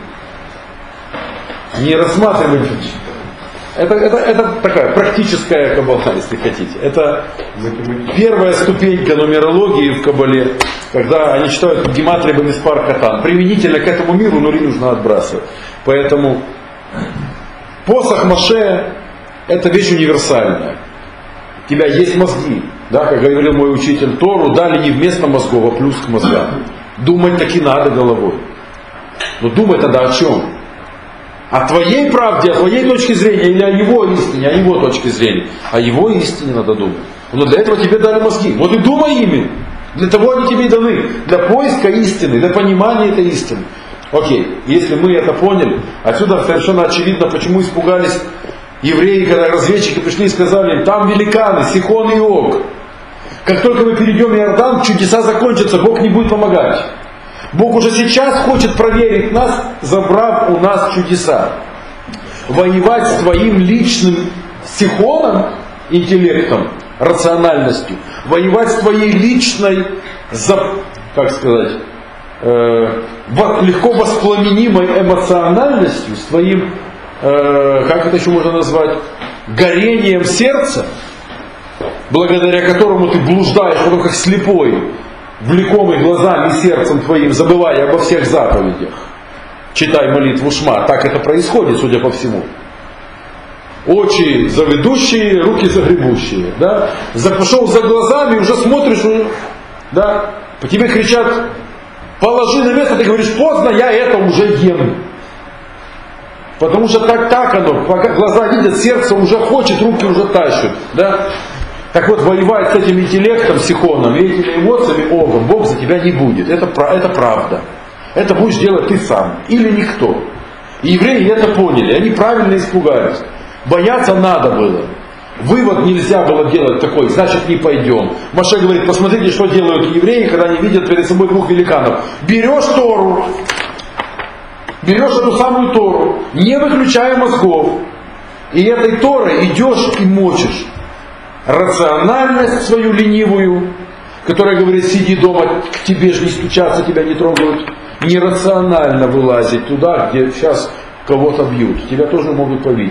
не рассматривать. Это, это, это такая практическая каббала, если хотите. Это первая ступенька нумерологии в каббале, когда они читают гематрия бамиспар катан. Применительно к этому миру нули нужно отбрасывать. Поэтому посох Моше это вещь универсальная. У тебя есть мозги, Да, как говорил мой учитель, Тору дали не вместо мозгов, а плюс к мозгам. Думать таки надо головой. Но думать тогда о чем? О твоей правде, о твоей точке зрения, или о его истине, о его точке зрения. О его истине надо думать. Но для этого тебе дали мозги. Вот и думай ими. Для того они тебе и даны. Для поиска истины, для понимания этой истины. Окей, если мы это поняли, отсюда совершенно очевидно, почему испугались евреи, когда разведчики пришли и сказали им, там великаны, Сихон и Ог. Как только мы перейдем Иордан, чудеса закончатся, Бог не будет помогать. Бог уже сейчас хочет проверить нас, забрав у нас чудеса. Воевать с твоим личным Сихоном, интеллектом, рациональностью, воевать с твоей личной, как сказать, э, легко воспламенимой эмоциональностью, с твоим, э, как это еще можно назвать, горением сердца, благодаря которому ты блуждаешь, потом как слепой, влекомый глазами и сердцем твоим, забывая обо всех заповедях. Читай молитву Шма. Так это происходит, судя по всему. Очи заведущие, руки загребущие. Да? Пошел за глазами, уже смотришь, да? По тебе кричат, положи на место, ты говоришь, поздно, я это уже ем. Потому что так, так оно, пока глаза видят, сердце уже хочет, руки уже тащат. Да? Так вот, воевать с этим интеллектом, Сихоном и этими эмоциями, Огом, Бог за тебя не будет. Это, это правда. Это будешь делать ты сам. Или никто. И евреи это поняли. Они правильно испугались. Бояться надо было. Вывод нельзя было делать такой, значит не пойдем. Моше говорит, посмотрите, что делают евреи, когда они видят перед собой двух великанов. Берешь Тору, берешь эту самую Тору, не выключая мозгов. И этой Торой идешь и мочишь рациональность свою ленивую, которая говорит, сиди дома, к тебе же не стучаться, тебя не трогают. Нерационально вылазить туда, где сейчас кого-то бьют. Тебя тоже могут побить.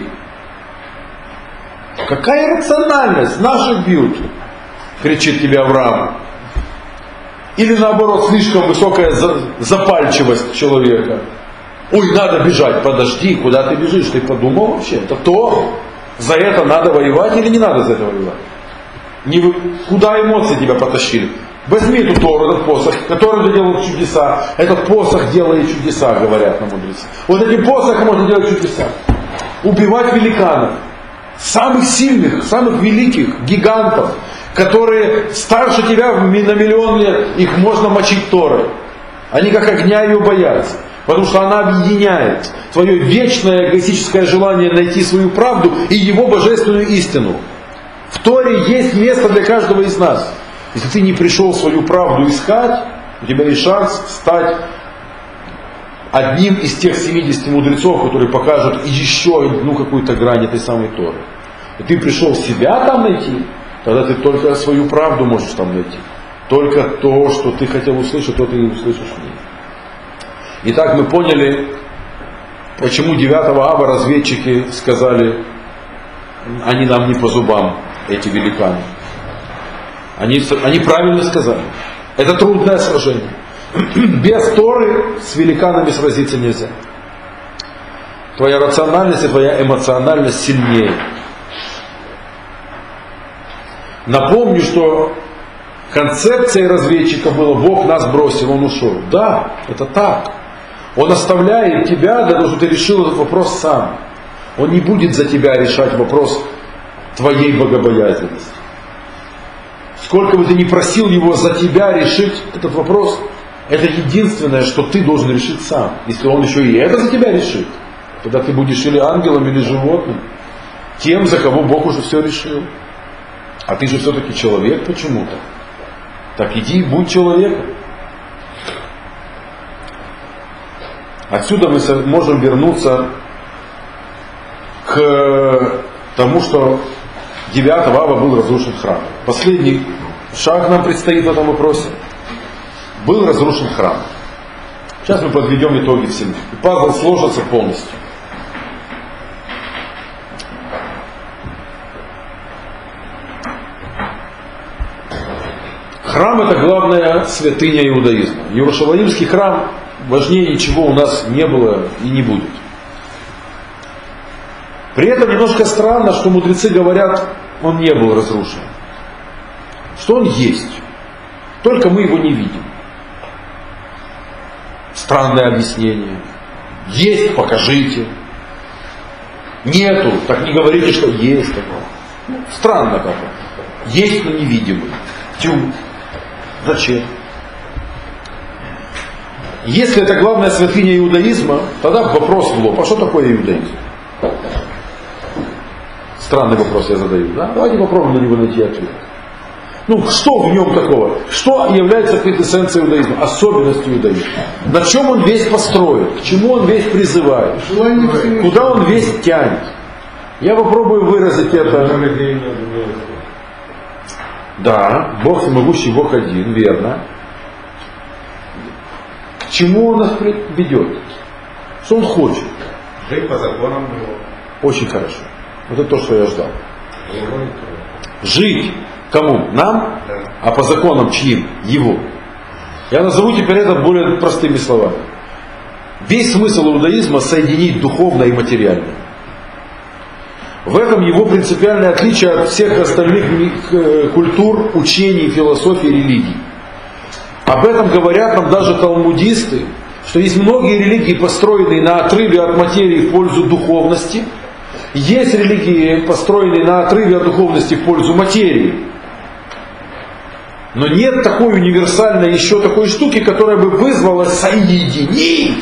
Какая рациональность? Наших бьют, кричит тебе Авраам. Или наоборот, слишком высокая запальчивость человека. Ой, надо бежать, подожди, куда ты бежишь? Ты подумал вообще? Это то, за это надо воевать или не надо за это воевать? Не вы... Куда эмоции тебя потащили? Возьми эту Тору, этот посох, который делает чудеса. Этот посох делает чудеса, говорят нам мудрецы. Вот этим посохом можно делать чудеса. Убивать великанов. Самых сильных, самых великих, гигантов, которые старше тебя на миллион лет, их можно мочить Торой. Они как огня ее боятся. Потому что она объединяет твое вечное эгоистическое желание найти свою правду и его божественную истину. В Торе есть место для каждого из нас. Если ты не пришел свою правду искать, у тебя есть шанс стать одним из тех семидесяти мудрецов, которые покажут еще одну какую-то грань этой самой Торы. И ты пришел себя там найти, тогда ты только свою правду можешь там найти. Только то, что ты хотел услышать, то ты и услышишь в ней. Итак, мы поняли, почему девятого ава разведчики сказали, они нам не по зубам, эти великаны. Они, они правильно сказали. Это трудное сражение. Без Торы с великанами сразиться нельзя. Твоя рациональность и твоя эмоциональность сильнее. Напомню, что концепцией разведчика было: Бог нас бросил, Он ушел. Да, это так. Он оставляет тебя для того, чтобы ты решил этот вопрос сам. Он не будет за тебя решать вопрос твоей богобоязненности. Сколько бы ты ни просил Его за тебя решить этот вопрос, это единственное, что ты должен решить сам. Если Он еще и это за тебя решит, тогда ты будешь или ангелом, или животным, тем, за кого Бог уже все решил. А ты же все-таки человек почему-то. Так иди и будь человеком. Отсюда мы можем вернуться к тому, что девятого ава был разрушен храм. Последний шаг нам предстоит в этом вопросе. Был разрушен храм. Сейчас мы подведем итоги всему. И пазл сложится полностью. Храм — это главная святыня иудаизма. Иерусалимский храм важнее ничего у нас не было и не будет. При этом немножко странно, что мудрецы говорят, он не был разрушен. что он есть. Только мы его не видим. Странное объяснение. Есть, покажите. Нету, так не говорите, что есть. Странно как-то. Есть, но невидимый. Тю. Зачем? Если это главная святыня иудаизма, тогда вопрос в лоб. А что такое иудаизм? Странный вопрос я задаю. Да? Давайте попробуем на него найти ответ. Ну, что в нем такого? Что является квинтэссенцией иудаизма? Особенностью иудаизма? На чем он весь построен? К чему он весь призывает? Куда он весь тянет? Я попробую выразить это. Да, Бог всемогущий, Бог один, верно. К чему он нас ведет? Что он хочет? Жить по законам его. Очень хорошо. Вот это то, что я ждал. Жить кому? Нам? Да. А по законам чьим? Его. Я назову теперь это более простыми словами. Весь смысл иудаизма соединить духовное и материальное. В этом его принципиальное отличие от всех остальных культур, учений, философий, религий. Об этом говорят нам даже талмудисты, что есть многие религии, построенные на отрыве от материи в пользу духовности. Есть религии, построенные на отрыве от духовности в пользу материи. Но нет такой универсальной еще такой штуки, которая бы вызвала соединить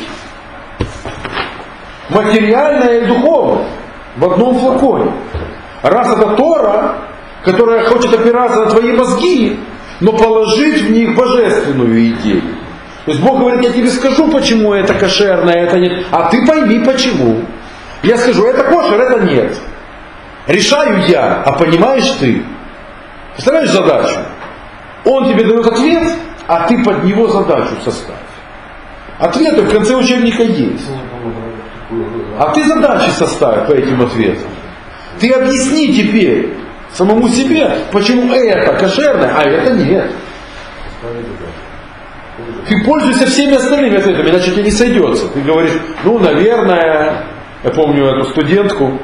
материальное и духовное в одном флаконе. Раз это Тора, которая хочет опираться на твои мозги, но положить в них божественную идею. То есть Бог говорит, я тебе скажу, почему это кошерное, это нет, а ты пойми почему. Я скажу, это кошер, это нет. Решаю я, а понимаешь ты. Представляешь задачу? Он тебе дает ответ, а ты под него задачу составь. Ответы в конце учебника есть. А ты задачи составь по этим ответам. Ты объясни теперь самому себе, почему это кошерное, а это нет. Ты пользуйся всеми остальными ответами, иначе тебе не сойдется. Ты говоришь, ну, наверное, я помню эту студентку,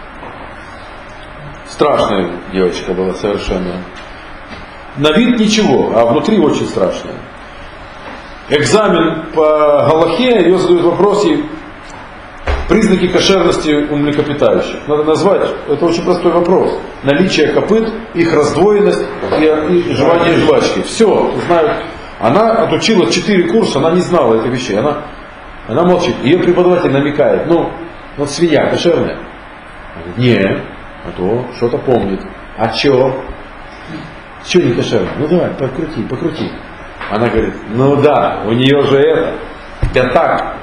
страшная девочка была совершенно. На вид ничего, а внутри очень страшная. Экзамен по галахе, ее задают вопросы, признаки кошерности у млекопитающих. Надо назвать, это очень простой вопрос. Наличие копыт, их раздвоенность и, и жевание жвачки. Все, знают. Она отучила четыре курса, она не знала этих вещей. Она, она молчит. Ее преподаватель намекает, ну, вот свинья кошерная. Она говорит, не, а то что-то помнит. А че? Че не кошерно? Ну давай, покрути, покрути. Она говорит, ну да, у нее же это, пятак.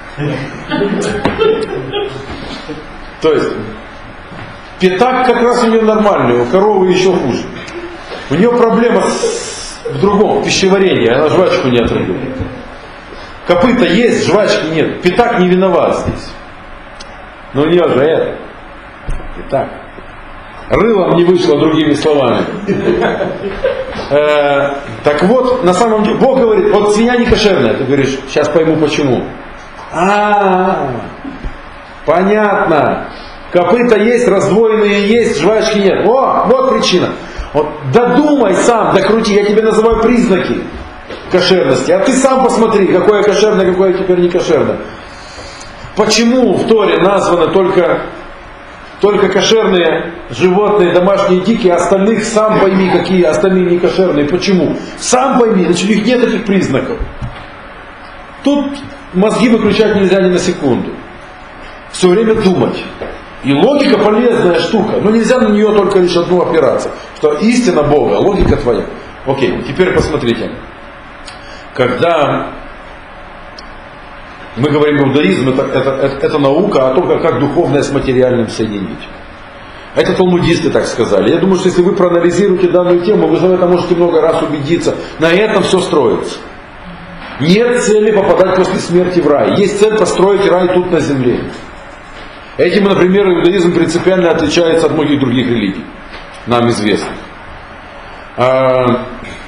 То есть, пятак как раз у нее нормальный, у коровы еще хуже. У нее проблема с, в другом, в пищеварении, она жвачку не отрыгивает. Копыта есть, жвачки нет. Пятак не виноват здесь. Но у нее же это, пятак. Рылом не вышло, другими словами. Э, так вот, на самом деле, Бог говорит, вот свинья не кошерная. Ты говоришь, сейчас пойму почему. А, понятно. Копыта есть, раздвоенные есть, жвачки нет. О, вот причина. Вот додумай сам, докрути, я тебе называю признаки кошерности. А ты сам посмотри, какое кошерное, какое теперь не кошерное. Почему в Торе названо только, только кошерные животные, домашние, дикие, а остальных сам пойми, какие остальные не кошерные. Почему? Сам пойми, значит у них нет этих признаков. Тут мозги выключать нельзя ни на секунду. Все время думать. И логика полезная штука, но нельзя на нее только лишь одну опираться. Что истина Бога, логика твоя. Окей, теперь посмотрите. Когда мы говорим иудаизм, это, это, это, это наука о том, как, как духовное с материальным соединить. Это талмудисты так сказали. Я думаю, что если вы проанализируете данную тему, вы в этом можете много раз убедиться. На этом все строится. Нет цели попадать после смерти в рай. Есть цель построить рай тут на земле. Этим, например, иудаизм принципиально отличается от многих других религий, нам известных. А,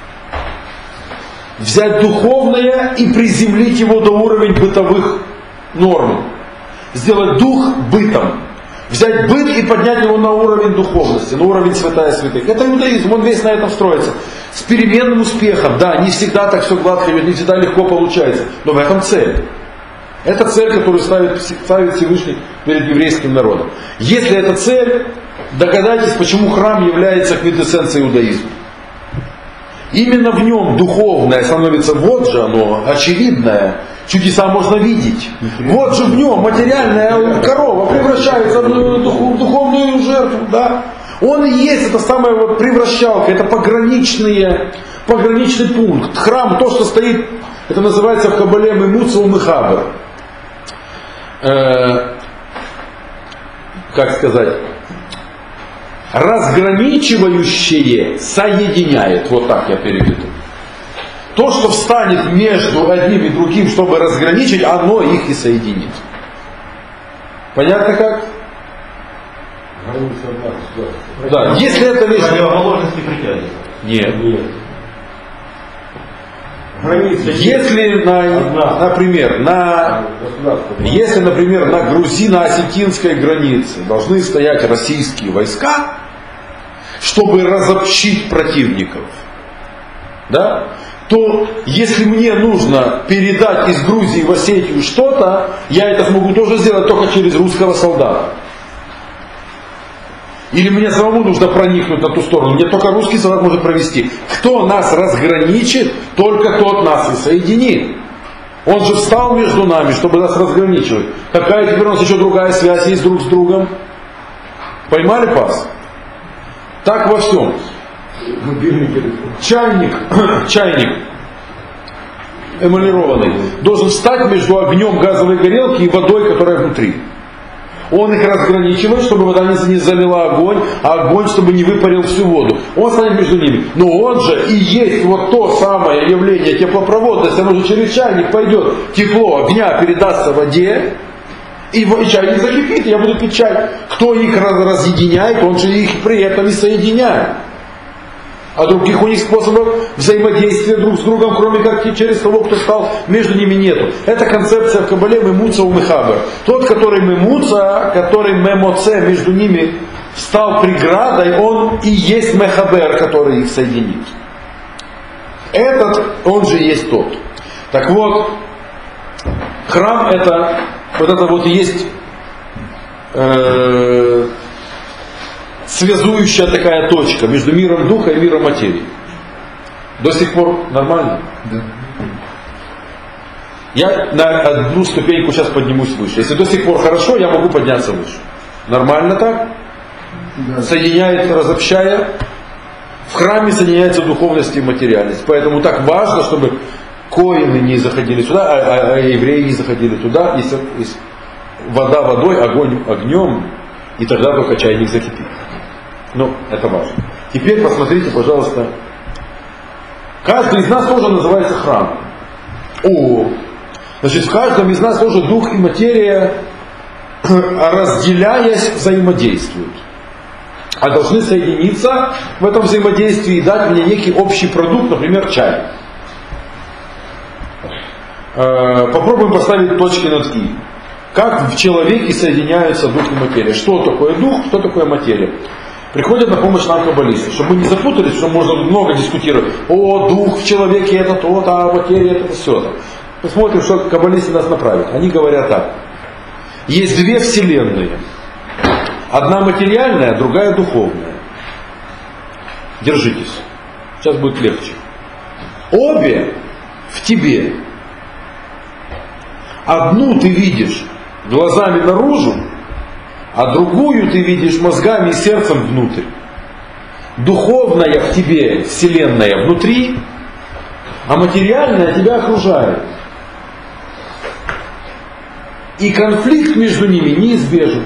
взять духовное и приземлить его до уровня бытовых норм. Сделать дух бытом. взять быт и поднять его на уровень духовности, на уровень святая святых. Это иудаизм, он весь на этом строится. С переменным успехом, да, не всегда так все гладко идет, не всегда легко получается, но в этом цель. Это цель, которую ставит, ставит Всевышний перед еврейским народом. Если это цель, догадайтесь, почему храм является квинтэссенцией иудаизма. Именно в нем духовное становится, вот же оно, очевидное, чудеса можно видеть. Вот же в нем материальная корова превращается в духовную жертву, да. Он и есть эта самая вот превращалка, это пограничные, пограничный пункт. Храм, то, что стоит, это называется в Кабале Мемуца Умехабер. Э, как сказать? Разграничивающее соединяет. Вот так я переведу. То, что встанет между одним и другим, чтобы разграничить, оно их и соединит. Понятно как? Да, если это вещь... Противоположности притягивают. Нет. Нет. Граница Если, на, например, на, если, например, на грузино-осетинской границе должны стоять российские войска, чтобы разобщить противников, да, то если мне нужно передать из Грузии в Осетию что-то, я это смогу тоже сделать только через русского солдата. Или мне самому нужно проникнуть на ту сторону, мне только русский солдат может провести. Кто нас разграничит, только тот нас и соединит. Он же встал между нами, чтобы нас разграничивать. Какая теперь у нас еще другая связь есть друг с другом? Поймали пас? Так во всем. Чайник, чайник эмалированный должен встать между огнем газовой горелки и водой, которая внутри. Он их разграничивает, чтобы вода не залила огонь, а огонь, чтобы не выпарил всю воду. Он станет между ними. Но он же и есть вот то самое явление теплопроводности. Оно же через чайник пойдет. Тепло огня передастся воде, и, и чайник закипит, и я буду пить чай. Кто их разъединяет, он же их при этом и соединяет. А других у них способов взаимодействия друг с другом, кроме как через того, кто стал, между ними нету. Это концепция в Кабале Мемуца Умехабер. Тот, который Мемуца, который Мемоце, между ними стал преградой, он и есть Мехабер, который их соединит. Этот, он же есть тот. Так вот, храм это, вот это вот и есть э, связующая такая точка между миром духа и миром материи. До сих пор нормально? Да. Я на одну ступеньку сейчас поднимусь выше. Если до сих пор хорошо, я могу подняться выше. Нормально так? Да. Соединяет, разобщая. В храме соединяется духовность и материальность. Поэтому так важно, чтобы коины не заходили сюда, а, а, а евреи не заходили туда. Если, если вода водой, огонь огнем, и тогда только чайник закипит. Ну, это важно. Теперь посмотрите, пожалуйста. Каждый из нас тоже называется храм. О, значит, в каждом из нас тоже дух и материя, разделяясь, взаимодействуют. А должны соединиться в этом взаимодействии и дать мне некий общий продукт, например, чай. Попробуем поставить точки над «и». Как в человеке соединяются дух и материя? Что такое дух, что такое материя? Приходят на помощь нам каббалисты, чтобы мы не запутались, что можно много дискутировать. О, дух в человеке это то, а материя это все. Посмотрим, что каббалисты нас направят. Они говорят так. Есть две вселенные. Одна материальная, другая духовная. Держитесь. Сейчас будет легче. Обе в тебе. Одну ты видишь глазами наружу, а другую ты видишь мозгами и сердцем внутрь. Духовная в тебе, вселенная внутри, а материальная тебя окружает. И конфликт между ними неизбежен.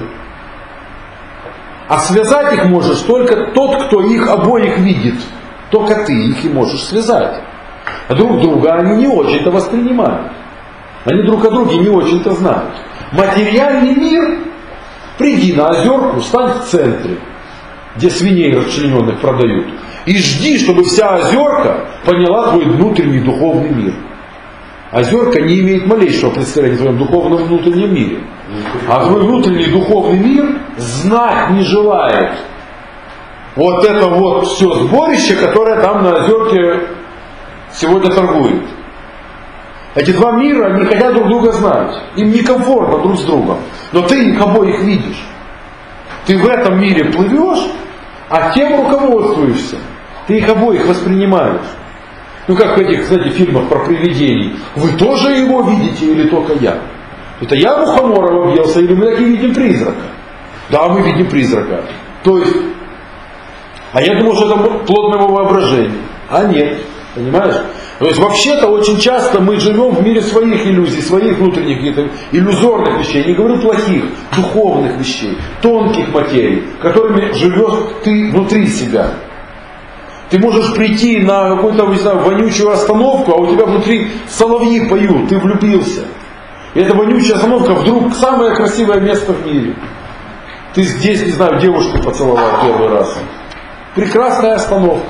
А связать их можешь только тот, кто их обоих видит. Только ты их и можешь связать. А друг друга они не очень-то воспринимают. Они друг о друге не очень-то знают. Материальный мир, приди на озерку, стань в центре, где свиней расчлененных продают. И жди, чтобы вся озерка поняла твой внутренний духовный мир. Озерка не имеет малейшего представления о твоем духовном внутреннем мире. А твой внутренний духовный мир знать не желает. Вот это вот все сборище, которое там на Озерке сегодня торгует. Эти два мира не хотят друг друга знать. Им некомфортно друг с другом. Но ты их обоих видишь. Ты в этом мире плывешь, а тем руководствуешься. Ты их обоих воспринимаешь. Ну как в этих, кстати, фильмах про привидений. Вы тоже его видите или только я? Это я Мухоморова объелся или мы таки видим призрака? Да, мы видим призрака. То есть, а я думал, что это плод моего воображения. А нет, понимаешь? То есть вообще-то очень часто мы живем в мире своих иллюзий, своих внутренних каких-то иллюзорных вещей, не говорю плохих, духовных вещей, тонких материй, которыми живешь ты внутри себя. Ты можешь прийти на какую-то, не знаю, вонючую остановку, а у тебя внутри соловьи поют, ты влюбился. И эта вонючая остановка вдруг самое красивое место в мире. Ты здесь, не знаю, девушку поцеловал первый раз. Прекрасная остановка.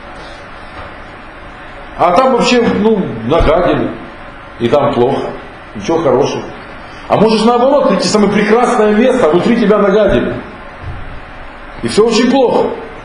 А там вообще, ну, нагадили. И там плохо. Ничего хорошего. А можешь наоборот прийти в самое прекрасное место, а внутри тебя нагадили. И все очень плохо.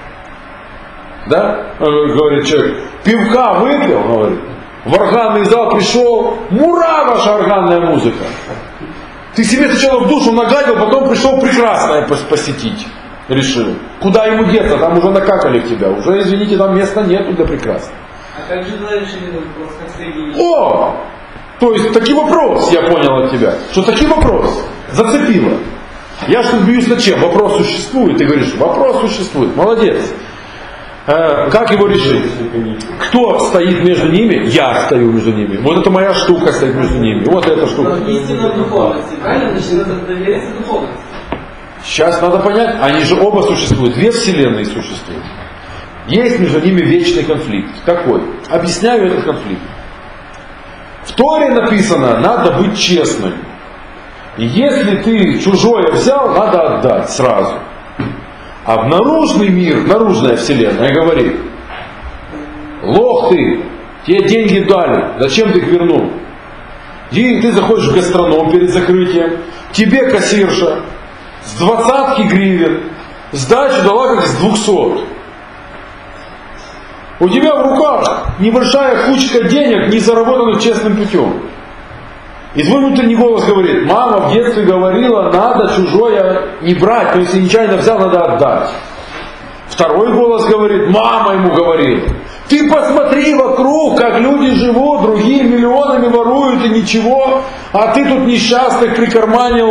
Да? Говорит человек, пивка выпил, говорит, в органный зал пришел, мура ваша органная музыка. Ты себе сначала в душу нагадил, потом пришел прекрасное посетить. Решил. Куда ему деться? Там уже накакали в тебя. Уже, извините, там места нету для прекрасного. А как же вы решили этот вопрос, как Сергей? О! То есть, таки вопрос, я понял от тебя. Что таки вопрос. Зацепило. Я что бьюсь на чем? Вопрос существует. Ты говоришь, вопрос существует. Молодец. Э, как его решить? Кто стоит между ними? Я стою между ними. Вот это моя штука стоит между ними. Вот эта штука. Истина в духовности. Правильно? Значит, надо довериться духовности. Сейчас надо понять, они же оба существуют. Две вселенные существуют. Есть между ними вечный конфликт. Какой? Объясняю этот конфликт. В Торе написано, надо быть честным. И если ты чужое взял, надо отдать сразу. А в наружный мир, наружная вселенная говорит, лох ты, тебе деньги дали, зачем ты их вернул? И ты заходишь в гастроном перед закрытием, тебе кассирша с двадцатки гривен сдачу дала как с двухсот. У тебя в руках небольшая кучка денег, не заработанных честным путем. И твой внутренний голос говорит, мама в детстве говорила, надо чужое не брать, то есть если нечаянно взял, надо отдать. Второй голос говорит, мама ему говорила, ты посмотри вокруг, как люди живут, другие миллионами воруют и ничего, а ты тут несчастных прикарманил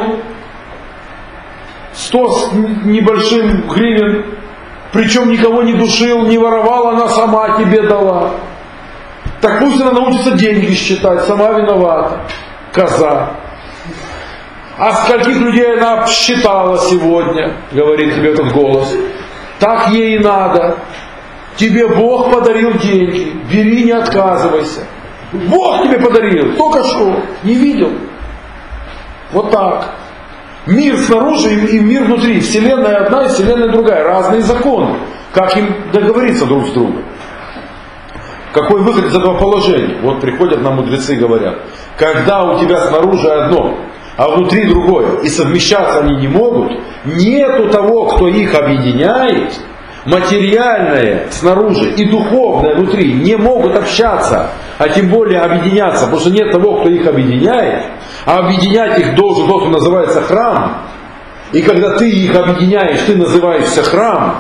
сто с небольшим гривен, причем никого не душил, не воровал, она сама тебе дала. Так пусть она научится деньги считать, сама виновата. Коза. А скольких людей она считала сегодня, говорит тебе этот голос. Так ей и надо. Тебе Бог подарил деньги, бери, не отказывайся. Бог тебе подарил, только что, не видел. Вот так. Мир снаружи и мир внутри. Вселенная одна и вселенная другая. Разные законы. Как им договориться друг с другом? Какой выход из этого положения? Вот приходят нам мудрецы и говорят, когда у тебя снаружи одно, а внутри другое, и совмещаться они не могут, нету того, кто их объединяет, материальное снаружи и духовное внутри не могут общаться, а тем более объединяться, потому что нет того, кто их объединяет, а объединять их должен тот, кто называется храм. И когда ты их объединяешь, ты называешься храм.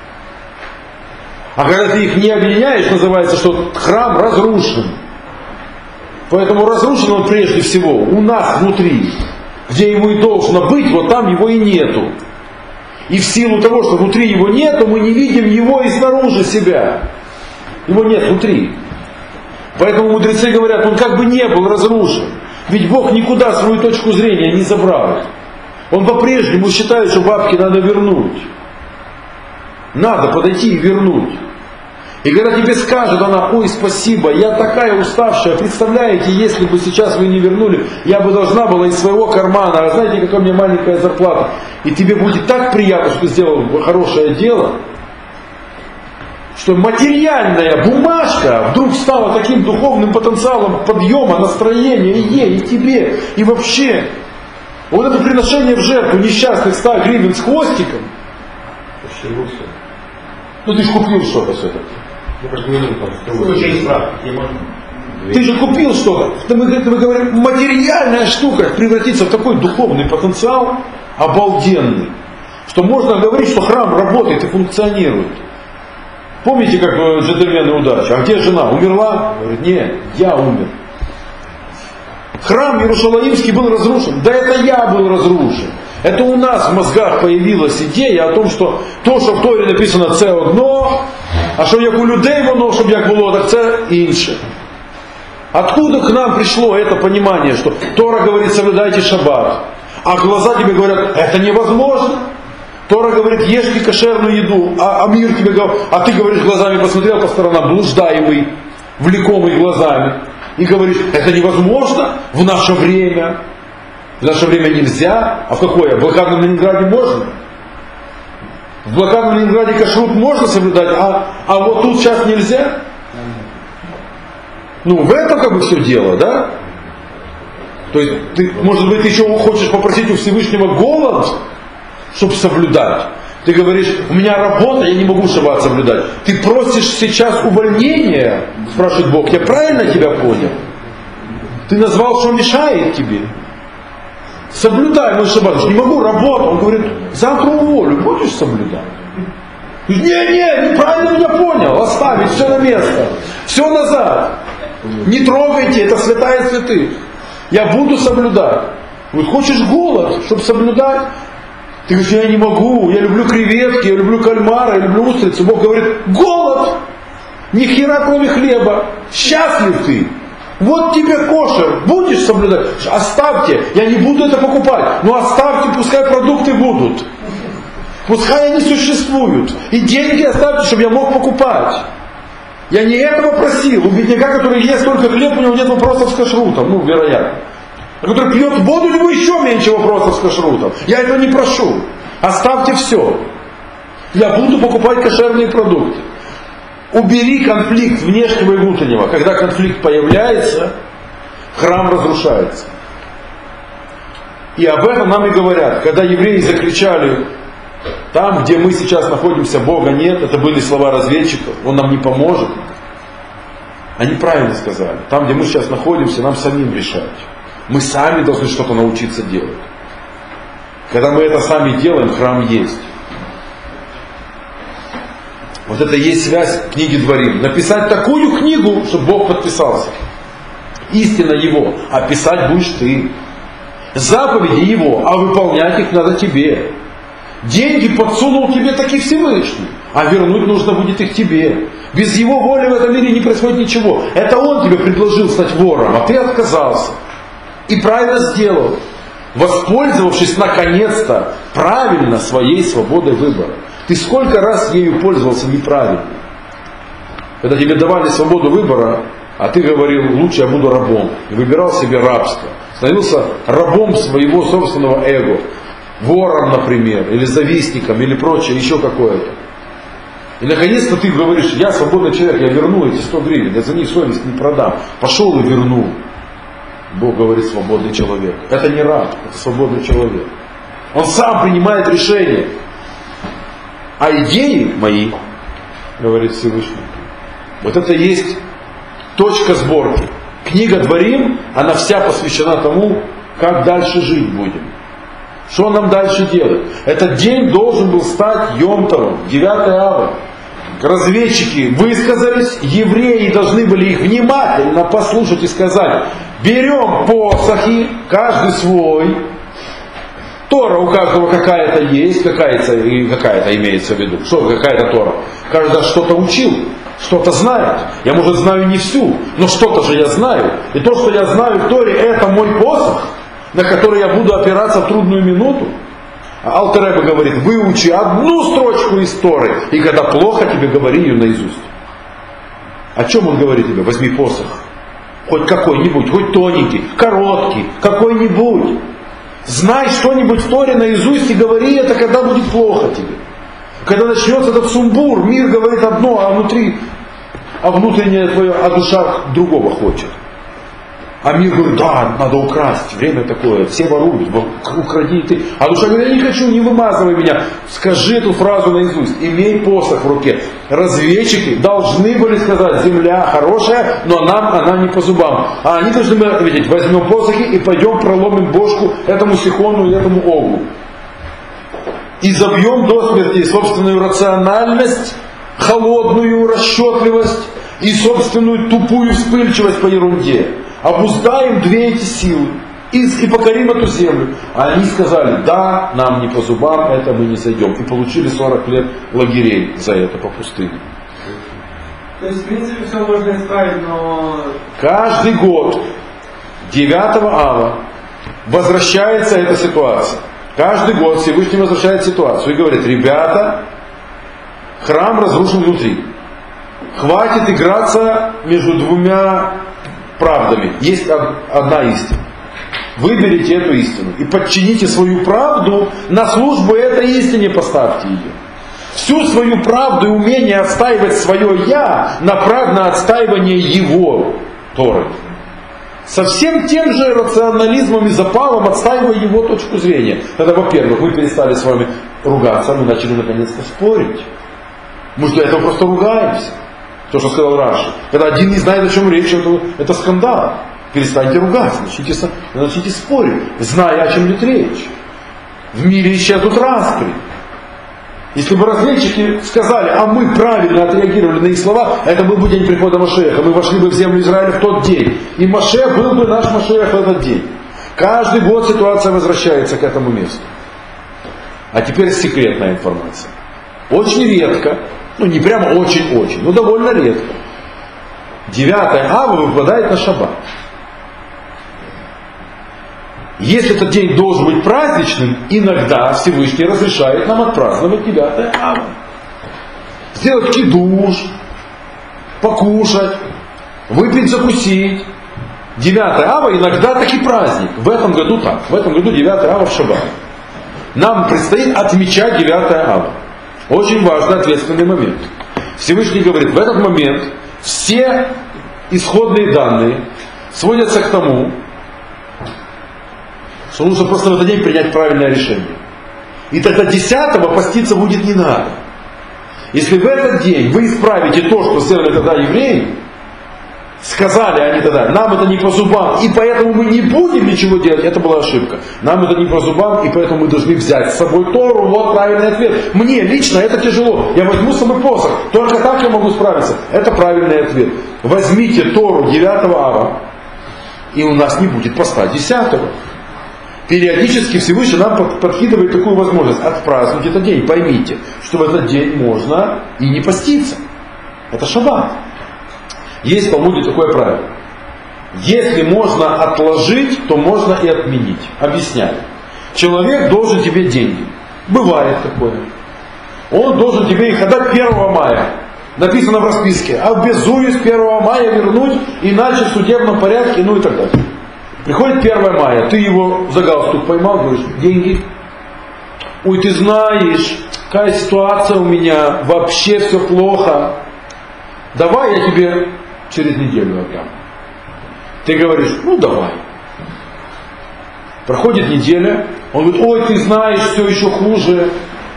А когда ты их не объединяешь, называется, что храм разрушен. Поэтому разрушен он прежде всего у нас внутри. Где ему и должно быть, вот там его и нету. И в силу того, что внутри его нету, мы не видим его и снаружи себя. Его нет внутри. Поэтому мудрецы говорят, он как бы не был разрушен. Ведь Бог никуда свою точку зрения не забрал. Он по-прежнему считает, что бабки надо вернуть. Надо подойти и вернуть. И когда тебе скажет она, ой, спасибо, я такая уставшая, представляете, если бы сейчас вы не вернули, я бы должна была из своего кармана, а знаете, какая у меня маленькая зарплата, и тебе будет так приятно, что ты сделал хорошее дело, что материальная бумажка вдруг стала таким духовным потенциалом подъема, настроения и ей, и тебе, и вообще. Вот это приношение в жертву несчастных ста гривен с хвостиком. Ну ты же купил что-то все-таки. Ты же купил что-то. Мы, мы говорим, материальная штука превратится в такой духовный потенциал обалденный, что можно говорить, что храм работает и функционирует. Помните, как джентльмены удачи? А где жена? Умерла? Говорит, нет, я умер. Храм Иерусалимский был разрушен. Да это я был разрушен. Это у нас в мозгах появилась идея о том, что то, що в Торі написано, це одно, а що як у людей воно, щоб як було, так це інше. Откуда к нам пришло это понимание, что Тора говорит, соблюдайте шаббат, а глаза тебе говорят, это невозможно. Тора говорит, ешьте кошерную еду, а, а мир тебе говорит, а ты говоришь, глазами посмотрел по сторонам, блуждаемый, влекомый глазами, и говоришь, это невозможно в наше время. В наше время нельзя, а в какое? В блокадном Ленинграде можно? В блокадном Ленинграде кашрут можно соблюдать, а, а вот тут сейчас нельзя? Ну, в этом как бы все дело, да? То есть, ты, может быть, еще хочешь попросить у Всевышнего голод, чтобы соблюдать. Ты говоришь, у меня работа, я не могу шаббат соблюдать. Ты просишь сейчас увольнения, спрашивает Бог, я правильно тебя понял? Ты назвал, что мешает тебе. Соблюдай мой шаббат. Я не могу, работа. Он говорит, завтра уволю, будешь соблюдать? Не, не, неправильно меня понял. Оставить все на место. Все назад. Не трогайте, это святая святых. Я буду соблюдать. Вот хочешь голод, чтобы соблюдать? Ты говоришь, я не могу, я люблю креветки, я люблю кальмара, я люблю устрицы. Бог говорит, голод. Ни хера кроме хлеба. Счастлив ты. Вот тебе кошер, будешь соблюдать? Оставьте, я не буду это покупать. Но оставьте, пускай продукты будут. Пускай они существуют. И деньги оставьте, чтобы я мог покупать. Я не этого просил. У бедняка, который ест только хлеб, у него нет вопросов с кашрутом. Ну, вероятно. А который пьет воду, у него еще меньше вопросов с кашрутом. Я этого не прошу. Оставьте все. Я буду покупать кошерные продукты. Убери конфликт внешнего и внутреннего. Когда конфликт появляется, храм разрушается. И об этом нам и говорят. Когда евреи закричали, там, где мы сейчас находимся, Бога нет, это были слова разведчиков, Он нам не поможет. Они правильно сказали. Там, где мы сейчас находимся, нам самим решать. Мы сами должны что-то научиться делать. Когда мы это сами делаем, храм есть. Вот это и есть связь книги Дворим. Написать такую книгу, чтобы Бог подписался. Истина Его. А писать будешь ты. Заповеди Его, а выполнять их надо тебе. Деньги подсунул тебе таки Всевышний, а вернуть нужно будет их тебе. Без Его воли в этом мире не происходит ничего. Это Он тебе предложил стать вором, а ты отказался. И правильно сделал, воспользовавшись наконец-то правильно своей свободой выбора. Ты сколько раз ею пользовался неправильно. Когда тебе давали свободу выбора, а ты говорил, лучше я буду рабом. И выбирал себе рабство. Становился рабом своего собственного эго. Вором, например, или завистником, или прочее, еще какое-то. И наконец-то ты говоришь, я свободный человек, я верну эти сто гривен, я за них совесть не продам. Пошел и вернул. Бог говорит, свободный человек. Это не раб, это свободный человек. Он сам принимает решение. А идеи мои, говорит Всевышний, вот это и есть точка сборки. Книга Дворим, она вся посвящена тому, как дальше жить будем. Что нам дальше делать? Этот день должен был стать Йом-Товом, девятое ава. Разведчики высказались, евреи должны были их внимательно послушать и сказать, берем посохи, каждый свой, Тора у каждого какая-то есть, какая-то, какая-то имеется в виду. Что какая-то Тора? Каждый что-то учил, что-то знает. Я, может, знаю не всю, но что-то же я знаю. И то, что я знаю в Торе, это мой посох, на который я буду опираться в трудную минуту. А Алтер Ребе говорит, выучи одну строчку из Торы, и когда плохо, тебе говори ее наизусть. О чем он говорит тебе? Возьми посох. Хоть какой-нибудь, хоть тоненький, короткий, какой-нибудь. Знай что-нибудь в Торе наизусть и говори это, когда будет плохо тебе. Когда начнется этот сумбур, мир говорит одно, а внутри, а внутреннее твое, а душа другого хочет. А мир говорит, да, надо украсть, время такое, все воруют, укради ты. А душа говорит, я не хочу, не вымазывай меня. Скажи эту фразу наизусть, имей посох в руке. Разведчики должны были сказать, земля хорошая, но нам она не по зубам. А они должны были ответить, возьмем посохи и пойдем проломим бошку этому Сихону и этому Огу. И забьем до смерти собственную рациональность, холодную расчетливость и собственную тупую вспыльчивость по ерунде. Обуздаем две эти силы и, и покорим эту землю. А они сказали, да, нам не по зубам, это мы не зайдем. И получили сорок лет лагерей за это по пустыне. То есть, в принципе, все можно исправить, но... Каждый год девятого ава возвращается эта ситуация. Каждый год Всевышний возвращает ситуацию и говорит, ребята, храм разрушен внутри. Хватит играться между двумя правдами. Есть одна истина. Выберите эту истину и подчините свою правду на службу этой истине, поставьте ее. Всю свою правду и умение отстаивать свое «я» направь на отстаивание его Торы. Со всем тем же рационализмом и запалом отстаивая его точку зрения. Тогда, во-первых, мы перестали с вами ругаться, мы начали наконец-то спорить. Мы до этого просто ругаемся. То, что сказал Раши. Когда один не знает, о чем речь, это, это скандал. Перестаньте ругаться, начните, начните спорить, зная, о чем идет речь. В мире исчезнут распри. Если бы разведчики сказали, а мы правильно отреагировали на их слова, это был бы день прихода Машеха. Мы вошли бы в землю Израиля в тот день. И Машех был бы наш Машех в этот день. Каждый год ситуация возвращается к этому месту. А теперь секретная информация. Очень редко, ну не прямо очень-очень, но довольно редко. девятое ава выпадает на шаббат. Если этот день должен быть праздничным, иногда Всевышний разрешает нам отпраздновать девятое ава. Сделать кидуш, покушать, выпить, закусить. девятое ава иногда таки праздник. В этом году так. В этом году девятое ава в шаббат. Нам предстоит отмечать девятое ава. Очень важный, ответственный момент. Всевышний говорит, в этот момент все исходные данные сводятся к тому, что нужно просто в этот день принять правильное решение. И тогда десятого поститься будет не надо. Если в этот день вы исправите то, что сделали тогда евреи, сказали они тогда, нам это не по зубам, и поэтому мы не будем ничего делать, это была ошибка. Нам это не по зубам, и поэтому мы должны взять с собой Тору, вот правильный ответ. Мне лично это тяжело, я возьму с собой посох, только так я могу справиться. Это правильный ответ. Возьмите Тору девятого ава, и у нас не будет поста десятого. Периодически Всевышний нам подкидывает такую возможность отпраздновать этот день. Поймите, что в этот день можно и не поститься. Это шаббат. Есть в Талмуде такое правило. Если можно отложить, то можно и отменить. Объясняю. Человек должен тебе деньги. Бывает такое. Он должен тебе их отдать первого мая. Написано в расписке. Обязуюсь первого мая вернуть, иначе в судебном порядке, ну и так далее. Приходит первое мая, ты его за галстук поймал, говоришь, деньги. Ой, ты знаешь, какая ситуация у меня, вообще все плохо. Давай я тебе через неделю отдам. Ты говоришь, ну давай. Проходит неделя, он говорит, ой, ты знаешь, все еще хуже.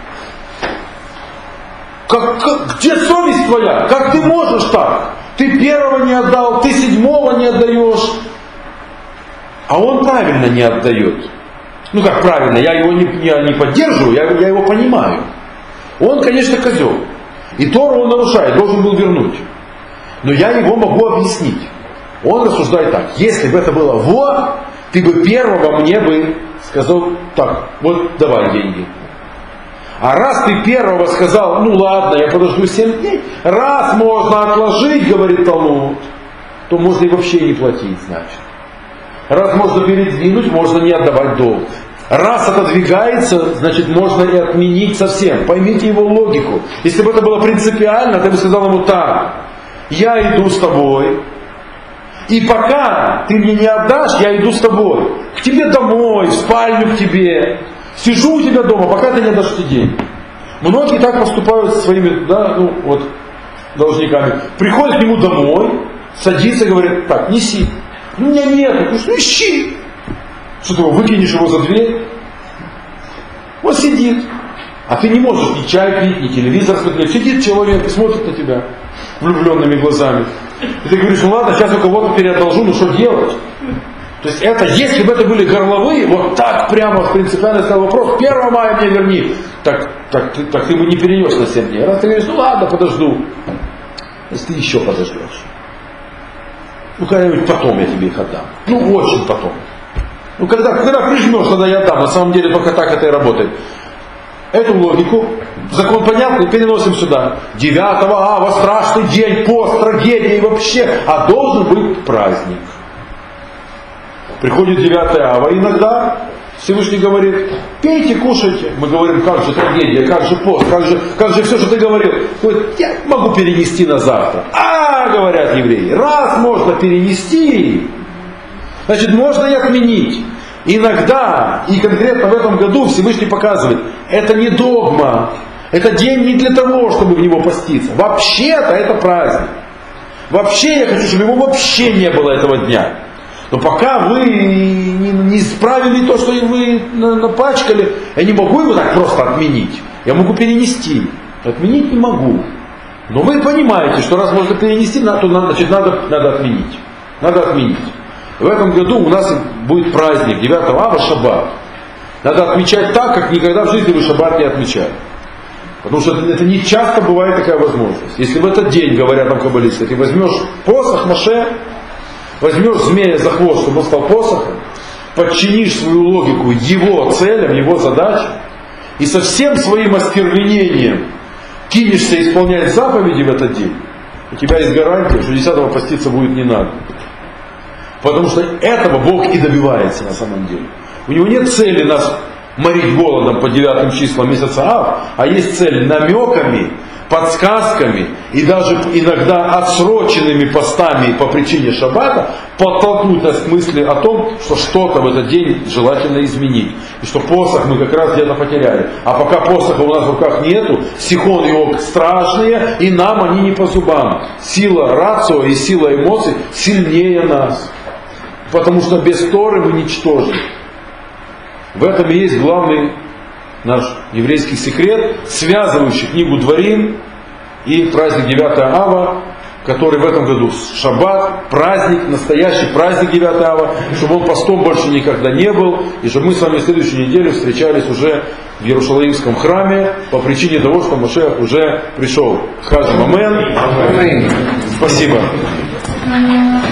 Как, как, где совесть твоя? Как ты можешь так? Ты первого не отдал, ты седьмого не отдаешь. А он правильно не отдает. Ну как правильно, я его не, я не поддерживаю, я, я его понимаю. Он, конечно, козел. И Тору он нарушает, должен был вернуть. Но я его могу объяснить. Он рассуждает так. Если бы это было вот, ты бы первого мне бы сказал так, вот давай деньги. А раз ты первого сказал, ну ладно, я подожду семь дней, раз можно отложить, говорит Талмуд, то можно и вообще не платить, значит. Раз можно передвинуть, можно не отдавать долг. Раз отодвигается, значит можно и отменить совсем. Поймите его логику. Если бы это было принципиально, ты бы сказал ему так. Я иду с тобой. И пока ты мне не отдашь, я иду с тобой. К тебе домой, в спальню к тебе. Сижу у тебя дома, пока ты не отдашь эти деньги. Многие так поступают со своими, да, ну, вот, должниками. Приходят к нему домой, садится и говорит: так, неси. У меня нет. Я говорю: ну ищи. Что ты его выкинешь его за дверь? Он сидит. А ты не можешь ни чай пить, ни телевизор смотреть. Сидит человек и смотрит на тебя влюбленными глазами. И ты говоришь: ну ладно, сейчас у кого-то переодолжу, ну что делать? То есть это, если бы это были горловые, вот так прямо принципиально стал вопрос: первого мая мне верни. Так, так, ты, так ты бы не перенес на семь дней. Раз ты говоришь: ну ладно, подожду. Если ты еще подождешь. Ну когда-нибудь потом я тебе их отдам. Ну очень потом. Ну когда, когда прижмешь, тогда я отдам. На самом деле только так это и работает. Эту логику, закон понятный, переносим сюда. девятого ава, страшный день, пост, трагедия и вообще. А должен быть праздник. Приходит девятое ава, иногда Всевышний говорит: пейте, кушайте. Мы говорим: как же трагедия, как же пост, как же, как же все, что ты говорил. Говорит: я могу перенести на завтра. А, говорят евреи, раз можно перенести, значит можно и отменить. Иногда, и конкретно в этом году Всевышний показывает: это не догма, это день не для того, чтобы в него поститься. Вообще-то это праздник. Вообще я хочу, чтобы его вообще не было этого дня. Но пока вы не, не исправили то, что вы напачкали, я не могу его так просто отменить. Я могу перенести. Отменить не могу. Но вы понимаете, что раз можно перенести, то значит, надо, надо отменить. Надо отменить. В этом году у нас будет праздник девятого ава, шаббат. Надо отмечать так, как никогда в жизни вы шаббат не отмечали. Потому что это не часто бывает такая возможность. Если в этот день, говорят нам каббалисты, ты возьмешь посох Моше, возьмешь змея за хвост, чтобы он стал посохом, подчинишь свою логику его целям, его задачам, и со всем своим остервенением кинешься исполнять заповеди в этот день, у тебя есть гарантия, что десятого поститься будет не надо. Потому что этого Бог и добивается на самом деле. У него нет цели нас морить голодом по девятым числам месяца Ав, а есть цель намеками, подсказками и даже иногда отсроченными постами по причине шаббата подтолкнуть нас к мысли о том, что что-то в этот день желательно изменить. И что посох мы как раз где-то потеряли. А пока посоха у нас в руках нету, Сихон и Ог страшные, и нам они не по зубам. Сила рацио и сила эмоций сильнее нас. Потому что без Торы мы ничтожны. В этом и есть главный наш еврейский секрет, связывающий книгу Дворим и праздник девятого ава, который в этом году шаббат, праздник, настоящий праздник девятого ава, чтобы он постом больше никогда не был, и чтобы мы с вами в следующей неделе встречались уже в Иерусалимском храме по причине того, что Машиах уже пришел. Скажем амен. Спасибо.